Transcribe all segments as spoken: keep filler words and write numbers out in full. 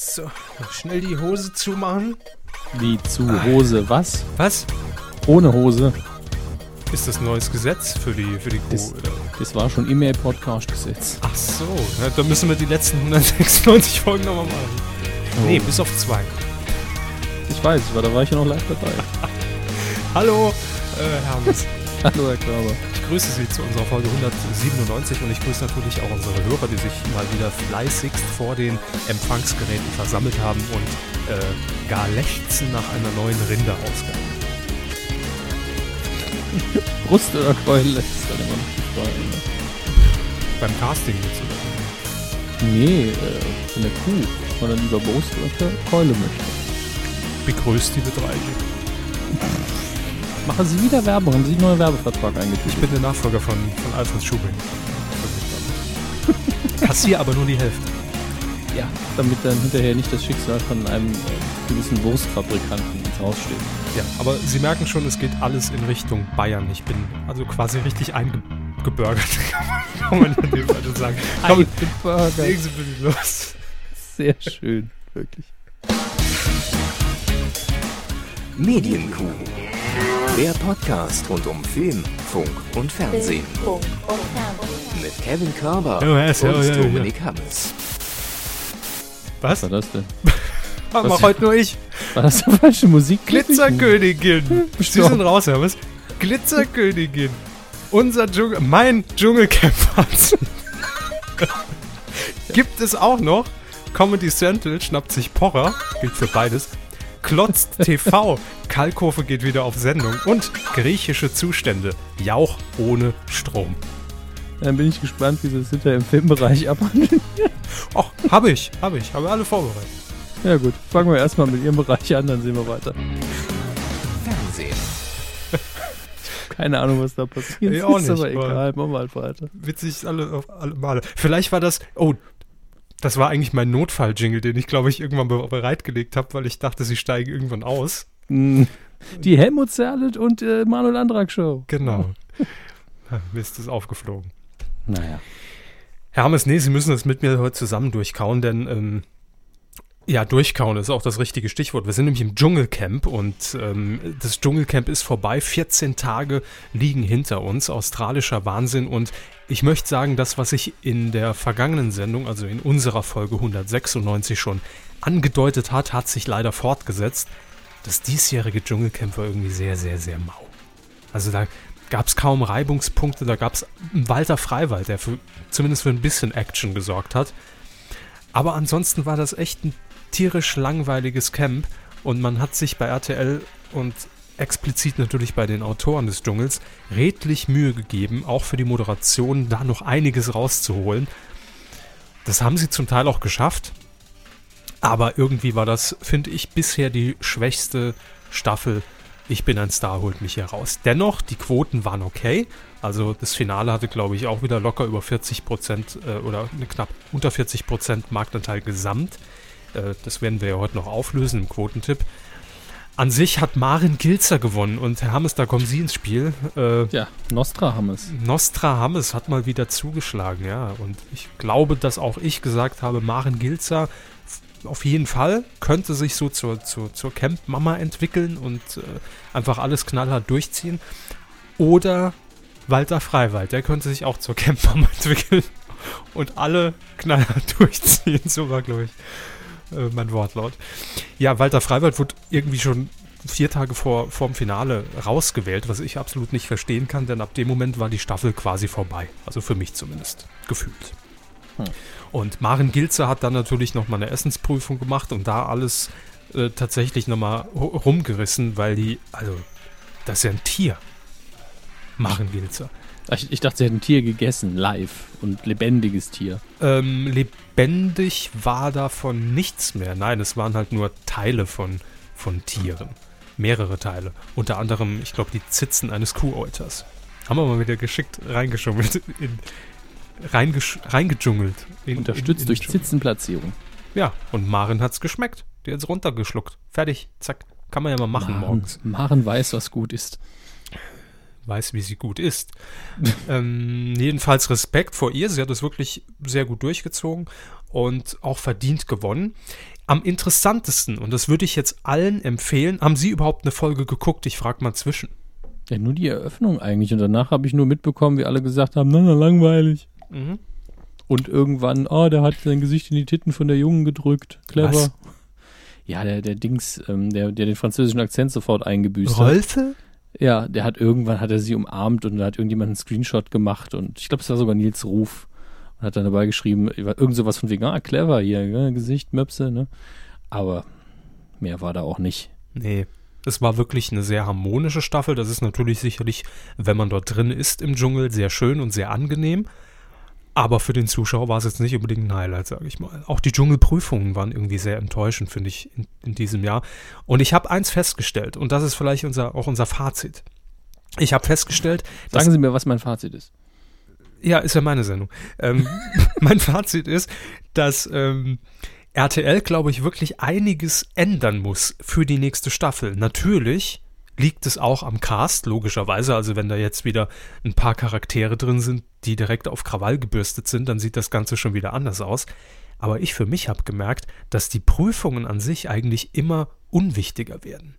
So, noch schnell die Hose zumachen. Wie zu Hose? Was? Was? Ohne Hose. Ist das ein neues Gesetz für die, für die Kuh? Das, oder? das war schon immer Podcast-Gesetz. Ach so, ja, dann müssen wir die letzten hundertsechsundneunzig Folgen nochmal machen. Oh. Nee, bis auf zwei. Ich weiß, weil da war ich ja noch live dabei. Hallo, äh, Herr Hammes. Hallo, Herr Körber. Ich grüße Sie zu unserer Folge hundertsiebenundneunzig und ich grüße natürlich auch unsere Hörer, die sich mal wieder fleißigst vor den Empfangsgeräten versammelt haben und äh, gar lechzen nach einer neuen Rinderausgabe. Brust oder Keule ist dann immer noch die Frage. Ne? Beim Casting jetzt oder? Nee, äh, von der Kuh. Ob man dann lieber Brust oder Keule möchte. Begrüßt die Betreiber. Machen Sie wieder Werbung, haben Sie einen neuen Werbevertrag eingeführt? Ich bin der Nachfolger von, von Alfred Schubing. Kassier aber nur die Hälfte. Ja, damit dann hinterher nicht das Schicksal von einem äh, gewissen Wurstfabrikanten ins Haus steht. Ja, aber Sie merken schon, es geht alles in Richtung Bayern. Ich bin also quasi richtig eingebürgert, kann man in dem Fall sagen. Komm, Eingebürgert. legen Sie bitte los. Sehr schön, wirklich. Medienkuh. Der Podcast rund um Film, Funk und Fernsehen. Funk und Fernsehen. Mit Kevin Körber Ja, ja, ja, und ja, ja. Dominik Hammes. Was? Was war das denn? Mach Was? heute nur ich. War das eine falsche Musik? Glitzerkönigin. Sie sind raus, Herr was? Glitzerkönigin. Unser Dschungel, mein Dschungelcamp-Fazit. Gibt es auch noch. Comedy Central schnappt sich Pocher. Gilt für beides. Klotzt T V. Kalkofe geht wieder auf Sendung. Und griechische Zustände. Jauch ohne Strom. Dann bin ich gespannt, wie sie das hinterher im Filmbereich abhandeln. Ach, hab ich, hab ich. Habe alle vorbereitet. Ja gut, fangen wir erstmal mit Ihrem Bereich an, dann sehen wir weiter. Fernsehen. Keine Ahnung, was da passiert. Ich auch ist nicht, aber aber- egal, machen wir halt weiter. Witzig alle auf alle Male. Vielleicht war das. Oh, das war eigentlich mein Notfall-Jingle, den ich, glaube ich, irgendwann be- bereitgelegt habe, weil ich dachte, sie steigen irgendwann aus. Mm, Die Helmut Zerlett und äh, Manuel Andrak Show. Genau. Mist, ist aufgeflogen. Naja. Herr Hammes, nee, Sie müssen das mit mir heute zusammen durchkauen, denn ähm, ja, durchkauen ist auch das richtige Stichwort. Wir sind nämlich im Dschungelcamp und ähm, das Dschungelcamp ist vorbei. vierzehn Tage liegen hinter uns. Australischer Wahnsinn. Und ich möchte sagen, das, was ich in der vergangenen Sendung, also in unserer Folge hundertsechsundneunzig schon angedeutet hat, hat sich leider fortgesetzt. Das diesjährige Dschungelcamp war irgendwie sehr, sehr, sehr mau. Also da gab es kaum Reibungspunkte. Da gab es Walter Freiwald, der für, zumindest für ein bisschen Action gesorgt hat. Aber ansonsten war das echt ein tierisch langweiliges Camp und man hat sich bei R T L und explizit natürlich bei den Autoren des Dschungels redlich Mühe gegeben, auch für die Moderation da noch einiges rauszuholen. Das haben sie zum Teil auch geschafft, aber irgendwie war das, finde ich, bisher die schwächste Staffel. Ich bin ein Star, holt mich hier raus. Dennoch, die Quoten waren okay. Also das Finale hatte, glaube ich, auch wieder locker über vierzig Prozent äh, oder ne, knapp unter vierzig Prozent Marktanteil gesamt. Äh, das werden wir ja heute noch auflösen im Quotentipp. An sich hat Maren Gilzer gewonnen und Herr Hammes, da kommen Sie ins Spiel. Äh, Ja, Nostra Hammes. Nostra Hammes hat mal wieder zugeschlagen, ja. Und ich glaube, dass auch ich gesagt habe, Maren Gilzer auf jeden Fall könnte sich so zur, zur, zur Camp-Mama entwickeln und äh, einfach alles knallhart durchziehen. Oder Walter Freiwald, der könnte sich auch zur Camp-Mama entwickeln und alle knallhart durchziehen. So war, glaube ich, äh, mein Wortlaut. Ja, Walter Freiwald wurde irgendwie schon vier Tage vor vorm Finale rausgewählt, was ich absolut nicht verstehen kann, denn ab dem Moment war die Staffel quasi vorbei. Also für mich zumindest, gefühlt. Hm. Und Maren Gilzer hat dann natürlich nochmal eine Essensprüfung gemacht und da alles äh, tatsächlich nochmal rumgerissen, weil die, also, das ist ja ein Tier. Maren Gilzer. Ich, ich dachte, sie hätten ein Tier gegessen, live. Und lebendiges Tier. Ähm, lebendig war davon nichts mehr. Nein, es waren halt nur Teile von, von Tieren. Mehrere Teile. Unter anderem, ich glaube, die Zitzen eines Kuhäuters. Haben wir mal wieder geschickt reingeschummelt. In, reingesch, reingedschungelt. In, Unterstützt in, in durch den Dschungel. Zitzenplatzierung. Ja, und Maren hat's geschmeckt. Die hat's runtergeschluckt. Fertig, zack. Kann man ja mal machen Maren, morgens. Maren weiß, was gut ist. Weiß, wie sie gut ist. ähm, jedenfalls Respekt vor ihr. Sie hat es wirklich sehr gut durchgezogen und auch verdient gewonnen. am interessantesten, und das würde ich jetzt allen empfehlen, haben Sie überhaupt eine Folge geguckt? Ich frage mal zwischen. Ja, nur die Eröffnung eigentlich. Und danach habe ich nur mitbekommen, wie alle gesagt haben, na, na, langweilig. Mhm. Und irgendwann, oh, der hat sein Gesicht in die Titten von der Jungen gedrückt. Clever. Was? Ja, der, der Dings, ähm, der, der den französischen Akzent sofort eingebüßt hat. Rolfe? Ja, der hat irgendwann, hat er sie umarmt und da hat irgendjemand einen Screenshot gemacht und ich glaube, es war sogar Nils Ruf und hat dann dabei geschrieben, irgend sowas von wegen, ah, clever hier, ja, Gesicht, Möpse, ne? Aber mehr war da auch nicht. Nee. Es war wirklich eine sehr harmonische Staffel. Das ist natürlich sicherlich, wenn man dort drin ist im Dschungel, sehr schön und sehr angenehm. Aber für den Zuschauer war es jetzt nicht unbedingt ein Highlight, sage ich mal. Auch die Dschungelprüfungen waren irgendwie sehr enttäuschend, finde ich, in, in diesem Jahr. Und ich habe eins festgestellt, und das ist vielleicht unser, auch unser Fazit. Ich habe festgestellt, dass... Sagen Sie mir, was mein Fazit ist. Ja, ist ja meine Sendung. Ähm, mein Fazit ist, dass ähm, R T L, glaube ich, wirklich einiges ändern muss für die nächste Staffel. Natürlich liegt es auch am Cast, logischerweise. Also wenn da jetzt wieder ein paar Charaktere drin sind, die direkt auf Krawall gebürstet sind, dann sieht das Ganze schon wieder anders aus. Aber ich für mich habe gemerkt, dass die Prüfungen an sich eigentlich immer unwichtiger werden.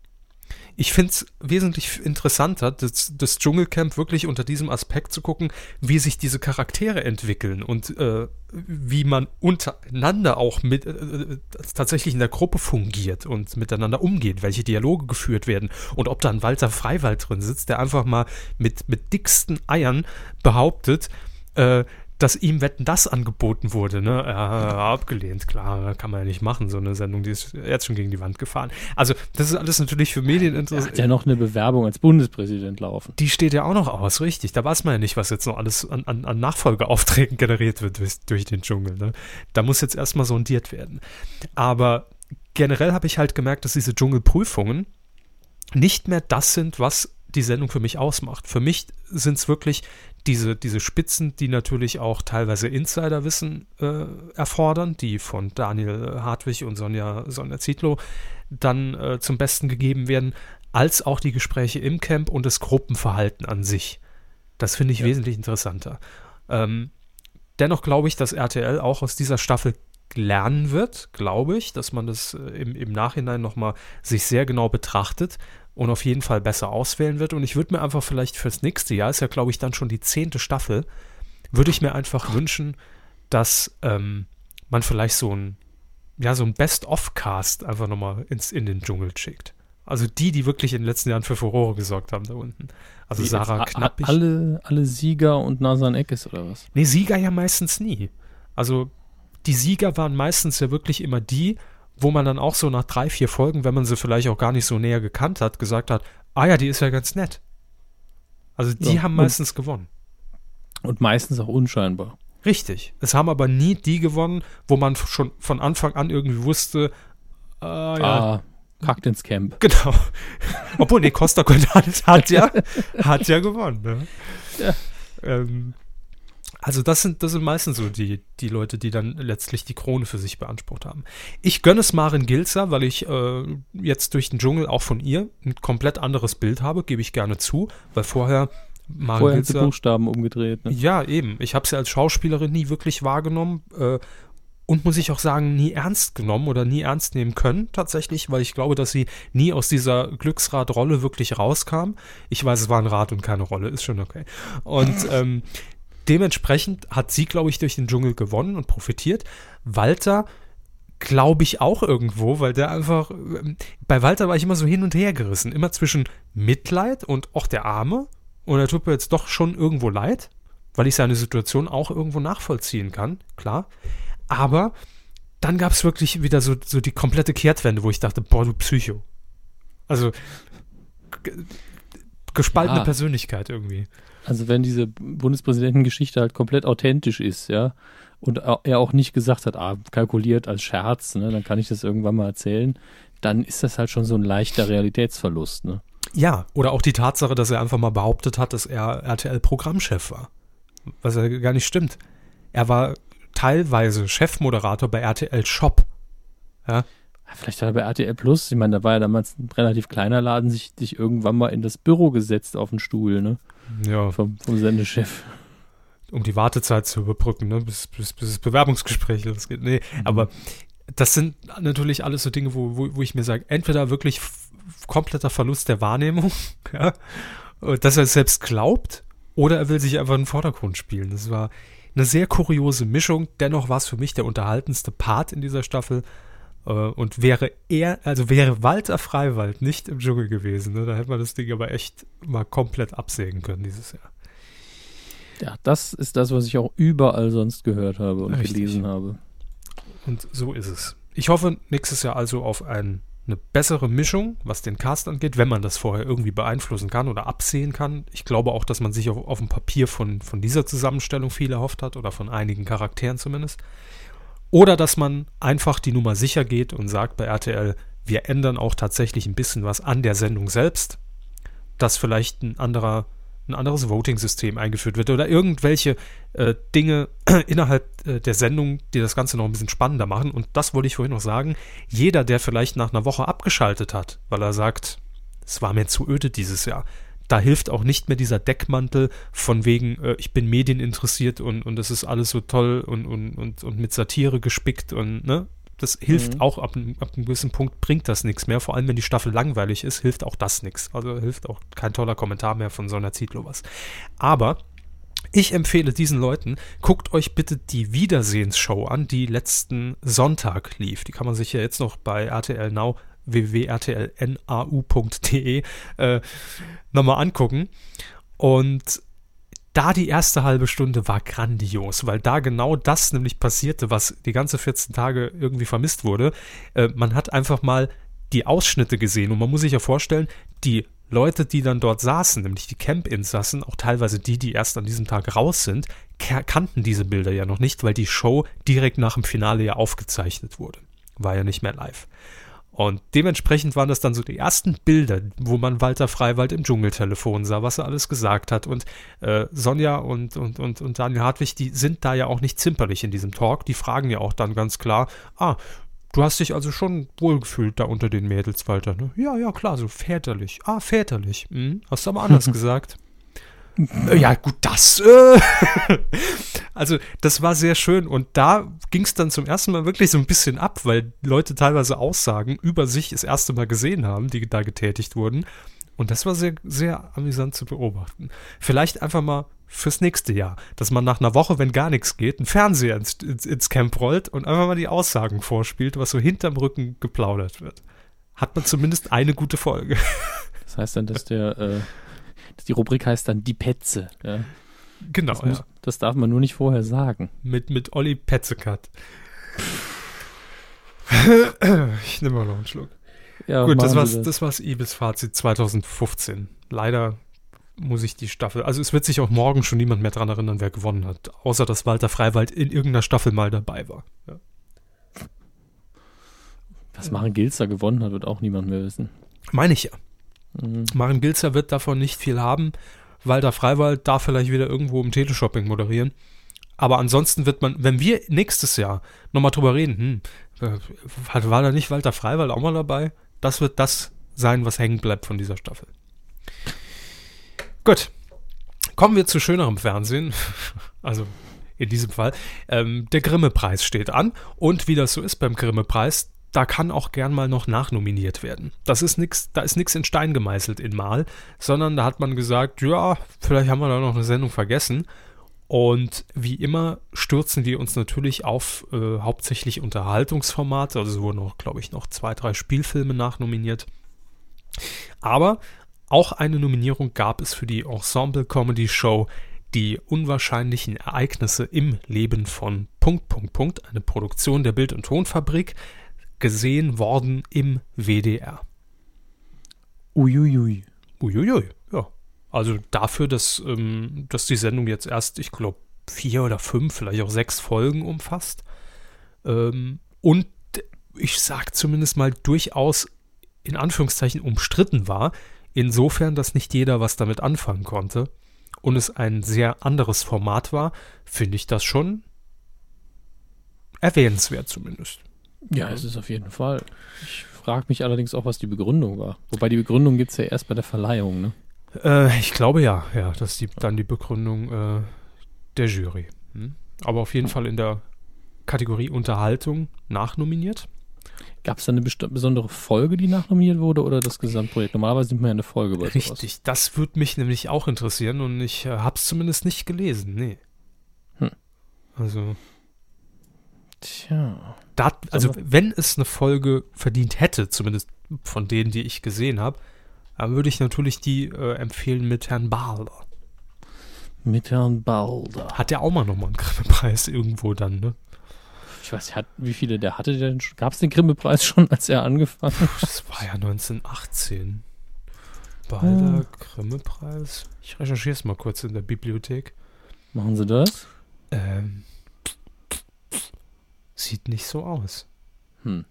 Ich finde es wesentlich interessanter, das, das Dschungelcamp wirklich unter diesem Aspekt zu gucken, wie sich diese Charaktere entwickeln und äh, wie man untereinander auch mit äh, tatsächlich in der Gruppe fungiert und miteinander umgeht, welche Dialoge geführt werden und ob da ein Walter Freiwald drin sitzt, der einfach mal mit, mit dicksten Eiern behauptet, äh, dass ihm Wetten, das angeboten wurde, ne? Ja, abgelehnt, klar, kann man ja nicht machen, so eine Sendung, die ist jetzt schon gegen die Wand gefahren. Also, das ist alles natürlich für Medien interessant. Er hat ja noch eine Bewerbung als Bundespräsident laufen. Die steht ja auch noch aus, richtig. Da weiß man ja nicht, was jetzt noch alles an, an, an Nachfolgeaufträgen generiert wird durch, durch den Dschungel, ne? Da muss jetzt erstmal sondiert werden. Aber generell habe ich halt gemerkt, dass diese Dschungelprüfungen nicht mehr das sind, was die Sendung für mich ausmacht. Für mich sind es wirklich diese, diese Spitzen, die natürlich auch teilweise Insiderwissen äh, erfordern, die von Daniel Hartwig und Sonja, Sonja Zietlow dann äh, zum Besten gegeben werden, als auch die Gespräche im Camp und das Gruppenverhalten an sich. Das finde ich ja wesentlich interessanter. Ähm, dennoch glaube ich, dass R T L auch aus dieser Staffel lernen wird, glaube ich, dass man das äh, im, im Nachhinein nochmal sich sehr genau betrachtet und auf jeden Fall besser auswählen wird. Und ich würde mir einfach vielleicht fürs nächste Jahr, ist ja glaube ich dann schon die zehnte Staffel, würde ich mir einfach wünschen, dass ähm, man vielleicht so ein, ja, so ein Best-of-Cast einfach nochmal ins, in den Dschungel schickt. Also die, die wirklich in den letzten Jahren für Furore gesorgt haben da unten. Also Wie Sarah jetzt, Knappig. Alle, alle Sieger und Nasan Eckes oder was? Nee, Sieger ja meistens nie. Also die Sieger waren meistens ja wirklich immer die, wo man dann auch so nach drei, vier Folgen, wenn man sie vielleicht auch gar nicht so näher gekannt hat, gesagt hat, ah ja, die ist ja ganz nett. Also die Ja, haben meistens gewonnen. Und meistens auch unscheinbar. Richtig. Es haben aber nie die gewonnen, wo man schon von Anfang an irgendwie wusste, ah ja, Ah, kackt ins Camp. genau. Obwohl, nee, Costa Cordalis hat ja, hat ja gewonnen. Ne? Ja. Ähm, also das sind, das sind meistens so die, die Leute, die dann letztlich die Krone für sich beansprucht haben. Ich gönne es Maren Gilzer, weil ich äh, jetzt durch den Dschungel auch von ihr ein komplett anderes Bild habe, gebe ich gerne zu, weil vorher Maren Vorher hat sie Gilzer, Buchstaben umgedreht. Ne? ja eben, ich habe sie als Schauspielerin nie wirklich wahrgenommen äh, und muss ich auch sagen, nie ernst genommen oder nie ernst nehmen können tatsächlich, weil ich glaube, dass sie nie aus dieser Glücksrad-Rolle wirklich rauskam. Ich weiß, es war ein Rad und keine Rolle, ist schon okay. Und ähm, dementsprechend hat sie, glaube ich, durch den Dschungel gewonnen und profitiert. Walter, glaube ich, auch irgendwo, weil der einfach, bei Walter war ich immer so hin und her gerissen, immer zwischen Mitleid und auch der Arme, und er tut mir jetzt doch schon irgendwo leid, weil ich seine Situation auch irgendwo nachvollziehen kann, klar. Aber dann gab es wirklich wieder so, so die komplette Kehrtwende, wo ich dachte, boah, du Psycho. Also g- gespaltene Ja. Persönlichkeit irgendwie. Also wenn diese Bundespräsidentengeschichte halt komplett authentisch ist, ja, und er auch nicht gesagt hat, ah, kalkuliert als Scherz, ne, dann kann ich das irgendwann mal erzählen, dann ist das halt schon so ein leichter Realitätsverlust, ne. Ja, oder auch die Tatsache, dass er einfach mal behauptet hat, dass er R T L-Programmchef war. Was ja gar nicht stimmt. Er war teilweise Chefmoderator bei R T L Shop. Ja, Vielleicht hat er bei R T L Plus, ich meine, da war ja damals ein relativ kleiner Laden, sich, sich irgendwann mal in das Büro gesetzt auf den Stuhl, ne, ja, vom, vom Sendechef. um die Wartezeit zu überbrücken, ne, bis, bis, bis das Bewerbungsgespräch losgeht. Nee, aber das sind natürlich alles so Dinge, wo, wo, wo ich mir sage, entweder wirklich f- kompletter Verlust der Wahrnehmung, ja, dass er es selbst glaubt, oder er will sich einfach in den Vordergrund spielen. Das war eine sehr kuriose Mischung. Dennoch war es für mich der unterhaltendste Part in dieser Staffel. Äh, und wäre er, also wäre Walter Freiwald nicht im Dschungel gewesen, ne, da hätte man das Ding aber echt mal komplett absägen können dieses Jahr. Ja, das ist das, was ich auch überall sonst gehört habe und Richtig. gelesen habe. Und so ist es. Ich hoffe nächstes Jahr also auf ein, eine bessere Mischung, was den Cast angeht, wenn man das vorher irgendwie beeinflussen kann oder absehen kann. Ich glaube auch, dass man sich auf, auf dem Papier von, von dieser Zusammenstellung viel erhofft hat oder von einigen Charakteren zumindest. Oder dass man einfach die Nummer sicher geht und sagt bei R T L, wir ändern auch tatsächlich ein bisschen was an der Sendung selbst, dass vielleicht ein anderer ein anderes Voting-System eingeführt wird oder irgendwelche äh, Dinge innerhalb äh, der Sendung, die das Ganze noch ein bisschen spannender machen. Und das wollte ich vorhin noch sagen. Jeder, der vielleicht nach einer Woche abgeschaltet hat, weil er sagt, es war mir zu öde dieses Jahr, da hilft auch nicht mehr dieser Deckmantel von wegen, äh, ich bin medieninteressiert und und das ist alles so toll und, und, und, und mit Satire gespickt und ne. Das hilft mhm. auch, ab, ab einem gewissen Punkt bringt das nichts mehr. Vor allem, wenn die Staffel langweilig ist, hilft auch das nichts. Also hilft auch kein toller Kommentar mehr von Sonja Zietlow was. Aber ich empfehle diesen Leuten, guckt euch bitte die Wiedersehensshow an, die letzten Sonntag lief. Die kann man sich ja jetzt noch bei R T L Now, w w w punkt r t l n a u punkt d e äh, nochmal angucken. Und da die erste halbe Stunde war grandios, weil da genau das nämlich passierte, was die ganze vierzehn Tage irgendwie vermisst wurde. Äh, man hat einfach mal die Ausschnitte gesehen und man muss sich ja vorstellen, die Leute, die dann dort saßen, nämlich die Camp-Insassen, auch teilweise die, die erst an diesem Tag raus sind, k- kannten diese Bilder ja noch nicht, weil die Show direkt nach dem Finale ja aufgezeichnet wurde. War ja nicht mehr live. Und dementsprechend waren das dann so die ersten Bilder, wo man Walter Freiwald im Dschungeltelefon sah, was er alles gesagt hat. Und äh, Sonja und, und, und, und Daniel Hartwig, die sind da ja auch nicht zimperlich in diesem Talk. Die fragen ja auch dann ganz klar, ah, du hast dich also schon wohlgefühlt da unter den Mädels, Walter, ne? Ja, ja, klar, so väterlich. Ah, väterlich. Hm, hast du aber anders gesagt. Ja, gut, das. Äh. Also, das war sehr schön. Und da ging es dann zum ersten Mal wirklich so ein bisschen ab, weil Leute teilweise Aussagen über sich das erste Mal gesehen haben, die da getätigt wurden. Und das war sehr, sehr amüsant zu beobachten. Vielleicht einfach mal fürs nächste Jahr, dass man nach einer Woche, wenn gar nichts geht, einen Fernseher ins, ins, ins Camp rollt und einfach mal die Aussagen vorspielt, was so hinterm Rücken geplaudert wird. Hat man zumindest eine gute Folge. Das heißt dann, dass der äh die Rubrik heißt dann Die Petze. Ja. Genau, das, muss, ja. Das darf man nur nicht vorher sagen. Mit, mit Olli Petzekat. Ich nehme mal noch einen Schluck. Ja, gut, das war's, das. das war's Ibis-Fazit zwanzig fünfzehn. Leider muss ich die Staffel, also es wird sich auch morgen schon niemand mehr dran erinnern, wer gewonnen hat. Außer, dass Walter Freiwald in irgendeiner Staffel mal dabei war. Ja. Was Maren Gilzer gewonnen hat, wird auch niemand mehr wissen. Meine ich ja. Mhm. Maren Gilzer wird davon nicht viel haben. Walter Freiwald darf vielleicht wieder irgendwo im Teleshopping moderieren. Aber ansonsten wird man, wenn wir nächstes Jahr nochmal drüber reden, hm, war da nicht Walter Freiwald auch mal dabei? Das wird das sein, was hängen bleibt von dieser Staffel. Gut. Kommen wir zu schönerem Fernsehen. Also in diesem Fall. Ähm, der Grimme-Preis steht an. Und wie das so ist beim Grimme-Preis, da kann auch gern mal noch nachnominiert werden. Das ist nix, da ist nichts in Stein gemeißelt in Mal, sondern da hat man gesagt, ja, vielleicht haben wir da noch eine Sendung vergessen. Und wie immer stürzen wir uns natürlich auf äh, hauptsächlich Unterhaltungsformate. Also es wurden auch, glaube ich, noch zwei, drei Spielfilme nachnominiert. Aber auch eine Nominierung gab es für die Ensemble-Comedy-Show Die unwahrscheinlichen Ereignisse im Leben von Punkt, Punkt, Punkt, eine Produktion der Bild- und Tonfabrik, gesehen worden im W D R. Uiuiui. Uiuiui, ja. Also dafür, dass, ähm, dass die Sendung jetzt erst, ich glaube, vier oder fünf, vielleicht auch sechs Folgen umfasst. Ähm, und ich sag zumindest mal durchaus in Anführungszeichen umstritten war, insofern, dass nicht jeder was damit anfangen konnte und es ein sehr anderes Format war, finde ich das schon erwähnenswert zumindest. Ja, es ist auf jeden Fall. Ich frage mich allerdings auch, was die Begründung war. Wobei die Begründung gibt es ja erst bei der Verleihung, ne? Äh, ich glaube ja, ja, das ist die, dann die Begründung äh, der Jury. Hm? Aber auf jeden Fall in der Kategorie Unterhaltung nachnominiert. Gab es da eine best- besondere Folge, die nachnominiert wurde, oder das Gesamtprojekt? Normalerweise nimmt man ja eine Folge bei Richtig, sowas. das würde mich nämlich auch interessieren und ich äh, habe es zumindest nicht gelesen, nee. Hm. Also, Tja. da, also wenn es eine Folge verdient hätte, zumindest von denen, die ich gesehen habe, dann würde ich natürlich die äh, empfehlen mit Herrn Balder. Mit Herrn Balder. Hat der auch mal nochmal einen Grimme-Preis irgendwo dann, ne? Ich weiß nicht, hat, wie viele der hatte der denn schon? Gab es den Grimme-Preis schon, als er angefangen hat? Das war ja neunzehnhundertachtzehn. Balder, Ah. Grimme-Preis. Ich recherchiere es mal kurz in der Bibliothek. Machen Sie das? Ähm, sieht nicht so aus. Hm.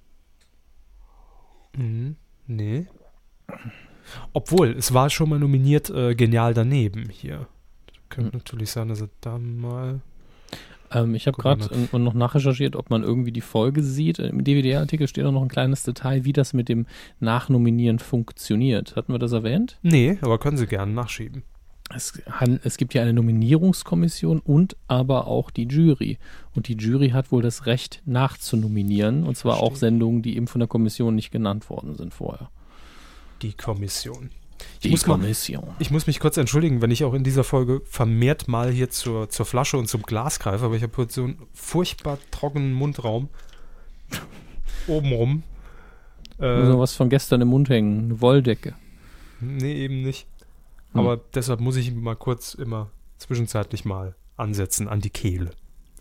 Mhm, nee. Obwohl, es war schon mal nominiert, äh, Genial daneben hier. Könnte Hm. natürlich sein, dass er da mal... Ähm, ich habe Guck gerade mal. äh, noch nachrecherchiert, ob man irgendwie die Folge sieht. Im D V D-Artikel steht auch noch ein kleines Detail, wie das mit dem Nachnominieren funktioniert. Hatten wir das erwähnt? Nee, aber können Sie gerne nachschieben. Es, han- es gibt ja eine Nominierungskommission und aber auch die Jury. Und die Jury hat wohl das Recht nachzunominieren. Und zwar auch Verstehe. Sendungen, die eben von der Kommission nicht genannt worden sind vorher. Die Kommission. Die muss mal- Kommission. Ich muss mich kurz entschuldigen, wenn ich auch in dieser Folge vermehrt mal hier zur, zur Flasche und zum Glas greife, aber ich habe heute so einen furchtbar trockenen Mundraum obenrum. Äh, So was von gestern im Mund hängen. Eine Wolldecke. nee, eben nicht. Hm. Aber deshalb muss ich mal kurz immer zwischenzeitlich mal ansetzen an die Kehle.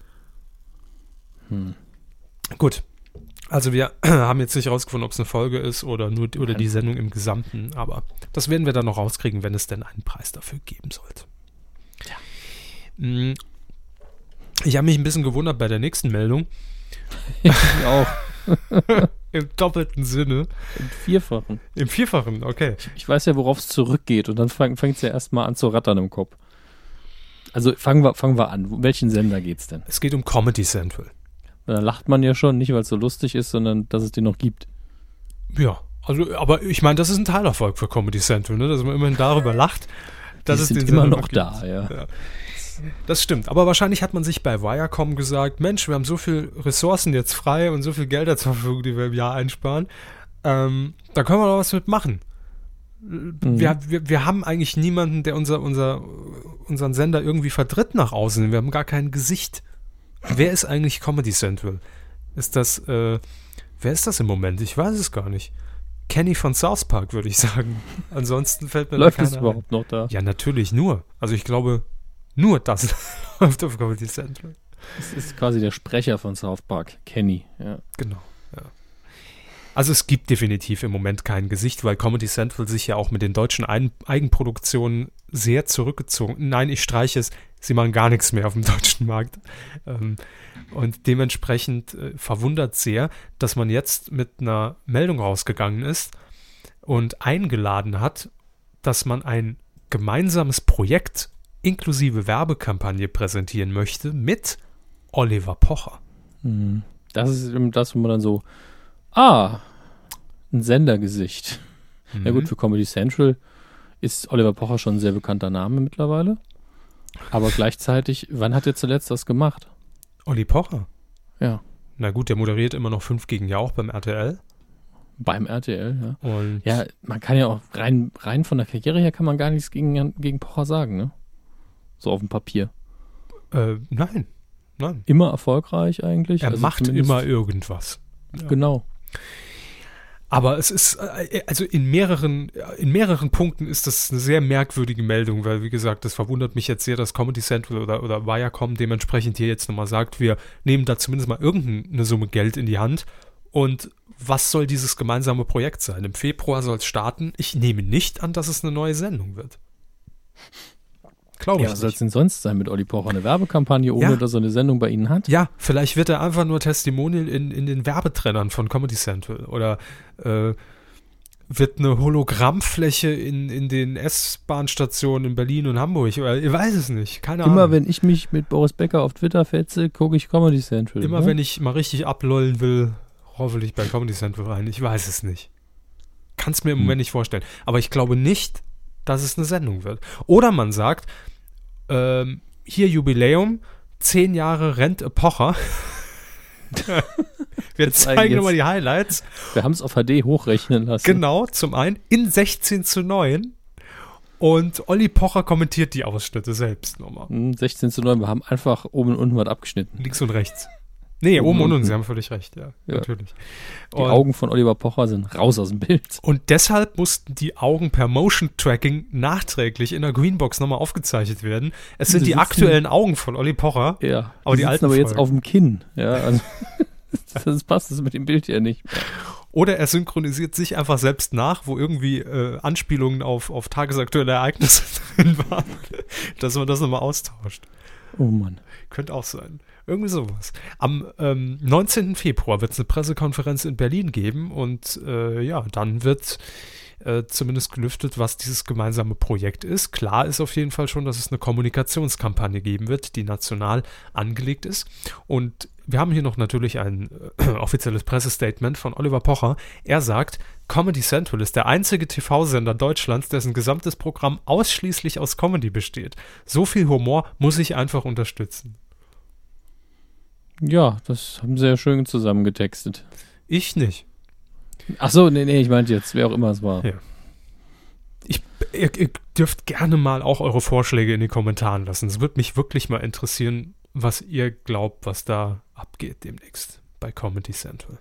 Hm. Gut. Also wir haben jetzt nicht rausgefunden, ob es eine Folge ist oder nur oder die Sendung im Gesamten, aber das werden wir dann noch rauskriegen, wenn es denn einen Preis dafür geben sollte. Ja. Ich habe mich ein bisschen gewundert bei der nächsten Meldung, Ich auch. im doppelten Sinne, Im Vierfachen. im Vierfachen, okay. Ich weiß ja, worauf es zurückgeht. Und dann fängt es ja erstmal an zu rattern im Kopf. Also fangen wir, fangen wir an. Um welchen Sender geht's denn? Es geht um Comedy Central. Da lacht man ja schon, nicht weil es so lustig ist, sondern dass es den noch gibt. Ja, also, aber ich meine, das ist ein Teilerfolg für Comedy Central, ne? Dass man immerhin darüber lacht, dass Die es sind den immer Sender noch gibt. da, ja. Ja. Das stimmt, aber wahrscheinlich hat man sich bei Viacom gesagt, Mensch, wir haben so viel Ressourcen jetzt frei und so viel Gelder zur Verfügung, die wir im Jahr einsparen, ähm, da können wir doch was mit machen. Mhm. Wir, wir, wir haben eigentlich niemanden, der unser, unser, unseren Sender irgendwie vertritt nach außen. Wir haben gar kein Gesicht. Wer ist eigentlich Comedy Central? Ist das, äh, wer ist das im Moment? Ich weiß es gar nicht. Kenny von South Park, würde ich sagen. Ansonsten fällt mir Läuft da es keiner überhaupt noch da? ein. Ja, natürlich nur. Also ich glaube, nur das läuft auf Comedy Central. Das ist quasi der Sprecher von South Park, Kenny. Ja. Genau, ja. Also es gibt definitiv im Moment kein Gesicht, weil Comedy Central sich ja auch mit den deutschen Ein- Eigenproduktionen sehr zurückgezogen. Nein, ich streiche es. Sie machen gar nichts mehr auf dem deutschen Markt. Ähm, und dementsprechend äh, verwundert sehr, dass man jetzt mit einer Meldung rausgegangen ist und eingeladen hat, dass man ein gemeinsames Projekt inklusive Werbekampagne präsentieren möchte mit Oliver Pocher. Mhm. Das ist eben das, wo man dann so, ah, ein Sendergesicht. Ja gut, für Comedy Central ist Oliver Pocher schon ein sehr bekannter Name mittlerweile. Aber gleichzeitig, wann hat er zuletzt das gemacht? Olli Pocher? Ja, Na gut, der moderiert immer noch fünf gegen Jauch beim R T L. beim R T L, ja. Und Ja, man kann ja auch rein, rein von der Karriere her kann man gar nichts gegen, gegen Pocher sagen, ne? So auf dem Papier. äh, nein, nein. Immer erfolgreich eigentlich. Er also macht zumindest- immer irgendwas. Genau. Aber es ist, äh, also in mehreren, in mehreren Punkten ist das eine sehr merkwürdige Meldung, weil, wie gesagt, das verwundert mich jetzt sehr, dass Comedy Central oder, oder Viacom dementsprechend hier jetzt nochmal sagt, wir nehmen da zumindest mal irgendeine Summe Geld in die Hand. Und was soll dieses gemeinsame Projekt sein? Im Februar soll es starten. Ich nehme nicht an, dass es eine neue Sendung wird. Glaube Ja, ich was soll es nicht. denn sonst sein mit Olli Pocher? Eine Werbekampagne, ohne Ja. dass er eine Sendung bei Ihnen hat? Ja, vielleicht wird er einfach nur Testimonial in, in den Werbetrennern von Comedy Central oder äh, wird eine Hologrammfläche in, in den S-Bahn-Stationen in Berlin und Hamburg. Oder, ich weiß es nicht, keine Immer Ahnung. wenn ich mich mit Boris Becker auf Twitter fetze, gucke ich Comedy Central. Immer ne? wenn ich mal richtig ablollen will, hoffentlich bei Comedy Central rein. Ich weiß es nicht. Kann es mir im Hm. Moment nicht vorstellen. Aber ich glaube nicht, dass es eine Sendung wird. Oder man sagt, ähm, hier Jubiläum, zehn Jahre Rent a Pocher. Wir zeigen nochmal die Highlights. Wir haben es auf H D hochrechnen lassen. Genau, zum einen in sechzehn zu neun. Und Olli Pocher kommentiert die Ausschnitte selbst nochmal. sechzehn zu neun, wir haben einfach oben und unten was abgeschnitten. Links und rechts. Nee, oben, oben und unten, Sie haben völlig recht, ja, ja. natürlich. Die und, Augen von Oliver Pocher sind raus aus dem Bild. Und deshalb mussten die Augen per Motion Tracking nachträglich in der Greenbox nochmal aufgezeichnet werden. Es sind die, die aktuellen Augen von Olli Pocher, ja, aber die, die alten aber Folgen. Jetzt auf dem Kinn. Ja, also das passt das mit dem Bild ja nicht mehr. Oder er synchronisiert sich einfach selbst nach, wo irgendwie äh, Anspielungen auf, auf tagesaktuelle Ereignisse drin waren, dass man das nochmal austauscht. Oh Mann. Könnte auch sein. Irgendwie sowas. Am ähm, neunzehnten Februar wird es eine Pressekonferenz in Berlin geben und äh, ja, dann wird äh, zumindest gelüftet, was dieses gemeinsame Projekt ist. Klar ist auf jeden Fall schon, dass es eine Kommunikationskampagne geben wird, die national angelegt ist. Und wir haben hier noch natürlich ein äh, offizielles Pressestatement von Oliver Pocher. Er sagt, Comedy Central ist der einzige T V-Sender Deutschlands, dessen gesamtes Programm ausschließlich aus Comedy besteht. So viel Humor muss ich einfach unterstützen. Ja, das haben sie ja schön zusammengetextet. Ich nicht. Ach so, nee, nee, ich meinte jetzt, wer auch immer es war. Ja. Ich, ihr, ihr dürft gerne mal auch eure Vorschläge in den Kommentaren lassen. Es würde mich wirklich mal interessieren, was ihr glaubt, was da abgeht demnächst bei Comedy Central.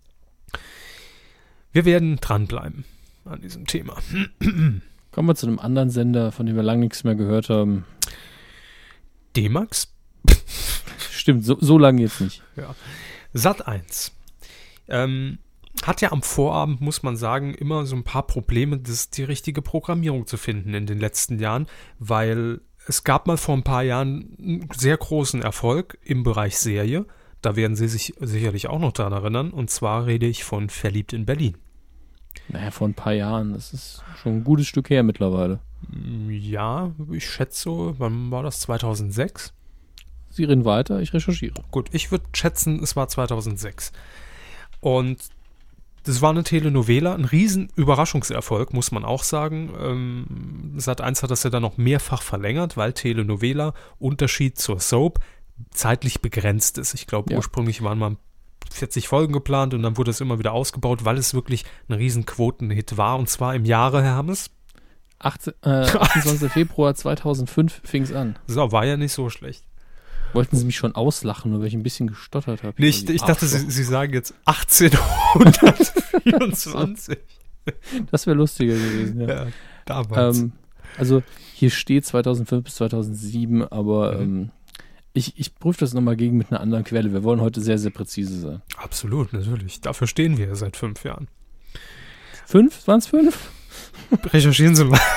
Wir werden dranbleiben an diesem Thema. Kommen wir zu einem anderen Sender, von dem wir lange nichts mehr gehört haben. D-Max? Stimmt, so, so lange jetzt nicht. Ja. Sat eins. Ähm, hat ja am Vorabend, muss man sagen, immer so ein paar Probleme, das, die richtige Programmierung zu finden in den letzten Jahren, weil es gab mal vor ein paar Jahren einen sehr großen Erfolg im Bereich Serie. Da werden Sie sich sicherlich auch noch daran erinnern. Und zwar rede ich von Verliebt in Berlin. Naja, vor ein paar Jahren. Das ist schon ein gutes Stück her mittlerweile. Ja, ich schätze so, wann war das? zweitausendsechs? Sie reden weiter, ich recherchiere. Gut, ich würde schätzen, es war zweitausendsechs. Und das war eine Telenovela, ein riesen Überraschungserfolg, muss man auch sagen. Ähm, Sat eins hat das ja dann noch mehrfach verlängert, weil Telenovela, Unterschied zur Soap, zeitlich begrenzt ist. Ich glaube, ja. ursprünglich waren mal vierzig Folgen geplant und dann wurde es immer wieder ausgebaut, weil es wirklich ein riesen Quotenhit war. Und zwar im Jahre, Herr Hammes? achtzehn, äh, achtundzwanzigsten Februar zweitausendfünf fing es an. So, war ja nicht so schlecht. Wollten Sie mich schon auslachen, nur weil ich ein bisschen gestottert habe? Nee, ich, ich dachte, Sie, Sie sagen jetzt achtzehnhundertvierundzwanzig. Das wäre lustiger gewesen, ja. Ja, damals. Ähm, also hier steht zweitausendfünf bis zweitausendsieben, aber Mhm. ähm, ich, ich prüfe das nochmal gegen mit einer anderen Quelle. Wir wollen heute sehr, sehr präzise sein. Absolut, natürlich. Dafür stehen wir seit fünf Jahren. Fünf? Waren es fünf? Recherchieren Sie mal.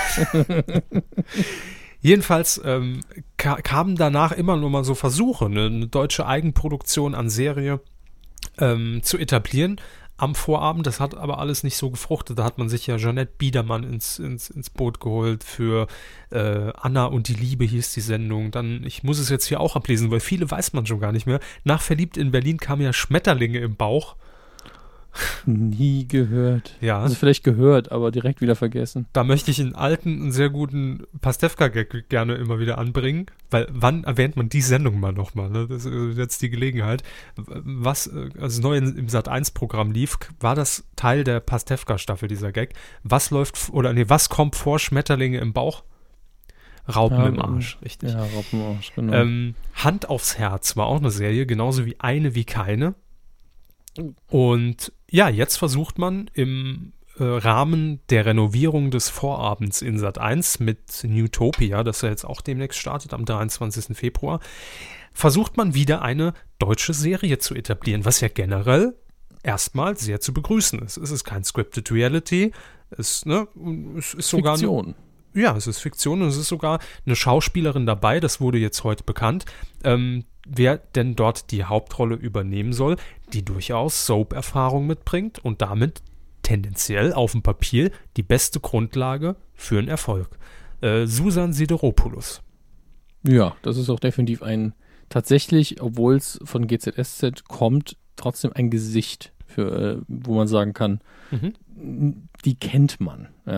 Jedenfalls ähm, ka- kamen danach immer nur mal so Versuche, eine, eine deutsche Eigenproduktion an Serie ähm, zu etablieren am Vorabend. Das hat aber alles nicht so gefruchtet. Da hat man sich ja Jeanette Biedermann ins, ins, ins Boot geholt für äh, Anna und die Liebe hieß die Sendung. Dann, ich muss es jetzt hier auch ablesen, weil viele weiß man schon gar nicht mehr. Nach Verliebt in Berlin kamen ja Schmetterlinge im Bauch. Nie gehört. Ja. Also vielleicht gehört, aber direkt wieder vergessen. Da möchte ich einen alten, einen sehr guten Pastewka-Gag gerne immer wieder anbringen, weil wann erwähnt man die Sendung mal nochmal, ne? Das ist jetzt die Gelegenheit. Was also neu im Sat eins Programm lief, war das Teil der Pastewka-Staffel, dieser Gag. Was läuft, oder nee, was kommt vor Schmetterlinge im Bauch? Raupen ja, im Arsch, richtig. Ja, Raupen im Arsch, genau. Ähm, Hand aufs Herz war auch eine Serie, genauso wie Eine wie keine. Und ja, jetzt versucht man im äh, Rahmen der Renovierung des Vorabends in Sat eins mit Newtopia, das ja jetzt auch demnächst startet am dreiundzwanzigsten Februar, versucht man wieder eine deutsche Serie zu etablieren, was ja generell erstmal sehr zu begrüßen ist. Es ist kein Scripted Reality, es, ne, es ist sogar Fiktion. Eine, ja, es ist Fiktion und es ist sogar eine Schauspielerin dabei, das wurde jetzt heute bekannt, ähm, wer denn dort die Hauptrolle übernehmen soll, die durchaus Soap-Erfahrung mitbringt und damit tendenziell auf dem Papier die beste Grundlage für einen Erfolg. Äh, Susan Sideropoulos. Ja, das ist auch definitiv ein, tatsächlich, obwohl es von G Z S Z kommt, trotzdem ein Gesicht, für, äh, wo man sagen kann, Mhm. die kennt man, ja.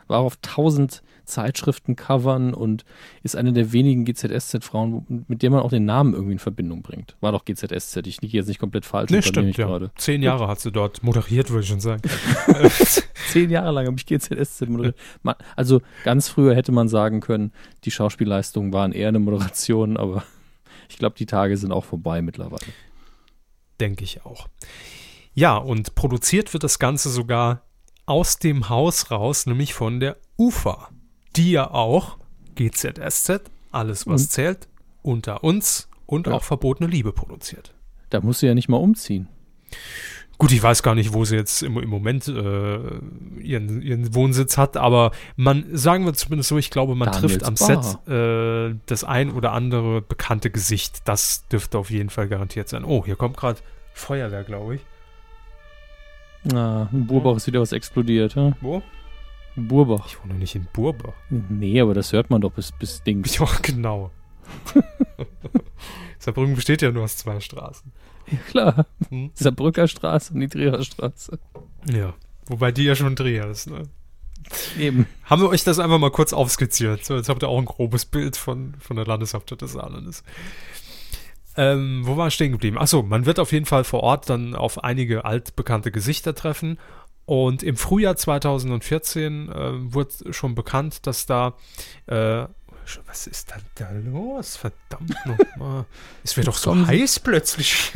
war auf tausend Zeitschriftencovern und ist eine der wenigen G Z S Z-Frauen, mit der man auch den Namen irgendwie in Verbindung bringt. War doch G Z S Z, ich liege jetzt nicht komplett falsch. Nee, stimmt, ja. Gerade. Zehn Jahre hat sie dort moderiert, würde ich schon sagen. Zehn Jahre lang habe ich G Z S Z moderiert. Also ganz früher hätte man sagen können, die Schauspielleistungen waren eher eine Moderation, aber ich glaube, die Tage sind auch vorbei mittlerweile. Denke ich auch. Ja, und produziert wird das Ganze sogar aus dem Haus raus, nämlich von der U F A, die ja auch G Z S Z, alles was und? zählt, unter uns und ja. auch Verbotene Liebe produziert. Da muss sie ja nicht mal umziehen. Gut, ich weiß gar nicht, wo sie jetzt im, im Moment äh, ihren, ihren Wohnsitz hat, aber man, sagen wir zumindest so, ich glaube, man Daniels trifft am Bar. Set äh, das ein oder andere bekannte Gesicht. Das dürfte auf jeden Fall garantiert sein. Oh, hier kommt gerade Feuerwehr, glaube ich. Na, in Burbach ist wieder was explodiert, ha? Wo? In Burbach. Ich wohne nicht in Burbach. Nee, aber das hört man doch bis, bis Dings. Ja, genau. Saarbrücken besteht ja nur aus zwei Straßen. Ja, klar. Hm? Saarbrücker Straße und die Trierer Straße. Ja, wobei die ja schon Trier ist, ne? Eben. Haben wir euch das einfach mal kurz aufskizziert. So, jetzt habt ihr auch ein grobes Bild von, von der Landeshauptstadt des Saarlandes. Ähm, wo war ich stehen geblieben? Achso, man wird auf jeden Fall vor Ort dann auf einige altbekannte Gesichter treffen. Und im Frühjahr zweitausendvierzehn äh, wurde schon bekannt, dass da äh, was ist da, da los? Verdammt nochmal. Es wird doch so heiß plötzlich.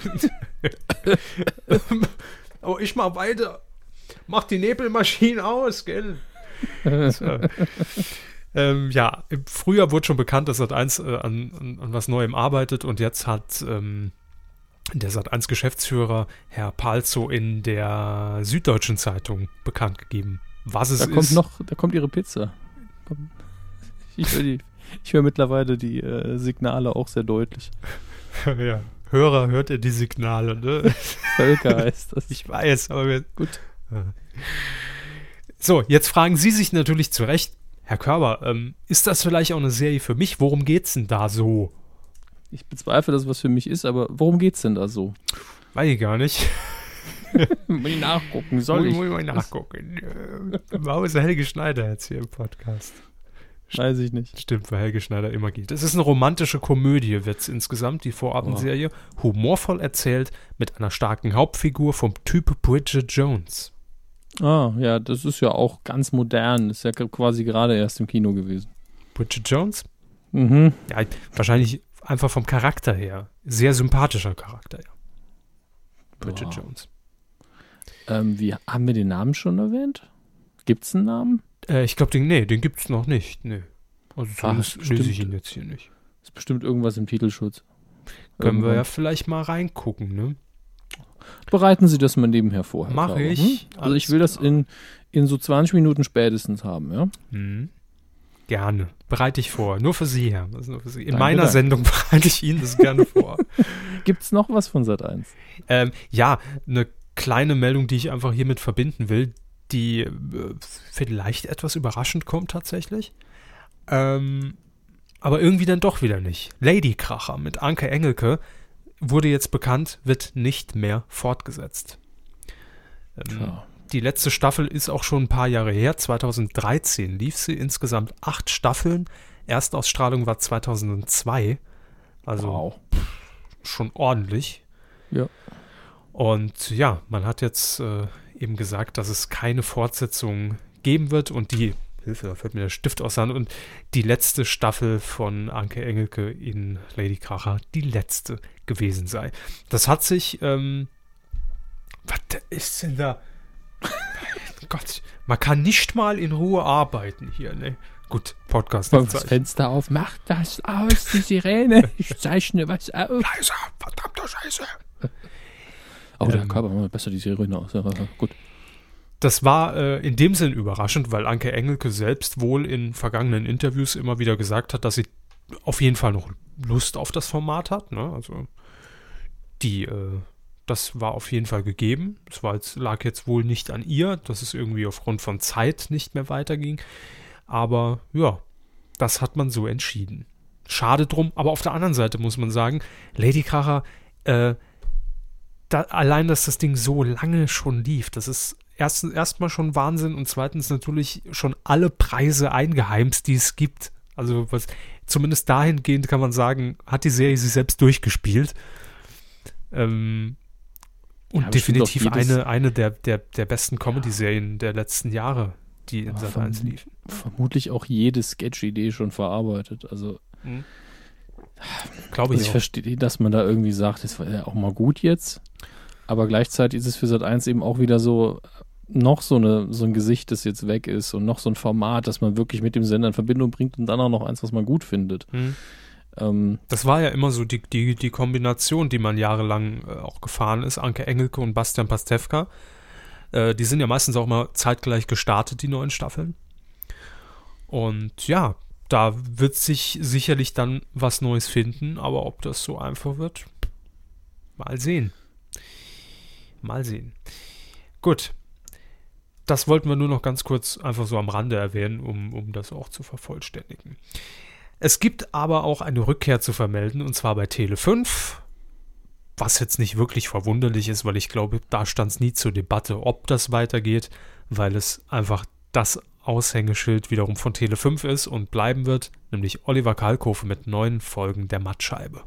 Aber ich mach weiter. Mach die Nebelmaschine aus, gell? So. ähm, ja, im Frühjahr wurde schon bekannt, dass Sat eins äh, an, an, an was Neuem arbeitet und jetzt hat ähm, der Sat eins Geschäftsführer Herr Palzo in der Süddeutschen Zeitung bekannt gegeben, was es da ist. Kommt noch, da kommt ihre Pizza. Komm. Ich höre die, ich höre mittlerweile die äh, Signale auch sehr deutlich. Ja, Hörer hört ihr die Signale, ne? Völker heißt das. Ich weiß, aber wir, gut. So, jetzt fragen Sie sich natürlich zu Recht, Herr Körber, ähm, ist das vielleicht auch eine Serie für mich? Worum geht's denn da so? Ich bezweifle, dass es was für mich ist, aber worum geht's denn da so? Weiß ich gar nicht. Muss ich nachgucken, soll muss, ich? Muss ich mal nachgucken. Warum ist der Helge Schneider jetzt hier im Podcast? Weiß ich nicht. Stimmt, weil Helge Schneider immer geht. Es ist eine romantische Komödie, wird es insgesamt, die Vorabendserie. Oh. Humorvoll erzählt, mit einer starken Hauptfigur vom Typ Bridget Jones. Ah, ja, das ist ja auch ganz modern. Ist ja quasi gerade erst im Kino gewesen. Bridget Jones? Mhm. Ja, wahrscheinlich einfach vom Charakter her. Sehr sympathischer Charakter, ja. Bridget wow. Jones. Ähm, wie, haben wir den Namen schon erwähnt? Gibt's einen Namen? Äh, ich glaube, den, nee, den gibt es noch nicht. Nee. Also zumindest Ach, lese ich ihn jetzt hier nicht. Ist bestimmt irgendwas im Titelschutz. Können Irgendwann. wir ja vielleicht mal reingucken, ne? Bereiten Sie das mal nebenher vor. Mach ich. Hm? Also ich will das in, in so zwanzig Minuten spätestens haben, ja? Hm. Gerne. Bereite ich vor. Nur für Sie, Herr. Das nur für Sie. In Danke, meiner danke. Sendung bereite ich Ihnen das gerne vor. Gibt's noch was von Sat eins? Ähm, ja, eine kleine Meldung, die ich einfach hiermit verbinden will, die äh, vielleicht etwas überraschend kommt tatsächlich. Ähm, aber irgendwie dann doch wieder nicht. Ladykracher mit Anke Engelke wurde jetzt bekannt, wird nicht mehr fortgesetzt. Ähm, ja. Die letzte Staffel ist auch schon ein paar Jahre her. zweitausenddreizehn lief sie, insgesamt acht Staffeln. Erstausstrahlung war zweitausendzwei. Also wow. schon ordentlich. Ja. Und ja, man hat jetzt äh, eben gesagt, dass es keine Fortsetzung geben wird und die, Hilfe, da fällt mir der Stift aus der Hand, und die letzte Staffel von Anke Engelke in Ladykracher die letzte gewesen sei. Das hat sich, ähm, was ist denn da? Gott, man kann nicht mal in Ruhe arbeiten hier, ne? Gut, Podcast. Mach das Fenster auf, mach das aus, die Sirene, ich zeichne was auf. Leise, verdammte Scheiße. Oh, der ähm, Körper macht besser die Sirene aus. Ja, gut. Das war äh, in dem Sinn überraschend, weil Anke Engelke selbst wohl in vergangenen Interviews immer wieder gesagt hat, dass sie auf jeden Fall noch Lust auf das Format hat. Ne? Also die, äh, das war auf jeden Fall gegeben. Es war jetzt, lag jetzt wohl nicht an ihr, dass es irgendwie aufgrund von Zeit nicht mehr weiterging. Aber ja, das hat man so entschieden. Schade drum, aber auf der anderen Seite muss man sagen, Ladykracher, äh, Da, allein, dass das Ding so lange schon lief, das ist erstens erstmal schon Wahnsinn und zweitens natürlich schon alle Preise eingeheimst, die es gibt. Also was, zumindest dahingehend kann man sagen, hat die Serie sich selbst durchgespielt. Ähm, und Ja, definitiv bestimmt auch jedes- eine, eine der, der, der besten Comedy-Serien der letzten Jahre, die in Aber Sat eins verm- liefen. Vermutlich auch jede Sketch-Idee schon verarbeitet. Also Glaube also ich ich auch. verstehe, dass man da irgendwie sagt, das war ja auch mal gut jetzt. Aber gleichzeitig ist es für Sat eins eben auch wieder so, noch so, eine, so ein Gesicht, das jetzt weg ist und noch so ein Format, das man wirklich mit dem Sender in Verbindung bringt und dann auch noch eins, was man gut findet. Hm. Ähm, Das war ja immer so die, die, die Kombination, die man jahrelang äh, auch gefahren ist. Anke Engelke und Bastian Pastewka. Äh, die sind ja meistens auch mal zeitgleich gestartet, die neuen Staffeln. Und ja, da wird sich sicherlich dann was Neues finden, aber ob das so einfach wird, mal sehen. Mal sehen. Gut. Das wollten wir nur noch ganz kurz einfach so am Rande erwähnen, um, um das auch zu vervollständigen. Es gibt aber auch eine Rückkehr zu vermelden, und zwar bei Tele fünf, was jetzt nicht wirklich verwunderlich ist, weil ich glaube, da stand es nie zur Debatte, ob das weitergeht, weil es einfach das Aushängeschild wiederum von Tele fünf ist und bleiben wird, nämlich Oliver Kalkofe mit neuen Folgen der Mattscheibe.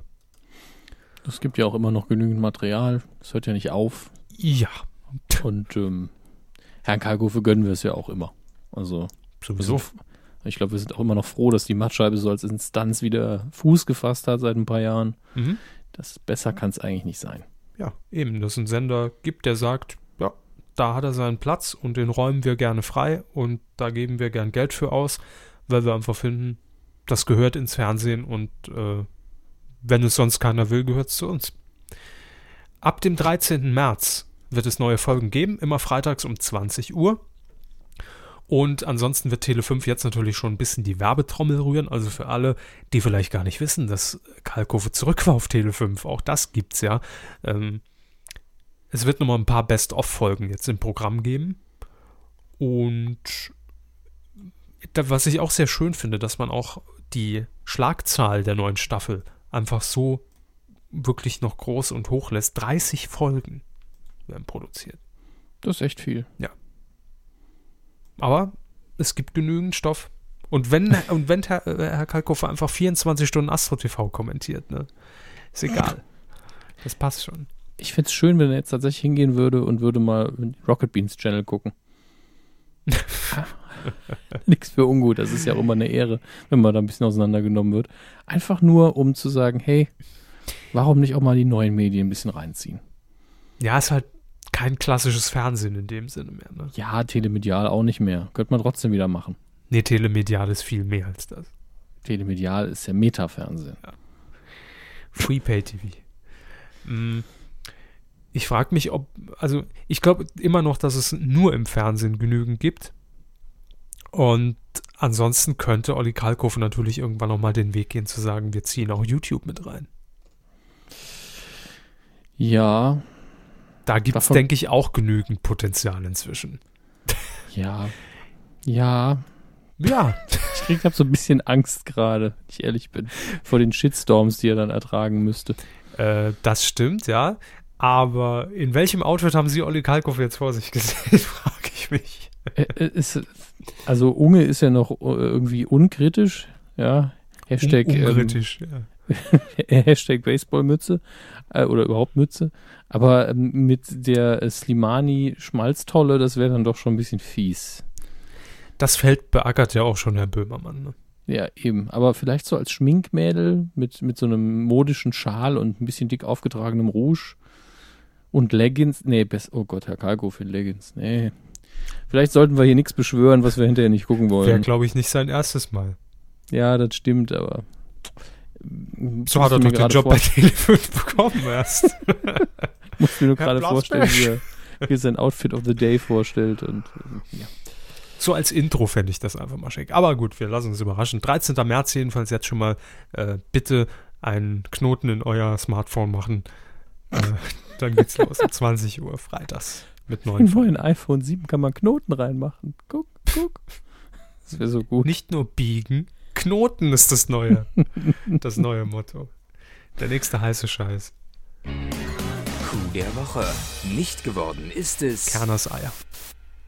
es gibt ja auch immer noch genügend Material. Es hört ja nicht auf. Ja, Und ähm, Herrn Kalkofe gönnen wir es ja auch immer. Also sowieso. ich glaube, wir sind auch immer noch froh, dass die Mattscheibe so als Instanz wieder Fuß gefasst hat seit ein paar Jahren. Mhm. Das besser kann es eigentlich nicht sein. Ja, eben, dass es einen Sender gibt, der sagt, ja, da hat er seinen Platz und den räumen wir gerne frei und da geben wir gern Geld für aus, weil wir einfach finden, das gehört ins Fernsehen und äh, wenn es sonst keiner will, gehört es zu uns. Ab dem dreizehnten März wird es neue Folgen geben, immer freitags um zwanzig Uhr. Und ansonsten wird Tele fünf jetzt natürlich schon ein bisschen die Werbetrommel rühren, also für alle, die vielleicht gar nicht wissen, dass Kalkofe zurück war auf Tele fünf, auch das gibt's ja. Ähm, es wird nochmal ein paar Best-of-Folgen jetzt im Programm geben. Und da, was ich auch sehr schön finde, dass man auch die Schlagzahl der neuen Staffel einfach so wirklich noch groß und hoch lässt. dreißig Folgen werden produziert. Das ist echt viel. Aber es gibt genügend Stoff. Und wenn, und wenn Herr, Herr Kalkofe einfach vierundzwanzig Stunden Astro T V kommentiert, ne? Ist egal. Das passt schon. Ich fände es schön, wenn er jetzt tatsächlich hingehen würde und würde mal Rocket Beans Channel gucken. Nichts für ungut, das ist ja auch immer eine Ehre, wenn man da ein bisschen auseinandergenommen wird. Einfach nur, um zu sagen, hey, warum nicht auch mal die neuen Medien ein bisschen reinziehen? Ja, ist halt kein klassisches Fernsehen in dem Sinne mehr, ne? Ja, telemedial auch nicht mehr. Könnte man trotzdem wieder machen. Nee, telemedial ist viel mehr als das. Telemedial ist ja Meta-Fernsehen. Free Pay T V. Mm. Ich frage mich, ob, also ich glaube immer noch, dass es nur im Fernsehen genügend gibt. Und ansonsten könnte Olli Kalkofe natürlich irgendwann nochmal den Weg gehen zu sagen, wir ziehen auch YouTube mit rein. Ja, Da gibt es, Davon- denke ich, auch genügend Potenzial inzwischen. ja, ja. Ja, Ich krieg hab so ein bisschen Angst gerade, wenn ich ehrlich bin, vor den Shitstorms, die er dann ertragen müsste. äh, das stimmt, ja. Aber in welchem Outfit haben Sie Olli Kalkofe jetzt vor sich gesehen, frage ich mich. Äh, äh, ist, also Unge ist ja noch äh, irgendwie unkritisch, ja. Hashtag, Un- ähm, unkritisch, ja. Hashtag Baseballmütze äh, oder überhaupt Mütze. Aber ähm, mit der äh, Slimani-Schmalztolle, das wäre dann doch schon ein bisschen fies. Das Feld beackert ja auch schon Herr Böhmermann, ne? Ja, eben. Aber vielleicht so als Schminkmädel mit, mit so einem modischen Schal und ein bisschen dick aufgetragenem Rouge und Leggings. Nee, best, oh Gott, Herr Kalkofe in Leggings. Nee. Vielleicht sollten wir hier nichts beschwören, was wir hinterher nicht gucken wollen. Wäre, glaube ich, nicht sein erstes Mal. Ja, das stimmt, aber. So hat er doch den Job bei Tele fünf bekommen erst. Muss mir nur Herr gerade Blasberg. vorstellen, wie er, wie er sein Outfit of the Day vorstellt. Und ähm, ja. So als Intro fände ich das einfach mal schick. Aber gut, wir lassen uns überraschen. dreizehnten März jedenfalls jetzt schon mal äh, bitte einen Knoten in euer Smartphone machen. Äh, dann geht's los um zwanzig Uhr freitags mit neuen Im Folgen. neuen iPhone sieben kann man Knoten reinmachen. Guck, guck. Das wäre so gut. Nicht nur biegen, Knoten ist das neue, das neue Motto. Der nächste heiße Scheiß. Coup der Woche. Nicht geworden ist es. Kerners Eier.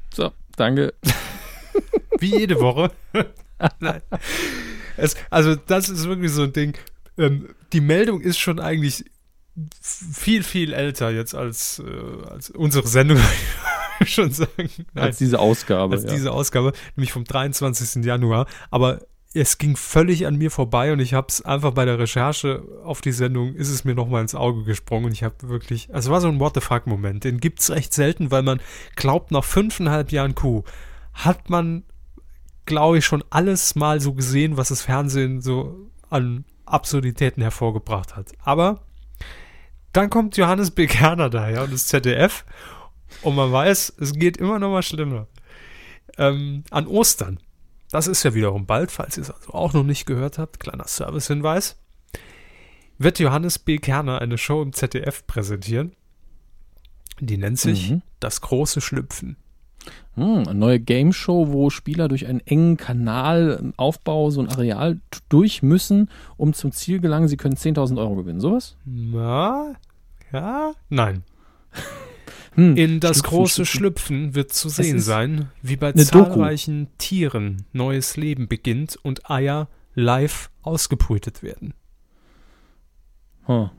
So, danke. Wie jede Woche. Nein. Es, also das ist wirklich so ein Ding. Ähm, die Meldung ist schon eigentlich viel, viel älter jetzt als, äh, als unsere Sendung, würde ich schon sagen. Nein, als diese Ausgabe. als ja. diese Ausgabe, nämlich vom dreiundzwanzigsten Januar. Aber es ging völlig an mir vorbei und ich habe es einfach bei der Recherche auf die Sendung, ist es mir nochmal ins Auge gesprungen und ich habe wirklich, also es war so ein What the fuck-Moment, den gibt es recht selten, weil man glaubt, nach fünfeinhalb Jahren Kuh hat man, glaube ich, schon alles mal so gesehen, was das Fernsehen so an Absurditäten hervorgebracht hat. Aber dann kommt Johannes B. Kerner daher und das Z D F und man weiß, es geht immer noch mal schlimmer. Ähm, an Ostern, das ist ja wiederum bald, falls ihr es also auch noch nicht gehört habt, kleiner Servicehinweis, wird Johannes B. Kerner eine Show im Z D F präsentieren. Die nennt sich Mhm. Das große Schlüpfen. Hm, eine neue Game-Show, wo Spieler durch einen engen Kanal, einen Aufbau, so ein Areal t- durch müssen, um zum Ziel gelangen. Sie können zehntausend Euro gewinnen. Sowas? Na, ja, nein. Hm, In das Schlüpfen, große Schlüpfen. Schlüpfen wird zu sehen ist sein, wie bei eine Doku. zahlreichen Tieren neues Leben beginnt und Eier live ausgebrütet werden. Hm.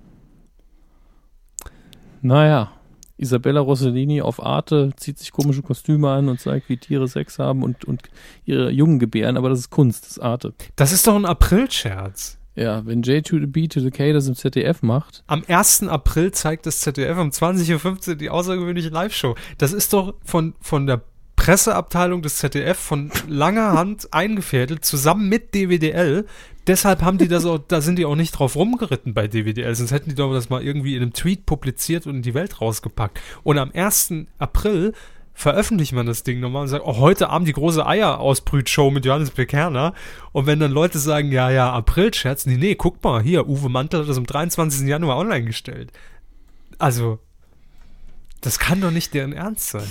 Naja, Isabella Rossellini auf Arte zieht sich komische Kostüme an und zeigt, wie Tiere Sex haben und, und ihre Jungen gebären, aber das ist Kunst, das ist Arte. Das ist doch ein Aprilscherz. Ja, wenn J to the B to the K das im Z D F macht. Am ersten April zeigt das Z D F um zwanzig Uhr fünfzehn die außergewöhnliche Live-Show. Das ist doch von, von der Presseabteilung des Z D F von langer Hand eingefädelt, zusammen mit D W D L. Deshalb haben die das auch, da sind die auch nicht drauf rumgeritten bei D W D L, sonst hätten die doch das mal irgendwie in einem Tweet publiziert und in die Welt rausgepackt. Und am ersten April veröffentlicht man das Ding nochmal und sagt, oh, heute Abend die große Eierausbrüt-Show mit Johannes B. Kerner. Und wenn dann Leute sagen, ja, ja, April-Scherz, nee, nee, guck mal, hier, Uwe Mantel hat das am dreiundzwanzigsten Januar online gestellt. Also, das kann doch nicht deren Ernst sein.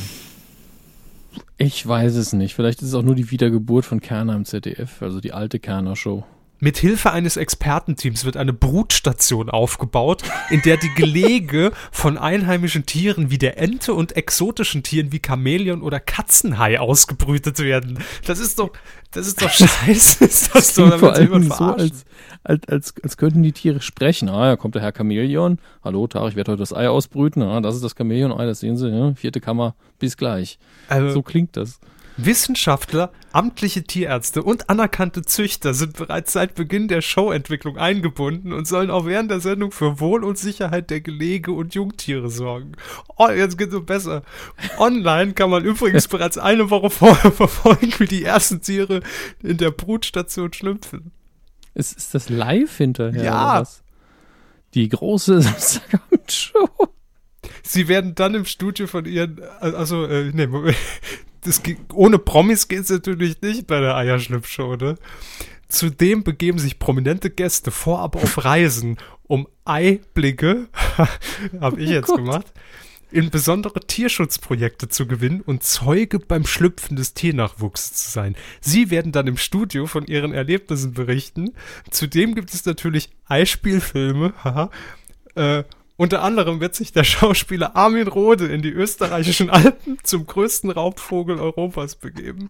Ich weiß es nicht. Vielleicht ist es auch nur die Wiedergeburt von Kerner im Z D F, also die alte Kerner-Show. Mit Hilfe eines Expertenteams wird eine Brutstation aufgebaut, in der die Gelege von einheimischen Tieren wie der Ente und exotischen Tieren wie Chamäleon oder Katzenhai ausgebrütet werden. Das ist doch, das ist doch scheiße. Ist das doch, Klingt vor damit allem jemand so, verarschen. als, als, als, als könnten die Tiere sprechen. Ah, ja, kommt der Herr Chamäleon. Hallo, Tag, ich werde heute das Ei ausbrüten. Ah, das ist das Chamäleon-Ei, das sehen Sie. Ja, vierte Kammer, bis gleich. Also, So klingt das. Wissenschaftler, amtliche Tierärzte und anerkannte Züchter sind bereits seit Beginn der Showentwicklung eingebunden und sollen auch während der Sendung für Wohl und Sicherheit der Gelege und Jungtiere sorgen. Oh, jetzt geht's so besser. Online kann man übrigens bereits eine Woche vorher verfolgen, wie die ersten Tiere in der Brutstation schlüpfen. Ist, ist das live hinterher? Ja. Oder was? Die große Samstagabendshow. Sie werden dann im Studio von ihren, also, äh, nee, Moment. Das, ge- ohne Promis geht es natürlich nicht bei der Eierschlüpfshow, ne? Zudem begeben sich prominente Gäste vorab auf Reisen, um Eiblicke, habe ich Oh jetzt Gott. gemacht, in besondere Tierschutzprojekte zu gewinnen und Zeuge beim Schlüpfen des Tiernachwuchses zu sein. Sie werden dann im Studio von ihren Erlebnissen berichten. Zudem gibt es natürlich Eispielfilme, haha, äh, unter anderem wird sich der Schauspieler Armin Rohde in die österreichischen Alpen zum größten Raubvogel Europas begeben.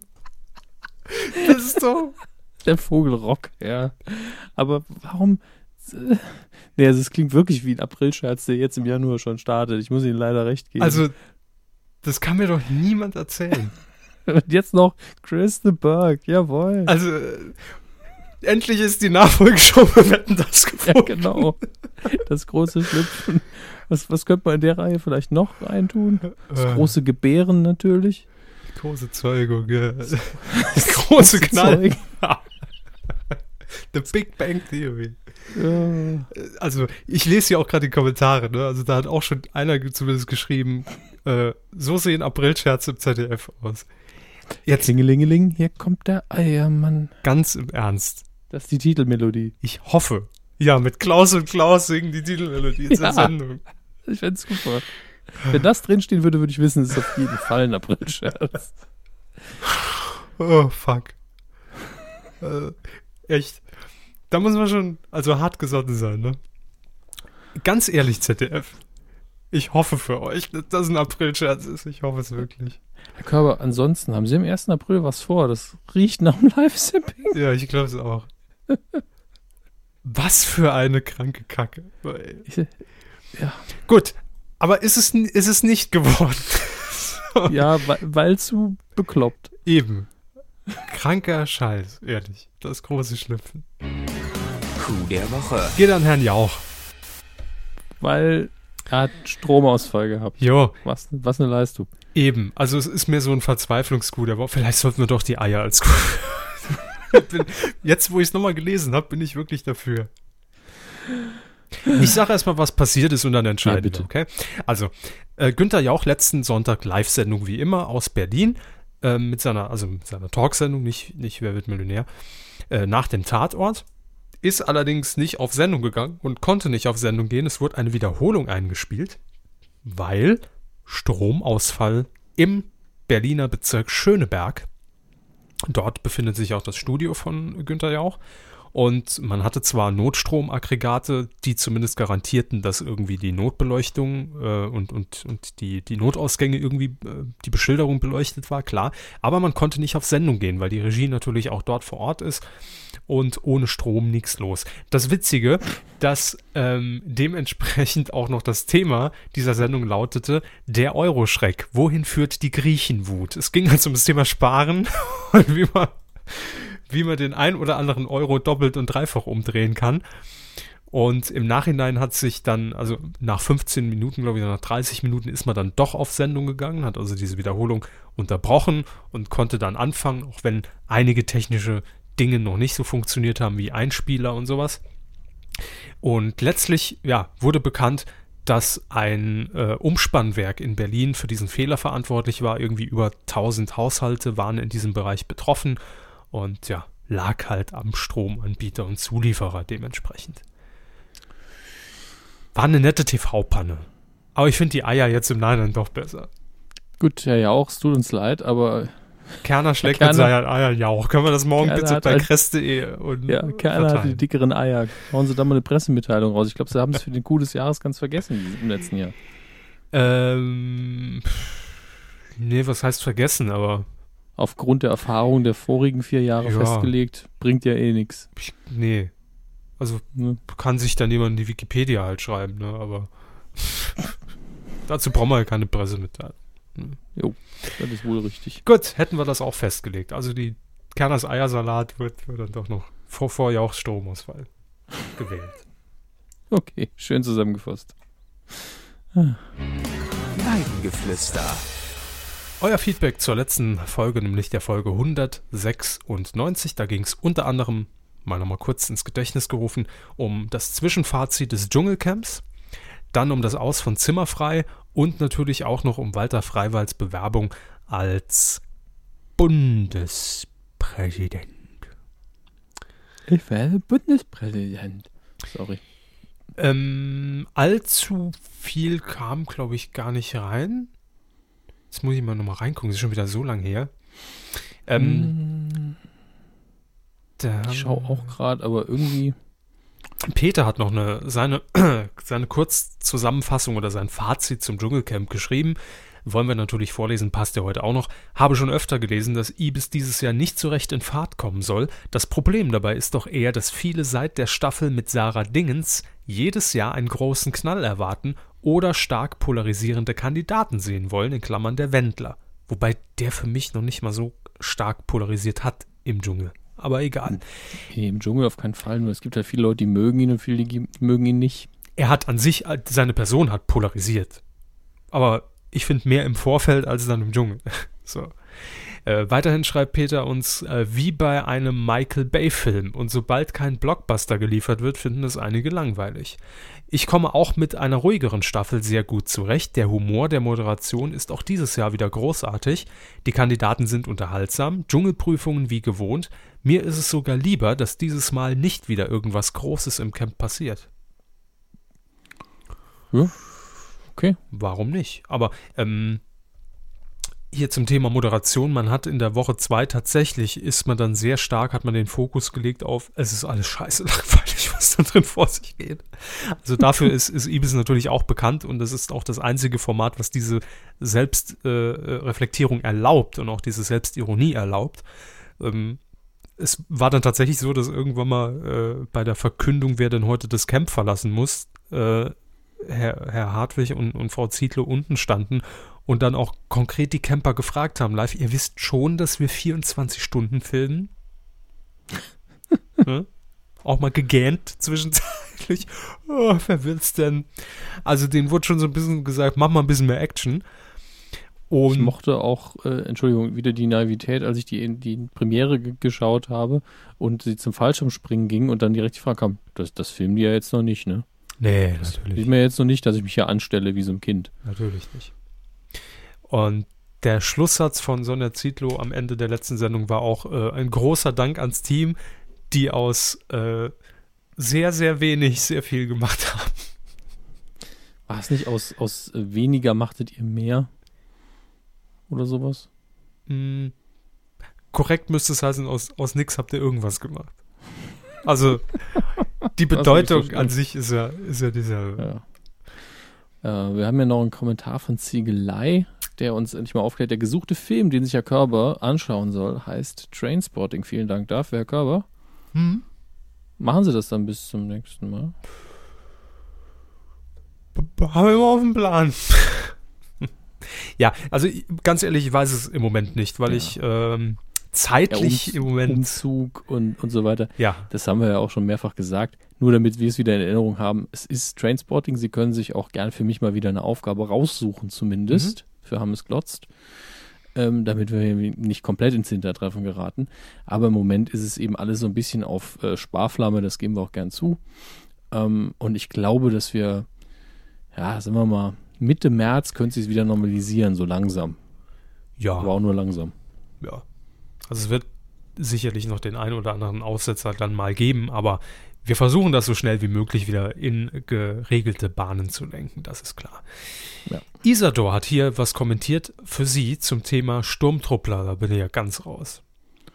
Das ist doch... Der Vogelrock, ja. Aber warum? Nee, also es klingt wirklich wie ein Aprilscherz, der jetzt im Januar schon startet. Ich muss Ihnen leider recht geben. Also, das kann mir doch niemand erzählen. Und jetzt noch Chris de Burgh, jawohl. Also, äh, endlich ist die Nachfolgeshow für Wetten, das Ja, gefunden. genau. Das große Schlüpfen. Was, was könnte man in der Reihe vielleicht noch reintun? Das Äh, große Gebären natürlich. große Zeugung, ja. Das große Knall. Zeug. The Big Bang Theory. Ja. Also, ich lese hier auch gerade die Kommentare, ne? Also, da hat auch schon einer zumindest geschrieben, äh, so sehen Aprilscherze im Z D F aus. Jetzt Klingelingeling, hier kommt der Eiermann. ganz im Ernst. Das ist die Titelmelodie. Ich hoffe, ja, mit Klaus und Klaus singen die Titelmelodie zur Ja. Sendung. Ich fände es super. Wenn das drinstehen würde, würde ich wissen, es ist auf jeden Fall ein Aprilscherz. Oh, fuck. äh, echt. Da muss man schon, also hart gesotten sein, ne? Ganz ehrlich, Z D F. Ich hoffe für euch, dass das ein April-Scherz ist. Ich hoffe es wirklich. Herr Körber, ansonsten haben Sie am ersten April was vor. Das riecht nach einem Live-Sipping. Ja, ich glaube es auch. Was für eine kranke Kacke. Ich, ja. Gut, aber ist es, ist es nicht geworden? Ja, weil zu bekloppt. Eben. Kranker Scheiß, ehrlich. Das große Schlüpfen. Coup der Woche. Geht an Herrn Jauch. Weil er hat Stromausfall gehabt. Jo. Was, was eine Leistung. Eben. Also es ist mir so ein Verzweiflungscoup. Aber vielleicht sollten wir doch die Eier als Coup. Jetzt, wo ich es nochmal gelesen habe, bin ich wirklich dafür. Ich sage erstmal, was passiert ist und dann entscheiden ja, wir, okay? Also, äh, Günther Jauch letzten Sonntag Live-Sendung wie immer aus Berlin äh, mit seiner, also mit seiner Talksendung, nicht, nicht Wer wird Millionär, äh, nach dem Tatort, ist allerdings nicht auf Sendung gegangen und konnte nicht auf Sendung gehen. Es wurde eine Wiederholung eingespielt, weil Stromausfall im Berliner Bezirk Schöneberg. Dort befindet sich auch das Studio von Günther Jauch. Und man hatte zwar Notstromaggregate, die zumindest garantierten, dass irgendwie die Notbeleuchtung äh, und, und, und die, die Notausgänge irgendwie, äh, die Beschilderung beleuchtet war, klar. Aber man konnte nicht auf Sendung gehen, weil die Regie natürlich auch dort vor Ort ist und ohne Strom nichts los. Das Witzige, dass ähm, dementsprechend auch noch das Thema dieser Sendung lautete, der Euroschreck. Wohin führt die Griechenwut? Es ging also um das Thema Sparen und wie man... wie man den ein oder anderen Euro doppelt und dreifach umdrehen kann. Und im Nachhinein hat sich dann, also nach fünfzehn Minuten, glaube ich, nach dreißig Minuten ist man dann doch auf Sendung gegangen, hat also diese Wiederholung unterbrochen und konnte dann anfangen, auch wenn einige technische Dinge noch nicht so funktioniert haben wie Einspieler und sowas. Und letztlich, ja, wurde bekannt, dass ein äh, Umspannwerk in Berlin für diesen Fehler verantwortlich war. Irgendwie über tausend Haushalte waren in diesem Bereich betroffen. Und ja, lag halt am Stromanbieter und Zulieferer dementsprechend. War eine nette T V-Panne. Aber ich finde die Eier jetzt im Nachhinein doch besser. Gut, Herr Jauch, es tut uns leid, aber... Kerner schlägt Kerner, mit seinen Eiern Jauch. Können wir das morgen Kerner bitte bei halt, kress punkt de und ja, Kerner hat die dickeren Eier. Hauen Sie da mal eine Pressemitteilung raus. Ich glaube, Sie haben es für den Coup des Jahres ganz vergessen im letzten Jahr. Ähm... Nee, was heißt vergessen, aber... Aufgrund der Erfahrung der vorigen vier Jahre ja. festgelegt, bringt ja eh nichts. Nee. Also ne? Kann sich dann jemand in die Wikipedia halt schreiben, ne? Aber dazu brauchen wir ja keine Pressemitteilung. Ne? Jo, das ist wohl richtig. Gut, hätten wir das auch festgelegt. Also die Kerners Eiersalat wird, wird dann doch noch vor, vor Jauchs Stromausfall gewählt. Okay, schön zusammengefasst. Weidengeflüster. Euer Feedback zur letzten Folge, nämlich der Folge hundertsechsundneunzig. Da ging es unter anderem, mal nochmal kurz ins Gedächtnis gerufen, um das Zwischenfazit des Dschungelcamps, dann um das Aus von Zimmerfrei und natürlich auch noch um Walter Freiwalds Bewerbung als Bundespräsident. Ich werde Bundespräsident. Sorry. Ähm, allzu viel kam, glaube ich, gar nicht rein. Jetzt muss ich mal nochmal reingucken, das ist schon wieder so lang her. Ähm, mm, ich schaue auch gerade, aber irgendwie... Peter hat noch eine seine, seine Kurzzusammenfassung oder sein Fazit zum Dschungelcamp geschrieben. Wollen wir natürlich vorlesen, passt ja heute auch noch. Habe schon öfter gelesen, dass Ibis dieses Jahr nicht so recht in Fahrt kommen soll. Das Problem dabei ist doch eher, dass viele seit der Staffel mit Sarah Dingens jedes Jahr einen großen Knall erwarten oder stark polarisierende Kandidaten sehen wollen, in Klammern der Wendler. Wobei der für mich noch nicht mal so stark polarisiert hat im Dschungel. Aber egal. Nee, im Dschungel auf keinen Fall. Nur es gibt halt viele Leute, die mögen ihn und viele, die mögen ihn nicht. Er hat an sich, seine Person hat polarisiert. Aber ich finde mehr im Vorfeld als dann im Dschungel. So. Äh, weiterhin schreibt Peter uns, äh, wie bei einem Michael Bay-Film. Und sobald kein Blockbuster geliefert wird, finden es einige langweilig. Ich komme auch mit einer ruhigeren Staffel sehr gut zurecht. Der Humor der Moderation ist auch dieses Jahr wieder großartig. Die Kandidaten sind unterhaltsam. Dschungelprüfungen wie gewohnt. Mir ist es sogar lieber, dass dieses Mal nicht wieder irgendwas Großes im Camp passiert. Ja, okay. Warum nicht? Aber, ähm, hier zum Thema Moderation, man hat in der Woche zwei tatsächlich, ist man dann sehr stark, hat man den Fokus gelegt auf, es ist alles scheiße langweilig. nicht, was da drin vor sich geht. Also dafür ist, ist Ibis natürlich auch bekannt und das ist auch das einzige Format, was diese Selbstreflektierung äh, erlaubt und auch diese Selbstironie erlaubt. Ähm, es war dann tatsächlich so, dass irgendwann mal äh, bei der Verkündung, wer denn heute das Camp verlassen muss, äh, Herr, Herr Hartwig und, und Frau Zietlow unten standen und dann auch konkret die Camper gefragt haben, live, ihr wisst schon, dass wir vierundzwanzig Stunden filmen? Ne? Auch mal gegähnt zwischenzeitlich. Oh, wer will's denn? Also denen wurde schon so ein bisschen gesagt, mach mal ein bisschen mehr Action. Und ich mochte auch, äh, Entschuldigung, wieder die Naivität, als ich die, die Premiere g- geschaut habe und sie zum Fallschirmspringen ging und dann direkt die Frage kam, das, das filmen die ja jetzt noch nicht, ne? Nee, das natürlich. sieht mir jetzt noch nicht, dass ich mich hier anstelle wie so ein Kind. Natürlich nicht. Und der Schlusssatz von Sonja Zietlow am Ende der letzten Sendung war auch äh, ein großer Dank ans Team, die aus äh, sehr, sehr wenig sehr viel gemacht haben. War es nicht aus, aus äh, weniger machtet ihr mehr? Oder sowas? Mm, korrekt müsste es heißen, aus, aus nix habt ihr irgendwas gemacht. Also die Bedeutung so an sich ist ja, ist ja dieser... Ja. Äh, wir haben ja noch einen Kommentar von Ziegelei, der uns endlich mal aufklärt. Der gesuchte Film, den sich Herr Körber anschauen soll, heißt Trainspotting. Vielen Dank dafür, Herr Körber. Hm? Machen Sie das dann bis zum nächsten Mal? Haben wir immer auf dem Plan. Ja, also ganz ehrlich, ich weiß es im Moment nicht, weil ja. ich ähm, zeitlich ja, im Moment... Umzug und, und so weiter. Ja. Das haben wir ja auch schon mehrfach gesagt. Nur damit wir es wieder in Erinnerung haben, es ist Trainspotting. Sie können sich auch gern für mich mal wieder eine Aufgabe raussuchen, zumindest, mhm. für Hammes Glotzt, ähm, damit wir nicht komplett ins Hintertreffen geraten. Aber im Moment ist es eben alles so ein bisschen auf äh, Sparflamme, das geben wir auch gern zu. Ähm, und ich glaube, dass wir, ja, sagen wir mal, Mitte März könnte sich wieder normalisieren, so langsam. Ja. Aber auch nur langsam. Ja. Also es wird sicherlich noch den einen oder anderen Aussetzer dann mal geben, aber wir versuchen das so schnell wie möglich wieder in geregelte Bahnen zu lenken, das ist klar. Ja. Isador hat hier was kommentiert für Sie zum Thema Sturmtruppler, da bin ich ja ganz raus.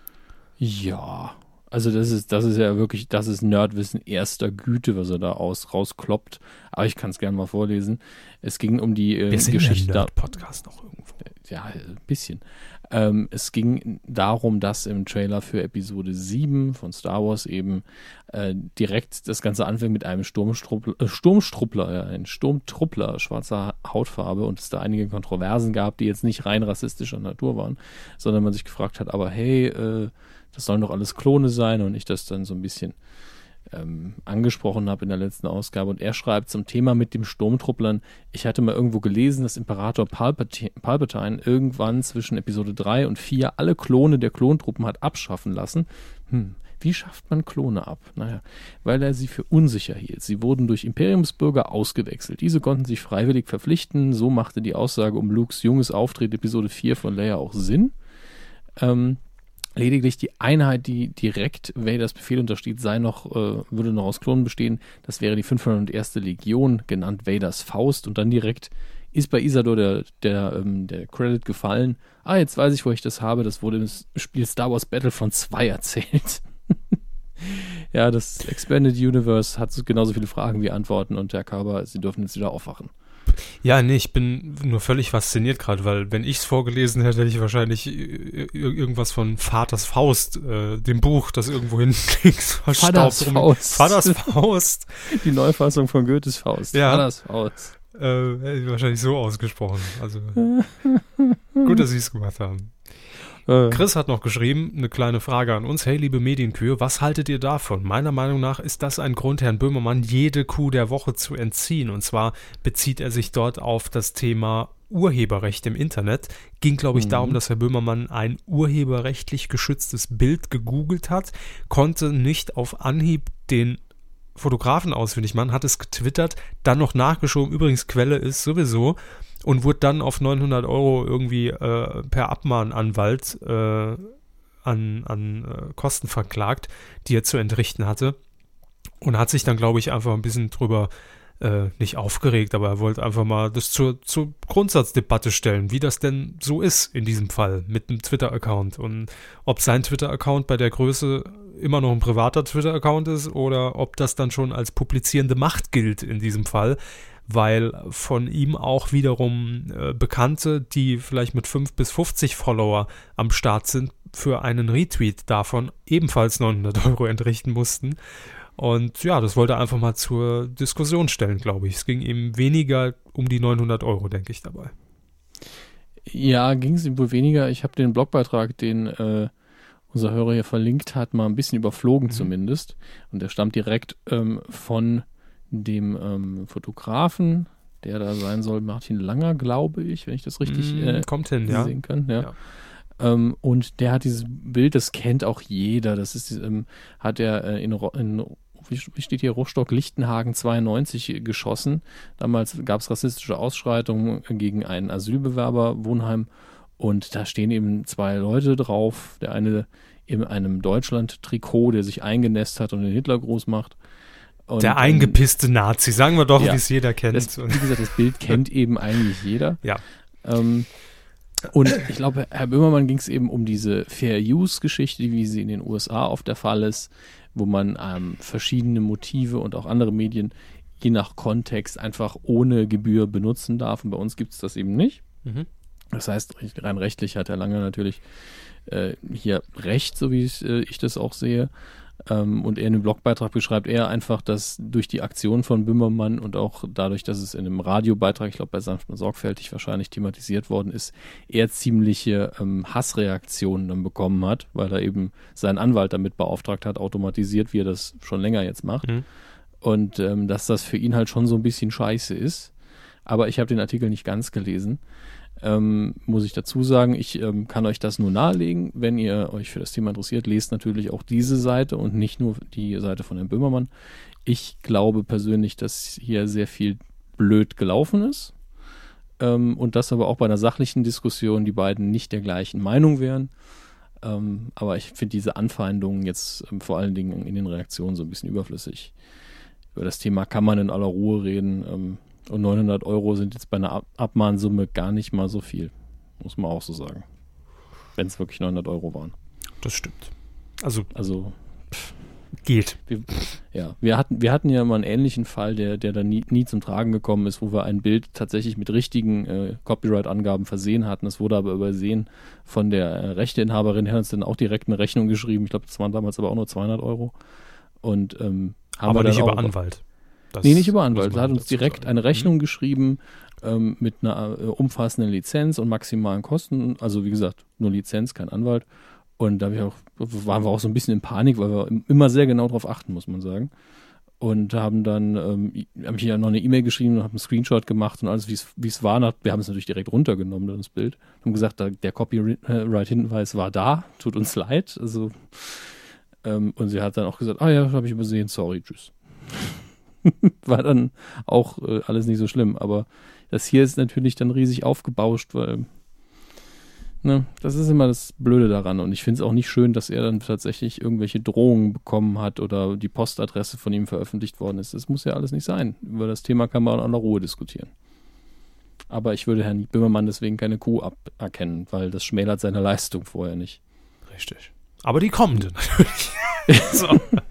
Ja, also das ist, das ist ja wirklich, das ist Nerdwissen erster Güte, was er da aus, rauskloppt. Aber ich kann es gerne mal vorlesen. Es ging um die äh, Wir sind Geschichte. Ja Podcast noch irgendwo. Ja, ein bisschen. Ähm, es ging darum, dass im Trailer für Episode sieben von Star Wars eben äh, direkt das Ganze anfängt mit einem Sturmstruppler, äh, Sturmstruppler, ja, ein Sturmtruppler schwarzer Hautfarbe und es da einige Kontroversen gab, die jetzt nicht rein rassistischer Natur waren, sondern man sich gefragt hat, aber hey, äh, das sollen doch alles Klone sein und ich das dann so ein bisschen ähm, angesprochen habe in der letzten Ausgabe. Und er schreibt zum Thema mit dem Sturmtrupplern, ich hatte mal irgendwo gelesen, dass Imperator Palpatine, Palpatine irgendwann zwischen Episode drei und vier alle Klone der Klontruppen hat abschaffen lassen. Hm, wie schafft man Klone ab? Naja, weil er sie für unsicher hielt. Sie wurden durch Imperiumsbürger ausgewechselt. Diese konnten sich freiwillig verpflichten. So machte die Aussage um Lukes junges Auftreten Episode vier von Leia auch Sinn. Ähm, Lediglich die Einheit, die direkt Vaders Befehl untersteht, sei noch, äh, würde noch aus Klonen bestehen. Das wäre die fünfhunderterste Legion, genannt Vaders Faust. Und dann direkt ist bei Isador der, der, ähm, der Credit gefallen. Ah, jetzt weiß ich, wo ich das habe. Das wurde im Spiel Star Wars Battlefront zwei erzählt. Ja, das Expanded Universe hat genauso viele Fragen wie Antworten. Und Herr Körber, Sie dürfen jetzt wieder aufwachen. Ja, nee, ich bin nur völlig fasziniert gerade, weil wenn ich es vorgelesen hätte, hätte ich wahrscheinlich irgendwas von Vaters Faust, äh, dem Buch, das irgendwo hinten liegt, Vaters Faust. Vaters Faust. Die Neufassung von Goethes Faust. Ja. Vaters Faust. Äh, hätte ich wahrscheinlich so ausgesprochen. Also gut, dass Sie es gemacht haben. Chris hat noch geschrieben, eine kleine Frage an uns. Hey, liebe Medienkühe, was haltet ihr davon? Meiner Meinung nach ist das ein Grund, Herrn Böhmermann jede Kuh der Woche zu entziehen. Und zwar bezieht er sich dort auf das Thema Urheberrecht im Internet. Ging, glaube ich, mhm. darum, dass Herr Böhmermann ein urheberrechtlich geschütztes Bild gegoogelt hat, konnte nicht auf Anhieb den Fotografen ausfindig machen, hat es getwittert, dann noch nachgeschoben, übrigens Quelle ist sowieso, und wurde dann auf neunhundert Euro irgendwie äh, per Abmahnanwalt äh, an, an äh, Kosten verklagt, die er zu entrichten hatte, und hat sich dann, glaube ich, einfach ein bisschen drüber äh, nicht aufgeregt, aber er wollte einfach mal das zur, zur Grundsatzdebatte stellen, wie das denn so ist in diesem Fall mit einem Twitter-Account und ob sein Twitter-Account bei der Größe immer noch ein privater Twitter-Account ist oder ob das dann schon als publizierende Macht gilt in diesem Fall, weil von ihm auch wiederum äh, Bekannte, die vielleicht mit fünf bis fünfzig Follower am Start sind, für einen Retweet davon ebenfalls neunhundert Euro entrichten mussten. Und ja, das wollte er einfach mal zur Diskussion stellen, glaube ich. Es ging ihm weniger um die neunhundert Euro, denke ich, dabei. Ja, ging es ihm wohl weniger. Ich habe den Blogbeitrag, den äh, unser Hörer hier verlinkt hat, mal ein bisschen überflogen mhm. zumindest. Und der stammt direkt ähm, von dem ähm, Fotografen, der da sein soll, Martin Langer, glaube ich, wenn ich das richtig äh, Kommt hin, sehen ja. kann. Ja. ja. Ähm, und der hat dieses Bild, das kennt auch jeder. Das ist, ähm, hat er äh, in, in wie steht hier, Rostock-Lichtenhagen zweiundneunzig geschossen. Damals gab es rassistische Ausschreitungen gegen einen Asylbewerberwohnheim und da stehen eben zwei Leute drauf. Der eine in einem Deutschland-Trikot, der sich eingenässt hat und den Hitlergruß macht. Und, der eingepisste Nazi, sagen wir doch, ja, wie es jeder kennt. Das, wie gesagt, das Bild kennt eben eigentlich jeder. Ja. Ähm, und ich glaube, Herr Böhmermann ging es eben um diese Fair-Use-Geschichte, wie sie in den U S A oft der Fall ist, wo man ähm, verschiedene Motive und auch andere Medien je nach Kontext einfach ohne Gebühr benutzen darf. Und bei uns gibt es das eben nicht. Mhm. Das heißt, rein rechtlich hat Herr Lange natürlich äh, hier recht, so wie ich, äh, ich das auch sehe. Ähm, und er in dem Blogbeitrag beschreibt er einfach, dass durch die Aktion von Böhmermann und auch dadurch, dass es in einem Radiobeitrag, ich glaube bei Sanft und Sorgfältig wahrscheinlich thematisiert worden ist, er ziemliche ähm, Hassreaktionen dann bekommen hat, weil er eben seinen Anwalt damit beauftragt hat, automatisiert, wie er das schon länger jetzt macht. Mhm. Und ähm, dass das für ihn halt schon so ein bisschen scheiße ist. Aber ich habe den Artikel nicht ganz gelesen. Ähm, muss ich dazu sagen, ich ähm, kann euch das nur nahelegen. Wenn ihr euch für das Thema interessiert, lest natürlich auch diese Seite und nicht nur die Seite von Herrn Böhmermann. Ich glaube persönlich, dass hier sehr viel blöd gelaufen ist ähm, und dass aber auch bei einer sachlichen Diskussion die beiden nicht der gleichen Meinung wären. Ähm, aber ich finde diese Anfeindungen jetzt ähm, vor allen Dingen in den Reaktionen so ein bisschen überflüssig. Über das Thema kann man in aller Ruhe reden. Ähm, Und neunhundert Euro sind jetzt bei einer Ab- Abmahnsumme gar nicht mal so viel. Muss man auch so sagen. Wenn es wirklich neunhundert Euro waren. Das stimmt. Also, also pff, geht. Wir, ja, wir hatten, wir hatten ja mal einen ähnlichen Fall, der, der da nie, nie zum Tragen gekommen ist, wo wir ein Bild tatsächlich mit richtigen äh, Copyright-Angaben versehen hatten. Das wurde aber übersehen von der äh, Rechteinhaberin. Die hat uns dann auch direkt eine Rechnung geschrieben. Ich glaube, das waren damals aber auch nur zweihundert Euro. Und, ähm, haben aber wir dann nicht auch, über Anwalt. Das nee, nicht über Anwalt. Sie hat uns direkt sagen. eine Rechnung mhm. geschrieben ähm, mit einer äh, umfassenden Lizenz und maximalen Kosten. Also wie gesagt, nur Lizenz, kein Anwalt. Und da auch, waren wir auch so ein bisschen in Panik, weil wir immer sehr genau darauf achten, muss man sagen. Und haben dann, ähm, habe ich ja noch eine E-Mail geschrieben und habe einen Screenshot gemacht und alles, wie es war. Wir haben es natürlich direkt runtergenommen, das Bild. Haben gesagt, da, der Copyright-Hinweis war da, tut uns leid. Also ähm, und sie hat dann auch gesagt, ah ja, habe ich übersehen, sorry, tschüss. War dann auch äh, alles nicht so schlimm, aber das hier ist natürlich dann riesig aufgebauscht, weil ne, das ist immer das Blöde daran und ich finde es auch nicht schön, dass er dann tatsächlich irgendwelche Drohungen bekommen hat oder die Postadresse von ihm veröffentlicht worden ist. Das muss ja alles nicht sein. Über das Thema kann man an der Ruhe diskutieren. Aber ich würde Herrn Böhmermann deswegen keine Kuh aberkennen, weil das schmälert seine Leistung vorher nicht. Richtig. Aber die kommende natürlich. So.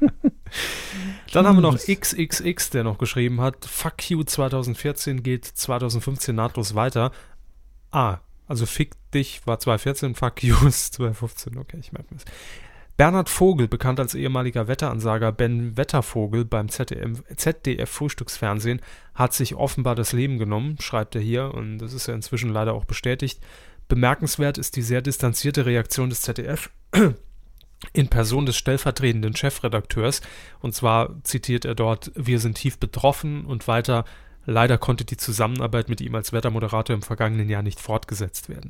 Dann haben wir noch X X X, der noch geschrieben hat, Fuck you zwanzig vierzehn geht zwanzig fünfzehn nahtlos weiter. Ah, also Fick dich war zwanzig vierzehn, Fuck you ist zwanzig fünfzehn, okay, ich merke mir das. Bernhard Vogel, bekannt als ehemaliger Wetteransager Ben Wettervogel beim Z D F-Frühstücksfernsehen, hat sich offenbar das Leben genommen, schreibt er hier, und das ist ja inzwischen leider auch bestätigt. Bemerkenswert ist die sehr distanzierte Reaktion des Z D F in Person des stellvertretenden Chefredakteurs, und zwar zitiert er dort, wir sind tief betroffen, und weiter, leider konnte die Zusammenarbeit mit ihm als Wettermoderator im vergangenen Jahr nicht fortgesetzt werden.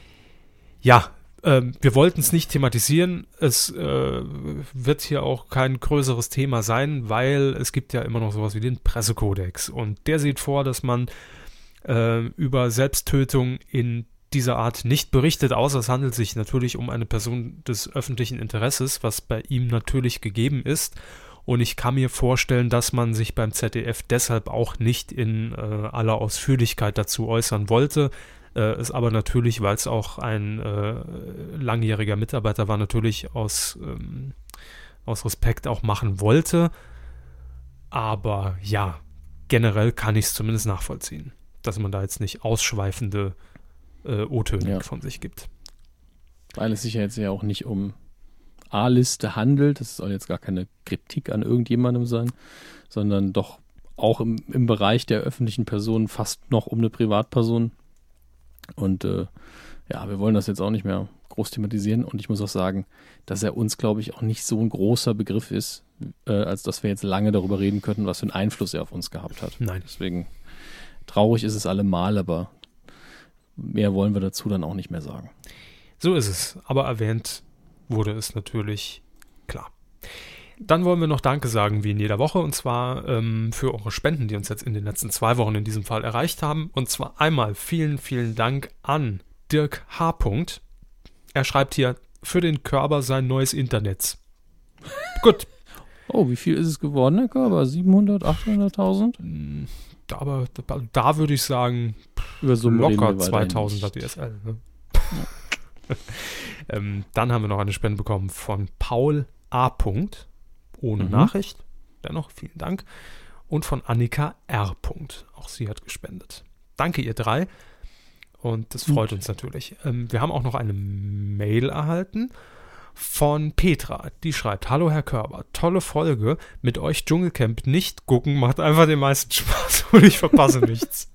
Ja, äh, wir wollten es nicht thematisieren, es äh, wird hier auch kein größeres Thema sein, weil es gibt ja immer noch sowas wie den Pressekodex, und der sieht vor, dass man äh, über Selbsttötung in dieser Art nicht berichtet, außer es handelt sich natürlich um eine Person des öffentlichen Interesses, was bei ihm natürlich gegeben ist. Und ich kann mir vorstellen, dass man sich beim Z D F deshalb auch nicht in äh, aller Ausführlichkeit dazu äußern wollte. Äh, es aber natürlich, weil es auch ein äh, langjähriger Mitarbeiter war, natürlich aus, ähm, aus Respekt auch machen wollte. Aber ja, generell kann ich es zumindest nachvollziehen, dass man da jetzt nicht ausschweifende äh, O-Töne Ja. von sich gibt. Weil es sich ja jetzt ja auch nicht um A-Liste handelt. Das soll jetzt gar keine Kritik an irgendjemandem sein, sondern doch auch im, im Bereich der öffentlichen Personen fast noch um eine Privatperson. Und äh, ja, wir wollen das jetzt auch nicht mehr groß thematisieren. Und ich muss auch sagen, dass er uns, glaube ich, auch nicht so ein großer Begriff ist, äh, als dass wir jetzt lange darüber reden könnten, was für einen Einfluss er auf uns gehabt hat. Nein. Deswegen traurig ist es allemal, aber mehr wollen wir dazu dann auch nicht mehr sagen. So ist es. Aber erwähnt wurde es natürlich klar. Dann wollen wir noch Danke sagen, wie in jeder Woche, und zwar ähm, für eure Spenden, die uns jetzt in den letzten zwei Wochen in diesem Fall erreicht haben. Und zwar einmal vielen, vielen Dank an Dirk H. Er schreibt hier, für den Körper sein neues Internet. Gut. Oh, wie viel ist es geworden, Herr Körber? siebenhundert, achthunderttausend? Da, aber da, da würde ich sagen, Über Summen reden locker wir weiterhin zweitausender nicht. D S L. Ne? ähm, dann haben wir noch eine Spende bekommen von Paul A. Ohne Mhm. Nachricht. Dennoch vielen Dank. Und von Annika R. Auch sie hat gespendet. Danke, ihr drei. Und das freut uns natürlich. Ähm, wir haben auch noch eine Mail erhalten von Petra. Die schreibt, hallo Herr Körber, tolle Folge. Mit euch Dschungelcamp nicht gucken, macht einfach den meisten Spaß und ich verpasse nichts.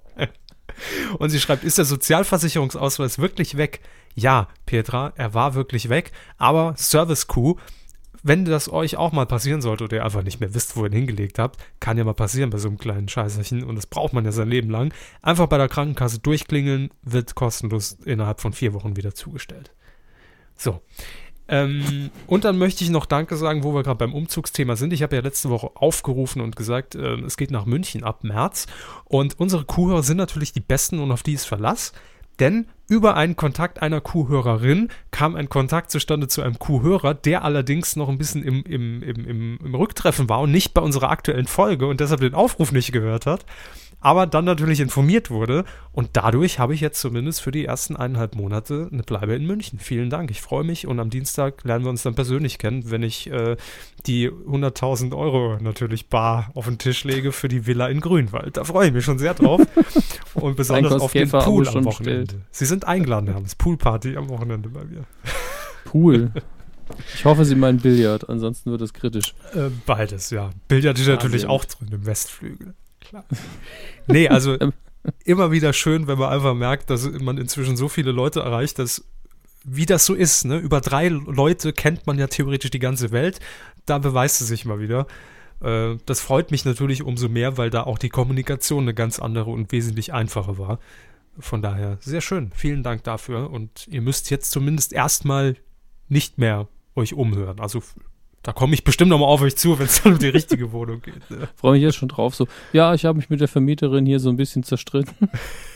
Und sie schreibt, ist der Sozialversicherungsausweis wirklich weg? Ja, Petra, er war wirklich weg, aber Service-Coup, wenn das euch auch mal passieren sollte oder ihr einfach nicht mehr wisst, wo ihr ihn hingelegt habt, kann ja mal passieren bei so einem kleinen Scheißerchen und das braucht man ja sein Leben lang, einfach bei der Krankenkasse durchklingeln, wird kostenlos innerhalb von vier Wochen wieder zugestellt. So. Ähm, und dann möchte ich noch Danke sagen, wo wir gerade beim Umzugsthema sind. Ich habe ja letzte Woche aufgerufen und gesagt, äh, es geht nach München ab März. Und unsere Kuhhörer sind natürlich die besten und auf die ist Verlass. Denn über einen Kontakt einer Kuhhörerin kam ein Kontakt zustande zu einem Kuhhörer, der allerdings noch ein bisschen im, im, im, im, im Rücktreffen war und nicht bei unserer aktuellen Folge und deshalb den Aufruf nicht gehört hat. Aber dann natürlich informiert wurde und dadurch habe ich jetzt zumindest für die ersten eineinhalb Monate eine Bleibe in München. Vielen Dank, ich freue mich und am Dienstag lernen wir uns dann persönlich kennen, wenn ich äh, die hunderttausend Euro natürlich bar auf den Tisch lege für die Villa in Grünwald. Da freue ich mich schon sehr drauf und besonders auf den Einkaufskäfer Pool haben wir am schon Wochenende. bestellt. Sie sind eingeladen, wir haben das Poolparty am Wochenende bei mir. Pool. Ich hoffe, Sie meinen Billard, ansonsten wird es kritisch. Äh, beides, ja. Billard ist Ah, natürlich sehr auch gut. drin im Westflügel. Klar. Nee, also immer wieder schön, wenn man einfach merkt, dass man inzwischen so viele Leute erreicht, dass, wie das so ist, ne? Über drei Leute kennt man ja theoretisch die ganze Welt. Da beweist es sich mal wieder. Äh, das freut mich natürlich umso mehr, weil da auch die Kommunikation eine ganz andere und wesentlich einfache war. Von daher sehr schön. Vielen Dank dafür. Und ihr müsst jetzt zumindest erstmal nicht mehr euch umhören. Also da komme ich bestimmt nochmal auf euch zu, wenn es dann um die richtige Wohnung geht. Ne? Freue mich jetzt schon drauf. So, ja, ich habe mich mit der Vermieterin hier so ein bisschen zerstritten.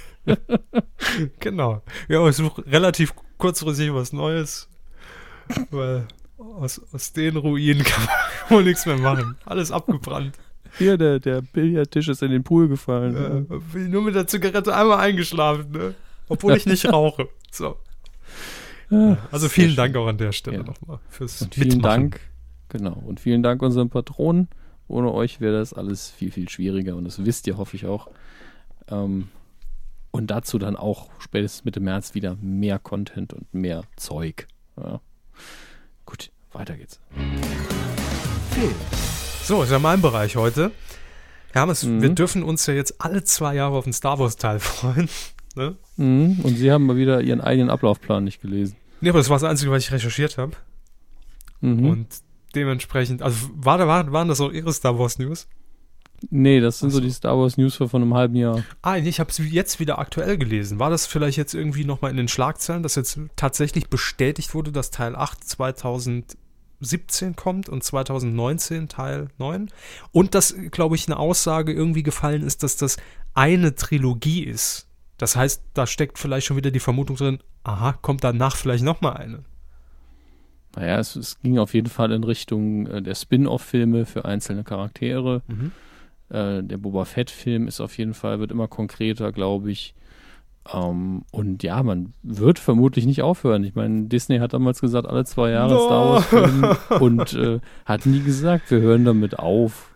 Genau. Ja, ich suche relativ kurzfristig was Neues, weil aus, aus den Ruinen kann man wohl nichts mehr machen. Alles abgebrannt. Hier, der, der Billardtisch ist in den Pool gefallen. Äh, bin nur mit der Zigarette einmal eingeschlafen, ne? Obwohl ich nicht rauche. So. Ja, Also vielen sehr Dank auch an der Stelle Ja. nochmal fürs Und vielen Mitmachen. Dank, genau, und vielen Dank unseren Patronen. Ohne euch wäre das alles viel, viel schwieriger und das wisst ihr, hoffe ich auch. Ähm, und dazu dann auch spätestens Mitte März wieder mehr Content und mehr Zeug. Ja. Gut, weiter geht's. Film. So, ist ja mein Bereich heute. Hermes, Mhm. wir dürfen uns ja jetzt alle zwei Jahre auf den Star Wars Teil freuen. Ne? Mhm. Und Sie haben mal wieder Ihren eigenen Ablaufplan nicht gelesen. Nee, aber das war das Einzige, was ich recherchiert habe. Mhm. Und dementsprechend, also war, war, waren das auch Ihre Star Wars News? Nee, das sind Ach so so. die Star Wars News von einem halben Jahr. Ah, nee, ich habe es jetzt wieder aktuell gelesen. War das vielleicht jetzt irgendwie nochmal in den Schlagzeilen, dass jetzt tatsächlich bestätigt wurde, dass Teil acht zweitausendsiebzehn kommt und zweitausendneunzehn Teil neun? Und dass, glaube ich, eine Aussage irgendwie gefallen ist, dass das eine Trilogie ist. Das heißt, da steckt vielleicht schon wieder die Vermutung drin, aha, kommt danach vielleicht nochmal eine. Naja, es, es ging auf jeden Fall in Richtung äh, der Spin-off-Filme für einzelne Charaktere. Mhm. Äh, der Boba Fett-Film ist auf jeden Fall, wird immer konkreter, glaube ich. Ähm, und ja, man wird vermutlich nicht aufhören. Ich meine, Disney hat damals gesagt, alle zwei Jahre No. Star Wars-Film und äh, hat nie gesagt, wir hören damit auf.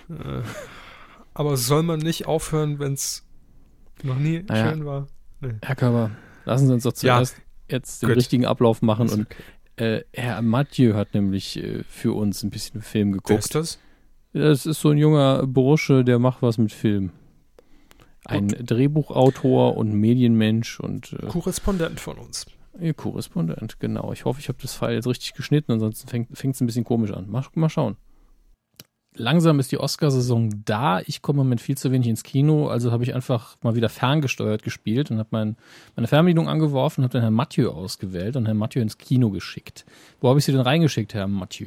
Aber soll man nicht aufhören, wenn es noch nie Naja. schön war? Nee. Herr Körber, lassen Sie uns doch zuerst ja. jetzt den Gut. richtigen Ablauf machen. Ist Und äh, Herr Mathieu hat nämlich äh, für uns ein bisschen Film Wer geguckt. ist das? Das ist so ein junger Bursche, der macht was mit Film. Ein Drehbuchautor und Medienmensch und äh, Korrespondent von uns. Ihr Korrespondent, genau. Ich hoffe, ich habe das Pfeil jetzt richtig geschnitten, ansonsten fängt es ein bisschen komisch an. Mal, mal schauen. Langsam ist die Oscarsaison da. Ich komme im Moment viel zu wenig ins Kino, also habe ich einfach mal wieder ferngesteuert gespielt und habe mein, meine Fernbedienung angeworfen und habe dann Herrn Mathieu ausgewählt und Herrn Mathieu ins Kino geschickt. Wo habe ich Sie denn reingeschickt, Herr Mathieu?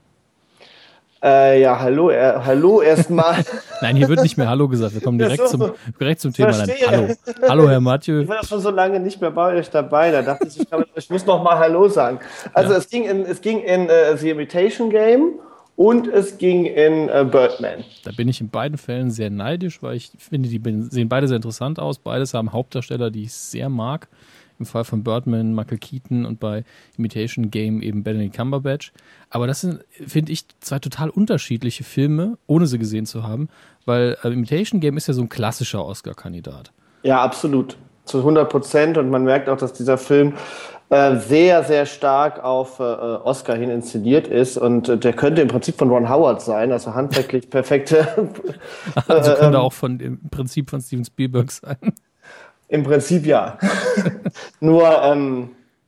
Äh, ja, hallo, äh, hallo erstmal. Nein, hier wird nicht mehr Hallo gesagt. Wir kommen direkt, so, zum, direkt zum Thema. Nein, verstehe. hallo. Hallo, Herr Mathieu. Ich war schon so lange nicht mehr bei euch dabei, da dachte ich, ich, kann, ich muss noch mal Hallo sagen. Also Ja. es ging in, es ging in uh, The Imitation Game und es ging in uh, Birdman. Da bin ich in beiden Fällen sehr neidisch, weil ich finde, die sehen beide sehr interessant aus. Beides haben Hauptdarsteller, die ich sehr mag. Im Fall von Birdman, Michael Keaton und bei Imitation Game eben Benedict Cumberbatch. Aber das sind, finde ich, zwei total unterschiedliche Filme, ohne sie gesehen zu haben, weil äh, Imitation Game ist ja so ein klassischer Oscar-Kandidat. Ja, absolut. Zu hundert Prozent. Und man merkt auch, dass dieser Film äh, sehr, sehr stark auf äh, Oscar hin inszeniert ist. Und äh, der könnte im Prinzip von Ron Howard sein, also handwerklich perfekte. Also äh, könnte ähm, auch von, im Prinzip von Steven Spielberg sein. Im Prinzip ja. Nur, ähm,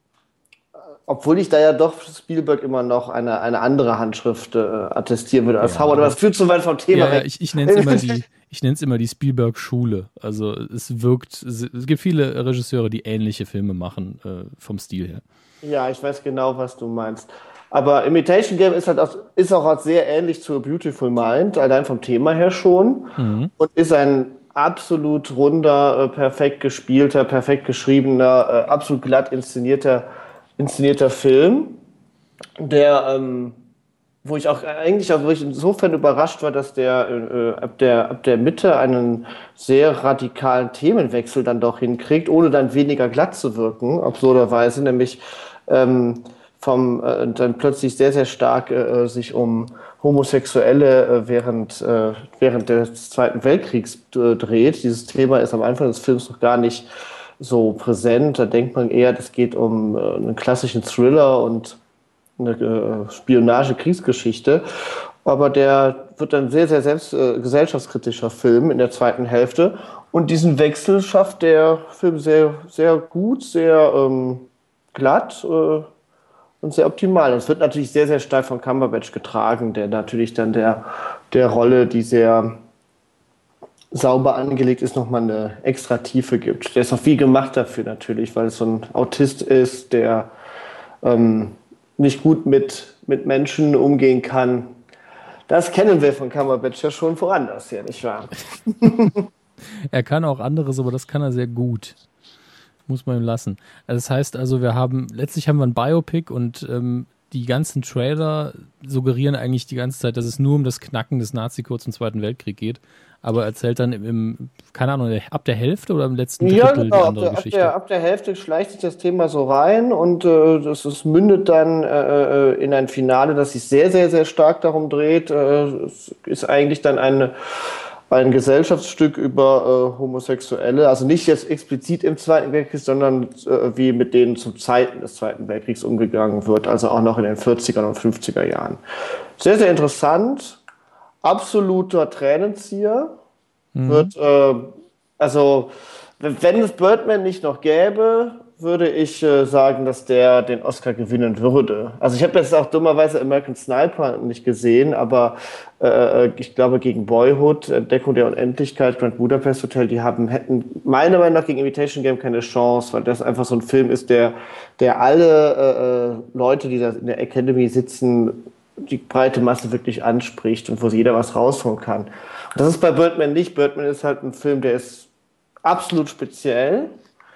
obwohl ich da ja doch Spielberg immer noch eine, eine andere Handschrift äh, attestieren würde als Ja. Howard, aber das führt zu weit vom Thema Ja, weg. ich, ich nenne es immer die, ich nenne es immer die Spielberg-Schule. Also es wirkt, es gibt viele Regisseure, die ähnliche Filme machen, äh, vom Stil her. Ja, ich weiß genau, was du meinst. Aber Imitation Game ist halt auch, ist auch sehr ähnlich zu A Beautiful Mind, allein vom Thema her schon. Mhm. Und ist ein absolut runder, äh, perfekt gespielter, perfekt geschriebener, äh, absolut glatt inszenierter, inszenierter Film, der, ähm, wo ich auch eigentlich auch wirklich insofern überrascht war, dass der äh, ab der ab der Mitte einen sehr radikalen Themenwechsel dann doch hinkriegt, ohne dann weniger glatt zu wirken, absurderweise, nämlich ähm, vom äh, dann plötzlich sehr sehr stark äh, sich um Homosexuelle äh, während äh, während des Zweiten Weltkriegs äh, dreht. Dieses Thema ist am Anfang des Films noch gar nicht so präsent. Da denkt man eher, das geht um äh, einen klassischen Thriller und eine äh, Spionage-Kriegsgeschichte. Aber der wird dann sehr, sehr selbst äh, gesellschaftskritischer Film in der zweiten Hälfte. Und diesen Wechsel schafft der Film sehr, sehr gut, sehr ähm, glatt äh, und sehr optimal. Und es wird natürlich sehr, sehr stark von Cumberbatch getragen, der natürlich dann der, der Rolle, die sehr sauber angelegt ist, nochmal eine extra Tiefe gibt. Der ist auch viel gemacht dafür natürlich, weil es so ein Autist ist, der ähm, nicht gut mit, mit Menschen umgehen kann. Das kennen wir von Cumberbatch ja schon woanders hier, nicht wahr? Er kann auch anderes, aber das kann er sehr gut. Muss man ihm lassen. Also das heißt also, wir haben, letztlich haben wir ein Biopic und ähm, die ganzen Trailer suggerieren eigentlich die ganze Zeit, dass es nur um das Knacken des Nazi-Codes im Zweiten Weltkrieg geht. Aber erzählt dann im, im, keine Ahnung, ab der Hälfte oder im letzten Drittel Ja, genau, die ab andere der, ab, Geschichte? der, ab der Hälfte schleicht sich das Thema so rein und äh, das, das mündet dann äh, in ein Finale, das sich sehr, sehr, sehr stark darum dreht. Äh, es ist eigentlich dann eine, ein Gesellschaftsstück über äh, Homosexuelle, also nicht jetzt explizit im Zweiten Weltkrieg, sondern äh, wie mit denen zu Zeiten des Zweiten Weltkriegs umgegangen wird, also auch noch in den vierziger und fünfziger Jahren. Sehr, sehr interessant. Absoluter Tränenzieher. Mhm. Wird, äh, also, wenn es Birdman nicht noch gäbe, würde ich äh, sagen, dass der den Oscar gewinnen würde. Also, ich habe jetzt auch dummerweise American Sniper nicht gesehen, aber äh, ich glaube, gegen Boyhood, Entdeckung der Unendlichkeit, Grand Budapest Hotel, die haben, hätten meiner Meinung nach gegen Imitation Game keine Chance, weil das einfach so ein Film ist, der, der alle äh, Leute, die da in der Academy sitzen, die breite Masse wirklich anspricht und wo jeder was rausholen kann. Und das ist bei Birdman nicht. Birdman ist halt ein Film, der ist absolut speziell.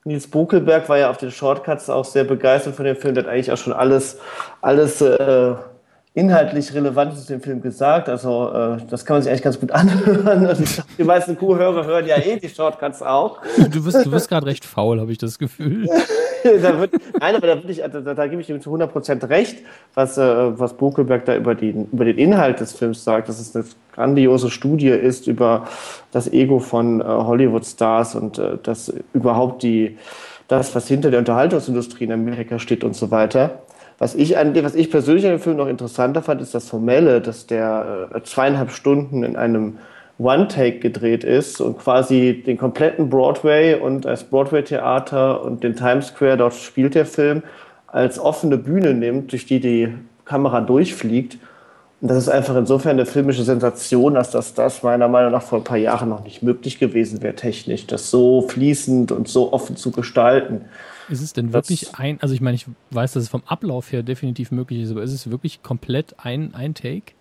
Nils Bokelberg war ja auf den Shortcuts auch sehr begeistert von dem Film. Der hat eigentlich auch schon alles, alles äh, inhaltlich Relevantes zu dem Film gesagt. Also äh, das kann man sich eigentlich ganz gut anhören. Also, die meisten Kuhhörer hören ja eh die Shortcuts auch. Du wirst, du wirst gerade recht faul, habe ich das Gefühl. da wird, nein, aber da, will ich, da, da gebe ich ihm zu hundert Prozent recht, was, äh, was Bokelberg da über, die, über den Inhalt des Films sagt, dass es eine grandiose Studie ist über das Ego von äh, Hollywood-Stars und äh, dass überhaupt die, das, was hinter der Unterhaltungsindustrie in Amerika steht und so weiter. Was ich, an dem, was ich persönlich an dem Film noch interessanter fand, ist das Formelle, dass der äh, zweieinhalb Stunden in einem One-Take gedreht ist und quasi den kompletten Broadway und das Broadway-Theater und den Times Square, dort spielt der Film, als offene Bühne nimmt, durch die die Kamera durchfliegt. Und das ist einfach insofern eine filmische Sensation, dass das, das meiner Meinung nach vor ein paar Jahren noch nicht möglich gewesen wäre, technisch, das so fließend und so offen zu gestalten. Ist es denn wirklich das, ein, also ich meine, ich weiß, dass es vom Ablauf her definitiv möglich ist, aber ist es wirklich komplett ein, ein Take?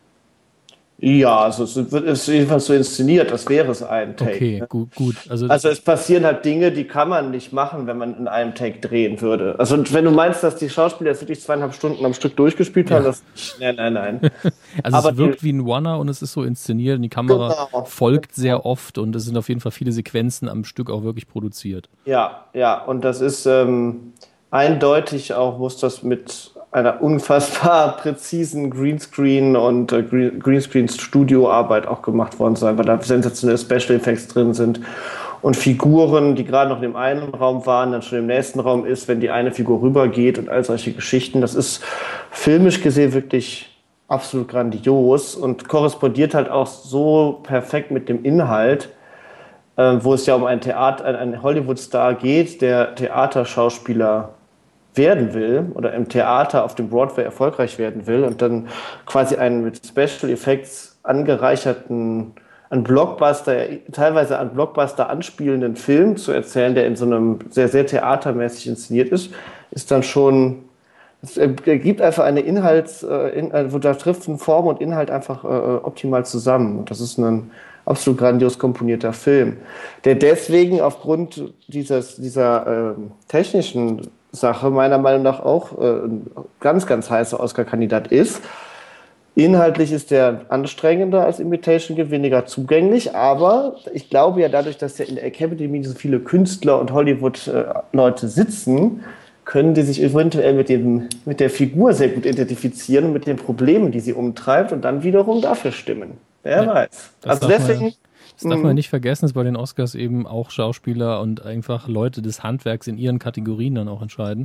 Ja, also es wird es jedenfalls so inszeniert, als wäre es ein Take. Okay, ne? gut, gut. Also, also es passieren halt Dinge, die kann man nicht machen, wenn man in einem Take drehen würde. Also wenn du meinst, dass die Schauspieler jetzt wirklich zweieinhalb Stunden am Stück durchgespielt haben, ja. das nein, nein, nein. Also Aber es wirkt die, wie ein One-er und es ist so inszeniert und die Kamera genau, folgt sehr oft und es sind auf jeden Fall viele Sequenzen am Stück auch wirklich produziert. Ja, ja, und das ist ähm, eindeutig auch, muss das mit einer unfassbar präzisen Greenscreen und äh, Greenscreen-Studioarbeit auch gemacht worden sein, weil da sensationelle Special Effects drin sind und Figuren, die gerade noch in dem einen Raum waren, dann schon im nächsten Raum ist, wenn die eine Figur rübergeht und all solche Geschichten. Das ist filmisch gesehen wirklich absolut grandios und korrespondiert halt auch so perfekt mit dem Inhalt, äh, wo es ja um einen Theater, einen Hollywood-Star geht, der Theaterschauspieler werden will oder im Theater auf dem Broadway erfolgreich werden will und dann quasi einen mit Special Effects angereicherten, an Blockbuster, teilweise an Blockbuster anspielenden Film zu erzählen, der in so einem sehr, sehr theatermäßig inszeniert ist, ist dann schon, es ergibt einfach eine Inhalts, wo da trifft Form und Inhalt einfach optimal zusammen und das ist ein absolut grandios komponierter Film, der deswegen aufgrund dieses, dieser äh, technischen Sache meiner Meinung nach auch äh, ein ganz, ganz heißer Oscar-Kandidat ist. Inhaltlich ist der anstrengender als Imitation Game, weniger zugänglich, aber ich glaube ja dadurch, dass ja in der Academy so viele Künstler und Hollywood-Leute sitzen, können die sich eventuell mit, dem, mit der Figur sehr gut identifizieren und mit den Problemen, die sie umtreibt und dann wiederum dafür stimmen. Wer ja, weiß. Also deswegen... Man, das darf man nicht vergessen, dass bei den Oscars eben auch Schauspieler und einfach Leute des Handwerks in ihren Kategorien dann auch entscheiden.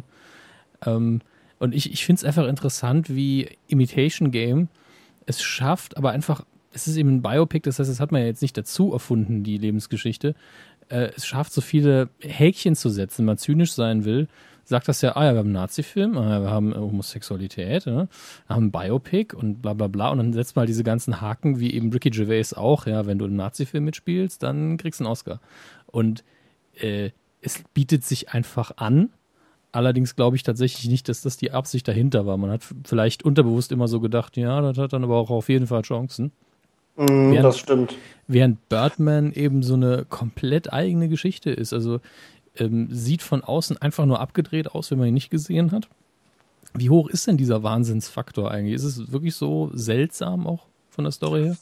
Ähm, und ich, ich finde es einfach interessant, wie Imitation Game es schafft, aber einfach, es ist eben ein Biopic, das heißt, das hat man ja jetzt nicht dazu erfunden, die Lebensgeschichte. Äh, es schafft, so viele Häkchen zu setzen, wenn man zynisch sein will. Sagt das ja, ah ja, wir haben einen Nazi-Film, ah ja, wir haben Homosexualität, ne? Wir haben ein Biopic und bla bla bla und dann setzt mal diese ganzen Haken, wie eben Ricky Gervais auch, ja, wenn du einen Nazi-Film mitspielst, dann kriegst du einen Oscar. Und äh, es bietet sich einfach an, allerdings glaube ich tatsächlich nicht, dass das die Absicht dahinter war. Man hat vielleicht unterbewusst immer so gedacht, ja, das hat dann aber auch auf jeden Fall Chancen. Mm, während, das stimmt. Während Birdman eben so eine komplett eigene Geschichte ist, also Ähm, sieht von außen einfach nur abgedreht aus, wenn man ihn nicht gesehen hat. Wie hoch ist denn dieser Wahnsinnsfaktor eigentlich? Ist es wirklich so seltsam auch von der Story her?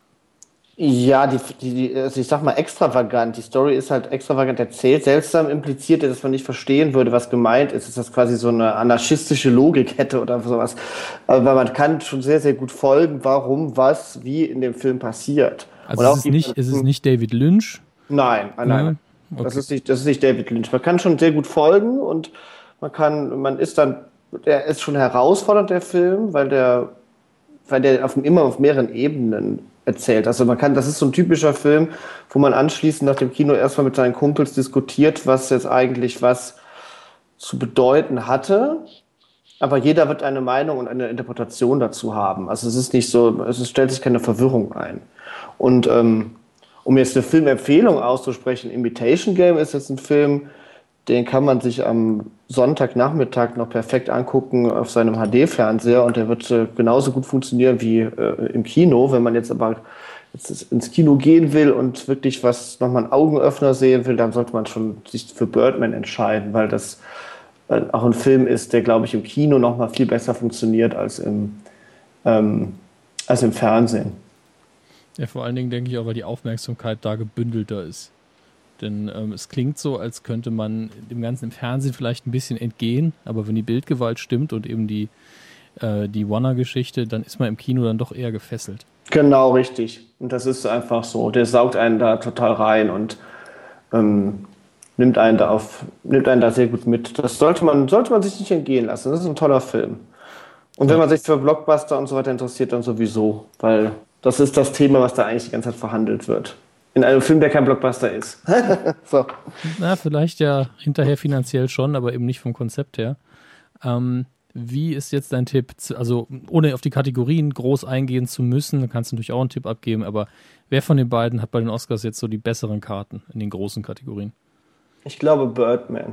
Ja, die, die, also ich sag mal extravagant. Die Story ist halt extravagant erzählt. Seltsam impliziert, dass man nicht verstehen würde, was gemeint ist. Dass das quasi so eine anarchistische Logik hätte oder sowas. Aber man kann schon sehr, sehr gut folgen, warum, was, wie in dem Film passiert. Also es ist, nicht, es ist nicht David Lynch? Nein, nein, nein. Okay. Das ist nicht, das ist nicht David Lynch. Man kann schon sehr gut folgen und man kann, man ist dann, der ist schon herausfordernd, der Film, weil der, weil der auf, immer auf mehreren Ebenen erzählt. Also man kann, das ist so ein typischer Film, wo man anschließend nach dem Kino erstmal mit seinen Kumpels diskutiert, was jetzt eigentlich was zu bedeuten hatte. Aber jeder wird eine Meinung und eine Interpretation dazu haben. Also es ist nicht so, es stellt sich keine Verwirrung ein. Und, ähm, um jetzt eine Filmempfehlung auszusprechen, Imitation Game ist jetzt ein Film, den kann man sich am Sonntagnachmittag noch perfekt angucken auf seinem H D-Fernseher und der wird äh, genauso gut funktionieren wie äh, im Kino. Wenn man jetzt aber ins Kino gehen will und wirklich was nochmal einen Augenöffner sehen will, dann sollte man schon sich für Birdman entscheiden, weil das äh, auch ein Film ist, der, glaube ich, im Kino nochmal viel besser funktioniert als im, ähm, als im Fernsehen. Ja, vor allen Dingen denke ich auch, weil die Aufmerksamkeit da gebündelter ist. Denn ähm, es klingt so, als könnte man dem Ganzen im Fernsehen vielleicht ein bisschen entgehen, aber wenn die Bildgewalt stimmt und eben die, äh, die Warner-Geschichte, dann ist man im Kino dann doch eher gefesselt. Genau, richtig. Und das ist einfach so. Der saugt einen da total rein und ähm, nimmt einen da auf, nimmt einen da sehr gut mit. Das sollte man, sollte man sich nicht entgehen lassen. Das ist ein toller Film. Und wenn man sich für Blockbuster und so weiter interessiert, dann sowieso, weil das ist das Thema, was da eigentlich die ganze Zeit verhandelt wird. In einem Film, der kein Blockbuster ist. So. Na, vielleicht ja hinterher finanziell schon, aber eben nicht vom Konzept her. Ähm, wie ist jetzt dein Tipp? Also, ohne auf die Kategorien groß eingehen zu müssen, kannst du natürlich auch einen Tipp abgeben, aber wer von den beiden hat bei den Oscars jetzt so die besseren Karten in den großen Kategorien? Ich glaube Birdman.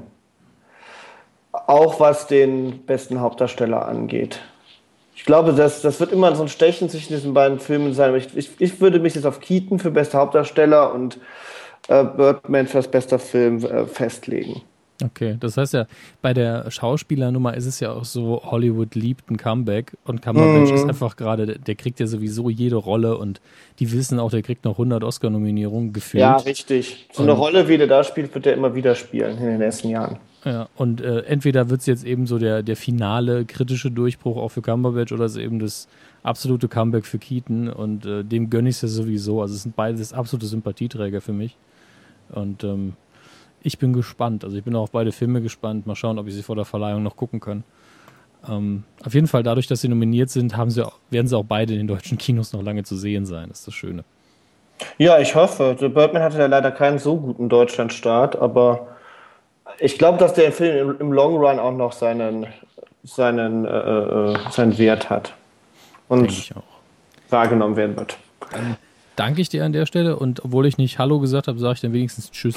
Auch was den besten Hauptdarsteller angeht. Ich glaube, das, das wird immer so ein Stechen zwischen diesen beiden Filmen sein. Ich, ich, ich würde mich jetzt auf Keaton für bester Hauptdarsteller und äh, Birdman für das beste Film äh, festlegen. Okay, das heißt ja, bei der Schauspielernummer ist es ja auch so, Hollywood liebt ein Comeback und Cumberbatch mm. ist einfach gerade, der, der kriegt ja sowieso jede Rolle und die wissen auch, der kriegt noch hundert Oscar-Nominierungen gefühlt. Ja, richtig. So eine und, Rolle, wie der da spielt, wird er immer wieder spielen in den nächsten Jahren. Ja, und äh, entweder wird es jetzt eben so der, der finale kritische Durchbruch auch für Cumberbatch oder es ist eben das absolute Comeback für Keaton und äh, dem gönne ich es ja sowieso. Also es sind beides absolute Sympathieträger für mich und ähm, ich bin gespannt. Also ich bin auch auf beide Filme gespannt. Mal schauen, ob ich sie vor der Verleihung noch gucken kann. Ähm, auf jeden Fall, dadurch, dass sie nominiert sind, haben sie auch, werden sie auch beide in den deutschen Kinos noch lange zu sehen sein. Das ist das Schöne. Ja, ich hoffe. The Birdman hatte ja leider keinen so guten Deutschlandstart, aber ich glaube, dass der Film im, im Long Run auch noch seinen, seinen, äh, seinen Wert hat und ich auch. wahrgenommen werden wird. Dann danke ich dir an der Stelle und obwohl ich nicht Hallo gesagt habe, sage ich dann wenigstens Tschüss.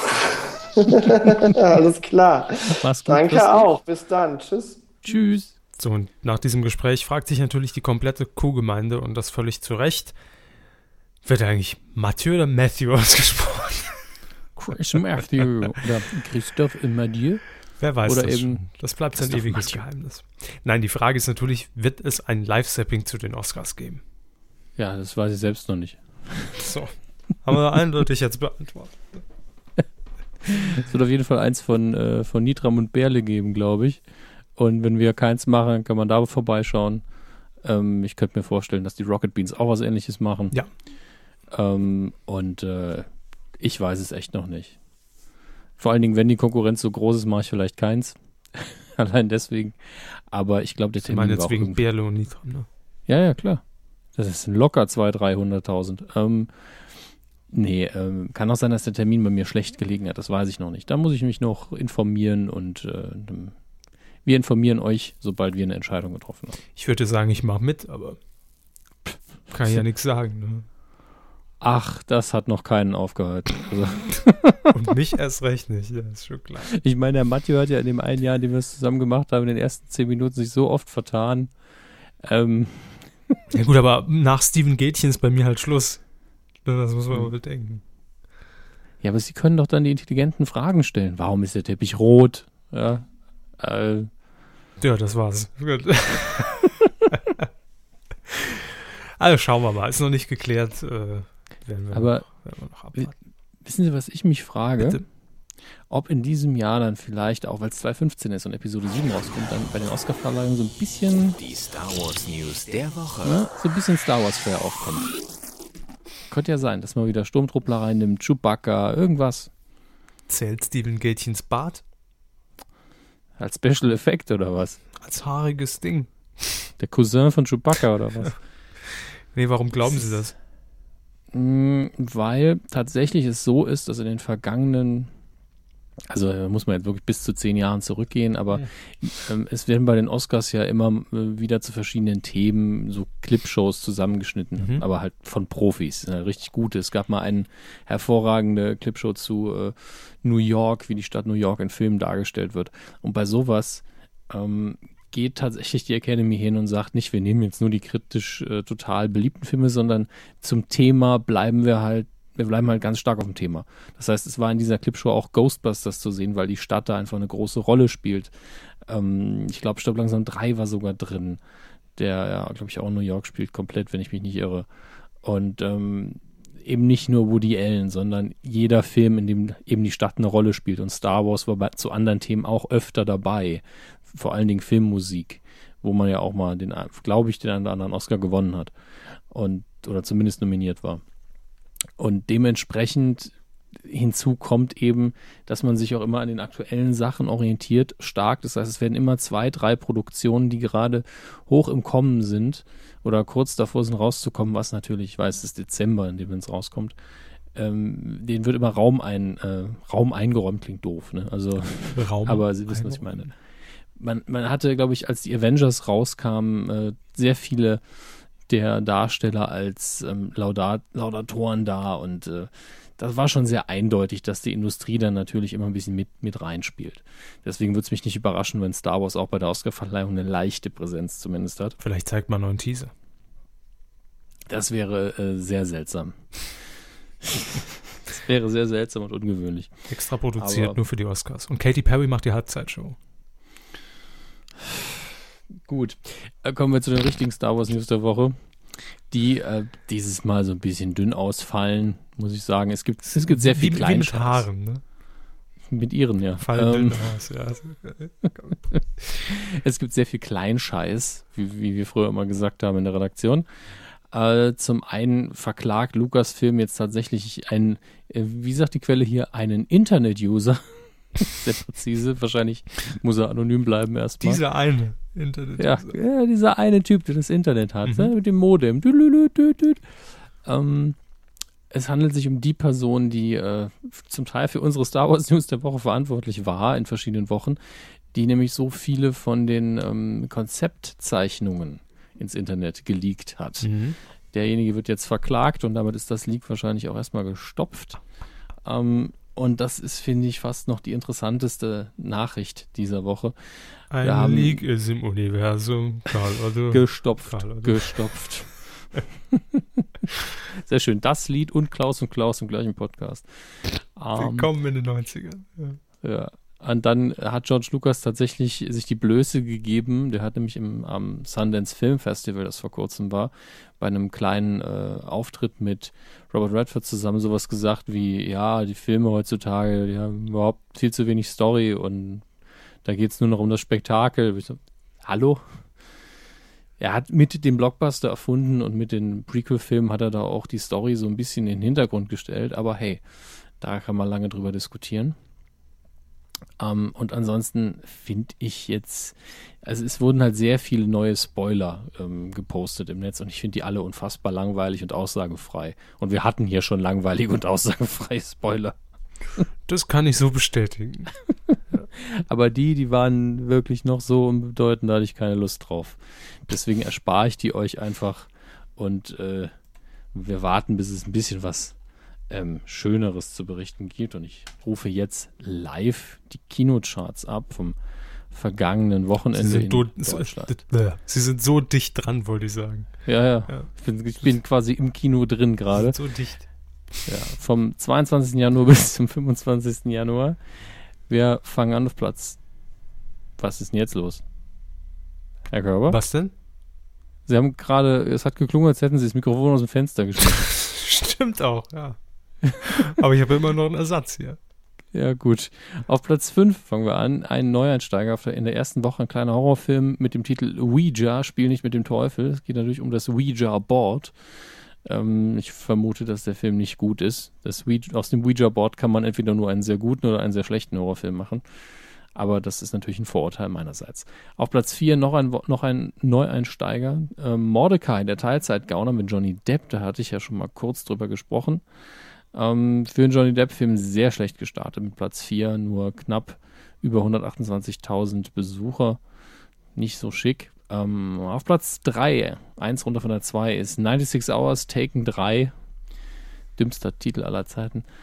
Alles klar. Mach's gut, danke Christoph. auch. Bis dann. Tschüss. Tschüss. So, und nach diesem Gespräch fragt sich natürlich die komplette Kuhgemeinde und das völlig zu Recht. Wird eigentlich Mathieu oder Matthew ausgesprochen? Chris Matthew oder Christoph Mathieu. Wer weiß oder das eben schon. Das bleibt ein ewiges Mathieu. Geheimnis. Nein, die Frage ist natürlich, wird es ein Live-Sapping zu den Oscars geben? Ja, das weiß ich selbst noch nicht. So, haben wir eindeutig jetzt beantwortet. Es wird auf jeden Fall eins von, äh, von Nitram und Berle geben, glaube ich. Und wenn wir keins machen, kann man da vorbeischauen. Ähm, ich könnte mir vorstellen, dass die Rocket Beans auch was Ähnliches machen. Ja. Ähm, und äh, ich weiß es echt noch nicht. Vor allen Dingen, wenn die Konkurrenz so groß ist, mache ich vielleicht keins. Allein deswegen. Aber ich glaube, der Termin Ich meine jetzt war auch wegen Berle und Nitram, ne? Ja, ja, klar. Das ist locker zweihunderttausend, dreihunderttausend. Ähm, nee, ähm, kann auch sein, dass der Termin bei mir schlecht gelegen hat. Das weiß ich noch nicht. Da muss ich mich noch informieren und äh, wir informieren euch, sobald wir eine Entscheidung getroffen haben. Ich würde sagen, ich mache mit, aber kann ich ja nichts sagen, ne? Ach, das hat noch keinen aufgehört. Also und mich erst recht nicht, ja, ist schon klar. Ich meine, der Mathieu hat ja in dem einen Jahr, in dem wir es zusammen gemacht haben, in den ersten zehn Minuten sich so oft vertan. Ähm. Ja gut, aber nach Steven Gätchen ist bei mir halt Schluss. Das muss man mal bedenken. Ja, aber sie können doch dann die intelligenten Fragen stellen. Warum ist der Teppich rot? Ja, äh. ja das war's. Gut. Also schauen wir mal. Ist noch nicht geklärt. Äh, werden wir aber noch, werden wir noch abwarten. Wissen Sie, was ich mich frage? Bitte? Ob in diesem Jahr dann vielleicht, auch weil es zwanzig fünfzehn ist und Episode sieben rauskommt, dann bei den Oscar-Verleihungen so ein bisschen die Star Wars News der Woche. Ne, so ein bisschen Star Wars Fair aufkommt. Könnte ja sein, dass man wieder Sturmtruppler reinnimmt, Chewbacca, irgendwas. Zählt Steven Gätchens Bart? Als Special Effekt oder was? Als haariges Ding. Der Cousin von Chewbacca oder was? Nee, warum glauben Sie das? Weil tatsächlich es so ist, dass in den vergangenen, also muss man jetzt wirklich bis zu zehn Jahren zurückgehen, aber ja. ähm, es werden bei den Oscars ja immer äh, wieder zu verschiedenen Themen so Clipshows zusammengeschnitten, mhm. aber halt von Profis, äh, richtig gute. Es gab mal eine hervorragende Clipshow zu äh, New York, wie die Stadt New York in Filmen dargestellt wird. Und bei sowas ähm, geht tatsächlich die Academy hin und sagt nicht, wir nehmen jetzt nur die kritisch äh, total beliebten Filme, sondern zum Thema bleiben wir halt, wir bleiben halt ganz stark auf dem Thema. Das heißt, es war in dieser Clipshow auch Ghostbusters zu sehen, weil die Stadt da einfach eine große Rolle spielt. Ähm, ich glaube, Stirb langsam drei war sogar drin, der ja, glaube ich, auch in New York spielt, komplett, wenn ich mich nicht irre. Und ähm, eben nicht nur Woody Allen, sondern jeder Film, in dem eben die Stadt eine Rolle spielt. Und Star Wars war bei, zu anderen Themen auch öfter dabei. Vor allen Dingen Filmmusik, wo man ja auch mal, den, glaube ich, den einen oder anderen Oscar gewonnen hat. Und, oder zumindest nominiert war. Und dementsprechend hinzu kommt eben, dass man sich auch immer an den aktuellen Sachen orientiert, stark. Das heißt, es werden immer zwei, drei Produktionen, die gerade hoch im Kommen sind oder kurz davor sind rauszukommen, was natürlich, ich weiß, es ist Dezember, in dem es rauskommt, ähm, denen wird immer Raum, ein, äh, Raum eingeräumt, klingt doof, ne? Also, Raum aber Sie wissen, was ich meine. Man, man hatte, glaube ich, als die Avengers rauskamen, äh, sehr viele der Darsteller als ähm, Laudat, Laudatoren da und äh, das war schon sehr eindeutig, dass die Industrie dann natürlich immer ein bisschen mit, mit reinspielt. Deswegen würde es mich nicht überraschen, wenn Star Wars auch bei der Oscarverleihung eine leichte Präsenz zumindest hat. Vielleicht zeigt man noch einen Teaser. Das wäre äh, sehr seltsam. Das wäre sehr seltsam und ungewöhnlich. Extra produziert, aber, nur für die Oscars. Und Katy Perry macht die Halbzeitshow. Gut, äh, kommen wir zu den richtigen Star Wars News der Woche, die äh, dieses Mal so ein bisschen dünn ausfallen, muss ich sagen. Es gibt, es gibt sehr viel Kleinscheiß. Mit Haaren, ne? Mit ihren, ja. Fallen ähm, dünn aus, ja. Es gibt sehr viel Kleinscheiß, wie, wie wir früher immer gesagt haben in der Redaktion. Äh, zum einen verklagt Lucasfilm jetzt tatsächlich einen, äh, wie sagt die Quelle hier, einen Internet-User. Sehr präzise, wahrscheinlich muss er anonym bleiben erstmal. Dieser eine Internet. Ja, ja, dieser eine Typ, der das Internet hat, mhm. ne, mit dem Modem. Ähm, es handelt sich um die Person, die äh, zum Teil für unsere Star Wars News der Woche verantwortlich war in verschiedenen Wochen, die nämlich so viele von den ähm, Konzeptzeichnungen ins Internet geleakt hat. Mhm. Derjenige wird jetzt verklagt und damit ist das Leak wahrscheinlich auch erstmal gestopft. Ähm, Und das ist, finde ich, fast noch die interessanteste Nachricht dieser Woche. Ein haben Leak ist im Universum. Karl Otto. Gestopft. Karl Otto. Gestopft. Sehr schön. Das Lied und Klaus und Klaus im gleichen Podcast. Willkommen um, in den neunzigern. Ja. ja. Und dann hat George Lucas tatsächlich sich die Blöße gegeben. Der hat nämlich im am Sundance Film Festival, das vor kurzem war, bei einem kleinen äh, Auftritt mit Robert Redford zusammen sowas gesagt wie, ja, die Filme heutzutage, die haben überhaupt viel zu wenig Story und da geht es nur noch um das Spektakel. Ich so, hallo? Er hat mit dem Blockbuster erfunden und mit den Prequel-Filmen hat er da auch die Story so ein bisschen in den Hintergrund gestellt, aber hey, da kann man lange drüber diskutieren. Um, und ansonsten finde ich jetzt, also es wurden halt sehr viele neue Spoiler ähm, gepostet im Netz und ich finde die alle unfassbar langweilig und aussagefrei. Und wir hatten hier schon langweilige und aussagefreie Spoiler. Das kann ich so bestätigen. Aber die, die waren wirklich noch so unbedeutend, da hatte ich keine Lust drauf. Deswegen erspare ich die euch einfach und äh, wir warten, bis es ein bisschen was Ähm, Schöneres zu berichten gibt und ich rufe jetzt live die Kinocharts ab vom vergangenen Wochenende Sie in do, Deutschland. So, Sie sind so dicht dran, wollte ich sagen. Ja, ja. ja. Ich, bin, ich bin quasi im Kino drin gerade. So dicht. Ja, vom zweiundzwanzigsten Januar bis zum fünfundzwanzigsten Januar. Wir fangen an auf Platz. Was ist denn jetzt los? Herr Körber? Was denn? Sie haben gerade, es hat geklungen, als hätten Sie das Mikrofon aus dem Fenster geschmissen. Stimmt auch, ja. Aber ich habe immer noch einen Ersatz hier. Ja, gut. Auf Platz fünf fangen wir an. Ein Neueinsteiger auf der, in der ersten Woche, ein kleiner Horrorfilm mit dem Titel Ouija, Spiel nicht mit dem Teufel. Es geht natürlich um das Ouija-Board. Ähm, ich vermute, dass der Film nicht gut ist. Das Ouija, aus dem Ouija-Board kann man entweder nur einen sehr guten oder einen sehr schlechten Horrorfilm machen. Aber das ist natürlich ein Vorurteil meinerseits. Auf Platz vier noch ein, noch ein Neueinsteiger. Ähm, Mordecai, der Teilzeitgauner mit Johnny Depp. Da hatte ich ja schon mal kurz drüber gesprochen. Ähm, für einen Johnny Depp-Film sehr schlecht gestartet mit Platz vier. Nur knapp über hundertachtundzwanzigtausend Besucher. Nicht so schick. Ähm, auf Platz drei, eins runter von der zwei, ist sechsundneunzig Hours Taken drei. Dümmster Titel aller Zeiten.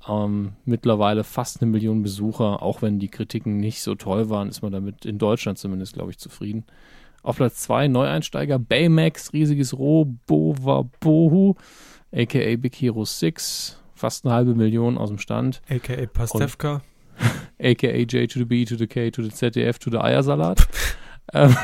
Ähm, mittlerweile fast eine Million Besucher, auch wenn die Kritiken nicht so toll waren, ist man damit in Deutschland zumindest, glaube ich, zufrieden. Auf Platz zwei Neueinsteiger Baymax, riesiges Robowabohu, aka Big Hero six, fast eine halbe Million aus dem Stand. A K A Pastewka. aka J to the B to the K to the Z D F to the Eiersalat. ähm,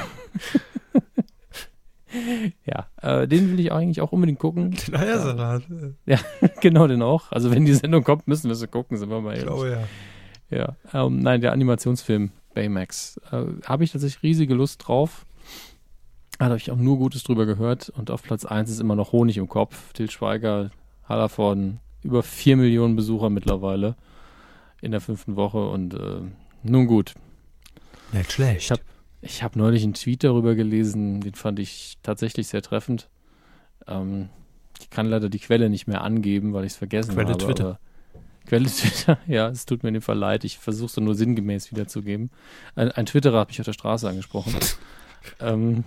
ja, äh, den will ich eigentlich auch unbedingt gucken. Den Eiersalat. Ja, genau, den auch. Also wenn die Sendung kommt, müssen wir sie gucken, sind wir mal ehrlich. Ich glaube, ja. Ja, ähm, nein, der Animationsfilm Baymax. Äh, habe ich tatsächlich riesige Lust drauf. Da habe ich auch nur Gutes drüber gehört. Und auf Platz eins ist immer noch Honig im Kopf. Til Schweiger, Hallervorden, über vier Millionen Besucher mittlerweile in der fünften Woche. Und äh, nun gut. Nicht schlecht. Ich habe ich hab neulich einen Tweet darüber gelesen, den fand ich tatsächlich sehr treffend. Ähm, ich kann leider die Quelle nicht mehr angeben, weil ich es vergessen Quelle habe. Twitter. Aber Quelle Twitter, ja, es tut mir in dem Fall leid. Ich versuche es nur sinngemäß wiederzugeben. Ein, ein Twitterer hat mich auf der Straße angesprochen. ähm,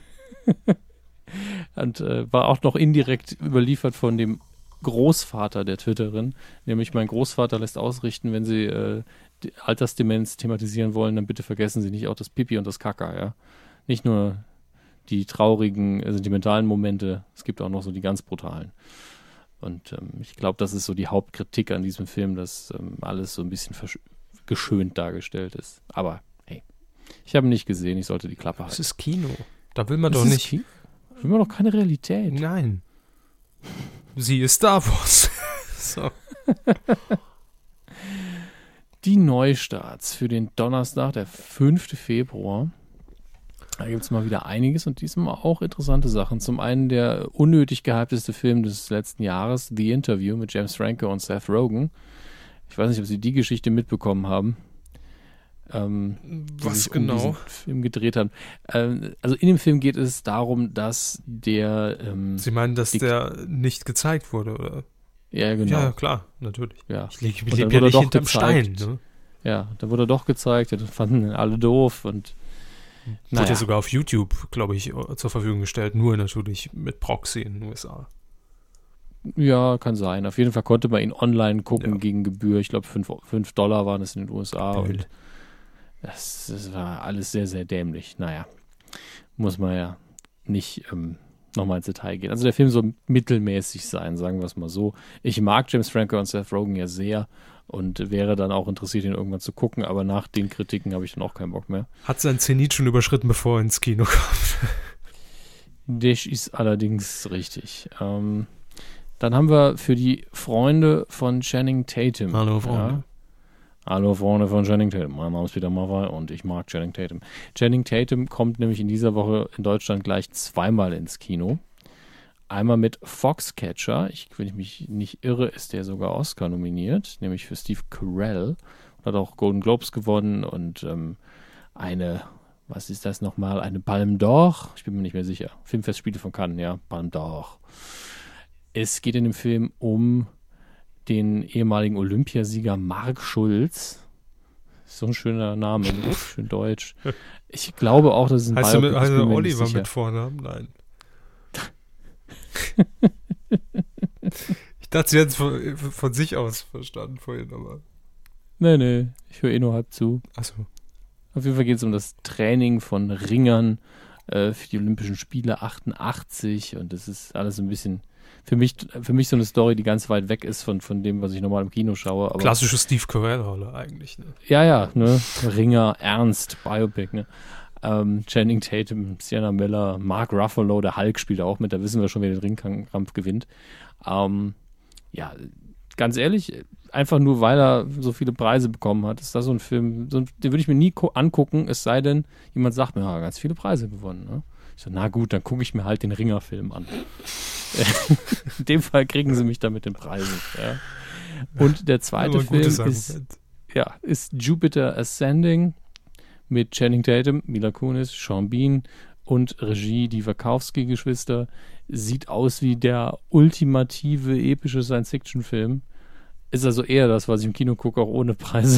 und äh, war auch noch indirekt überliefert von dem Großvater der Twitterin. Nämlich mein Großvater lässt ausrichten, wenn sie äh, die Altersdemenz thematisieren wollen, dann bitte vergessen Sie nicht auch das Pipi und das Kaka, ja. Nicht nur die traurigen, äh, sentimentalen Momente, es gibt auch noch so die ganz brutalen. Und ähm, ich glaube, das ist so die Hauptkritik an diesem Film, dass ähm, alles so ein bisschen versch- geschönt dargestellt ist. Aber hey, ich habe ihn nicht gesehen, ich sollte die Klappe halten. Das ist Kino. Da will man Das doch ist nicht. Ki- will man doch keine Realität. Nein. Sie ist Star Wars. So. Die Neustarts für den Donnerstag, der fünften Februar. Da gibt es mal wieder einiges und diesmal auch interessante Sachen. Zum einen der unnötig gehypteste Film des letzten Jahres, The Interview mit James Franco und Seth Rogen. Ich weiß nicht, ob Sie die Geschichte mitbekommen haben. Ähm, Was um genau? diesen Film gedreht haben. Ähm, also in dem Film geht es darum, dass der ähm, Sie meinen, dass die- der nicht gezeigt wurde, oder? ja genau Ja, klar, natürlich. ja. Ich lebe Und leb dann ja wurde nicht doch hinterm gezeigt. Stein. Ne? Ja, da wurde er doch gezeigt, ja, das fanden alle doof und Wurde naja. ja sogar auf YouTube, glaube ich, zur Verfügung gestellt. Nur natürlich mit Proxy in den U S A. Ja, kann sein. Auf jeden Fall konnte man ihn online gucken Ja. gegen Gebühr. Ich glaube, fünf Dollar waren es in den U S A. Blöd. Und das, das war alles sehr, sehr dämlich. Naja, muss man ja nicht ähm, nochmal ins Detail gehen. Also der Film soll mittelmäßig sein, sagen wir es mal so. Ich mag James Franco und Seth Rogen ja sehr und wäre dann auch interessiert, ihn irgendwann zu gucken. Aber nach den Kritiken habe ich dann auch keinen Bock mehr. Hat sein Zenit schon überschritten, bevor er ins Kino kam. Das ist allerdings richtig. Ähm, dann haben wir für die Freunde von Channing Tatum. Hallo, Freunde. Ja. Hallo Freunde von Channing Tatum. Mein Name ist Peter Maffay und ich mag Channing Tatum. Channing Tatum kommt nämlich in dieser Woche in Deutschland gleich zweimal ins Kino. Einmal mit Foxcatcher. Ich, wenn ich mich nicht irre, ist der sogar Oscar nominiert, nämlich für Steve Carell. Und hat auch Golden Globes gewonnen und ähm, eine, was ist das nochmal? Eine Palme d'Or? Ich bin mir nicht mehr sicher. Filmfestspiele von Cannes, ja, Palme d'Or. Es geht in dem Film um den ehemaligen Olympiasieger Marc Schulz. So ein schöner Name, schön deutsch. Ich glaube auch, dass es ein Heißt er, Biopic mit, ist, heißt er bin mir nicht Oliver sicher. mit Vornamen? Nein. Ich dachte, sie hätten es von, von sich aus verstanden vorhin, aber. Nee, nee, ich höre eh nur halb zu. Achso. Auf jeden Fall geht es um das Training von Ringern äh, für die Olympischen Spiele achtundachtzig und das ist alles ein bisschen für mich, für mich so eine Story, die ganz weit weg ist von, von dem, was ich normal im Kino schaue. Aber Klassische Steve Carell-Rolle eigentlich. Ne? ja, ja, ne? Ringer, Ernst, Biopic, ne? Ähm, Channing Tatum, Sienna Miller, Mark Ruffalo, der Hulk spielt auch mit, da wissen wir schon, wer den Ringkampf gewinnt. Ähm, ja, ganz ehrlich, einfach nur, weil er so viele Preise bekommen hat, ist das so ein Film, so ein, den würde ich mir nie ko- angucken, es sei denn, jemand sagt mir, ja, ganz viele Preise gewonnen. Ne? Ich so, na gut, dann gucke ich mir halt den Ringer-Film an. In dem Fall kriegen sie mich da mit den Preisen. Ja. Und der zweite Aber ein Film gutes ist, Argument. ja, ist Jupiter Ascending mit Channing Tatum, Mila Kunis, Sean Bean und Regie die Wachowski-Geschwister. Sieht aus wie der ultimative epische Science-Fiction-Film. Ist also eher das, was ich im Kino gucke, auch ohne Preise.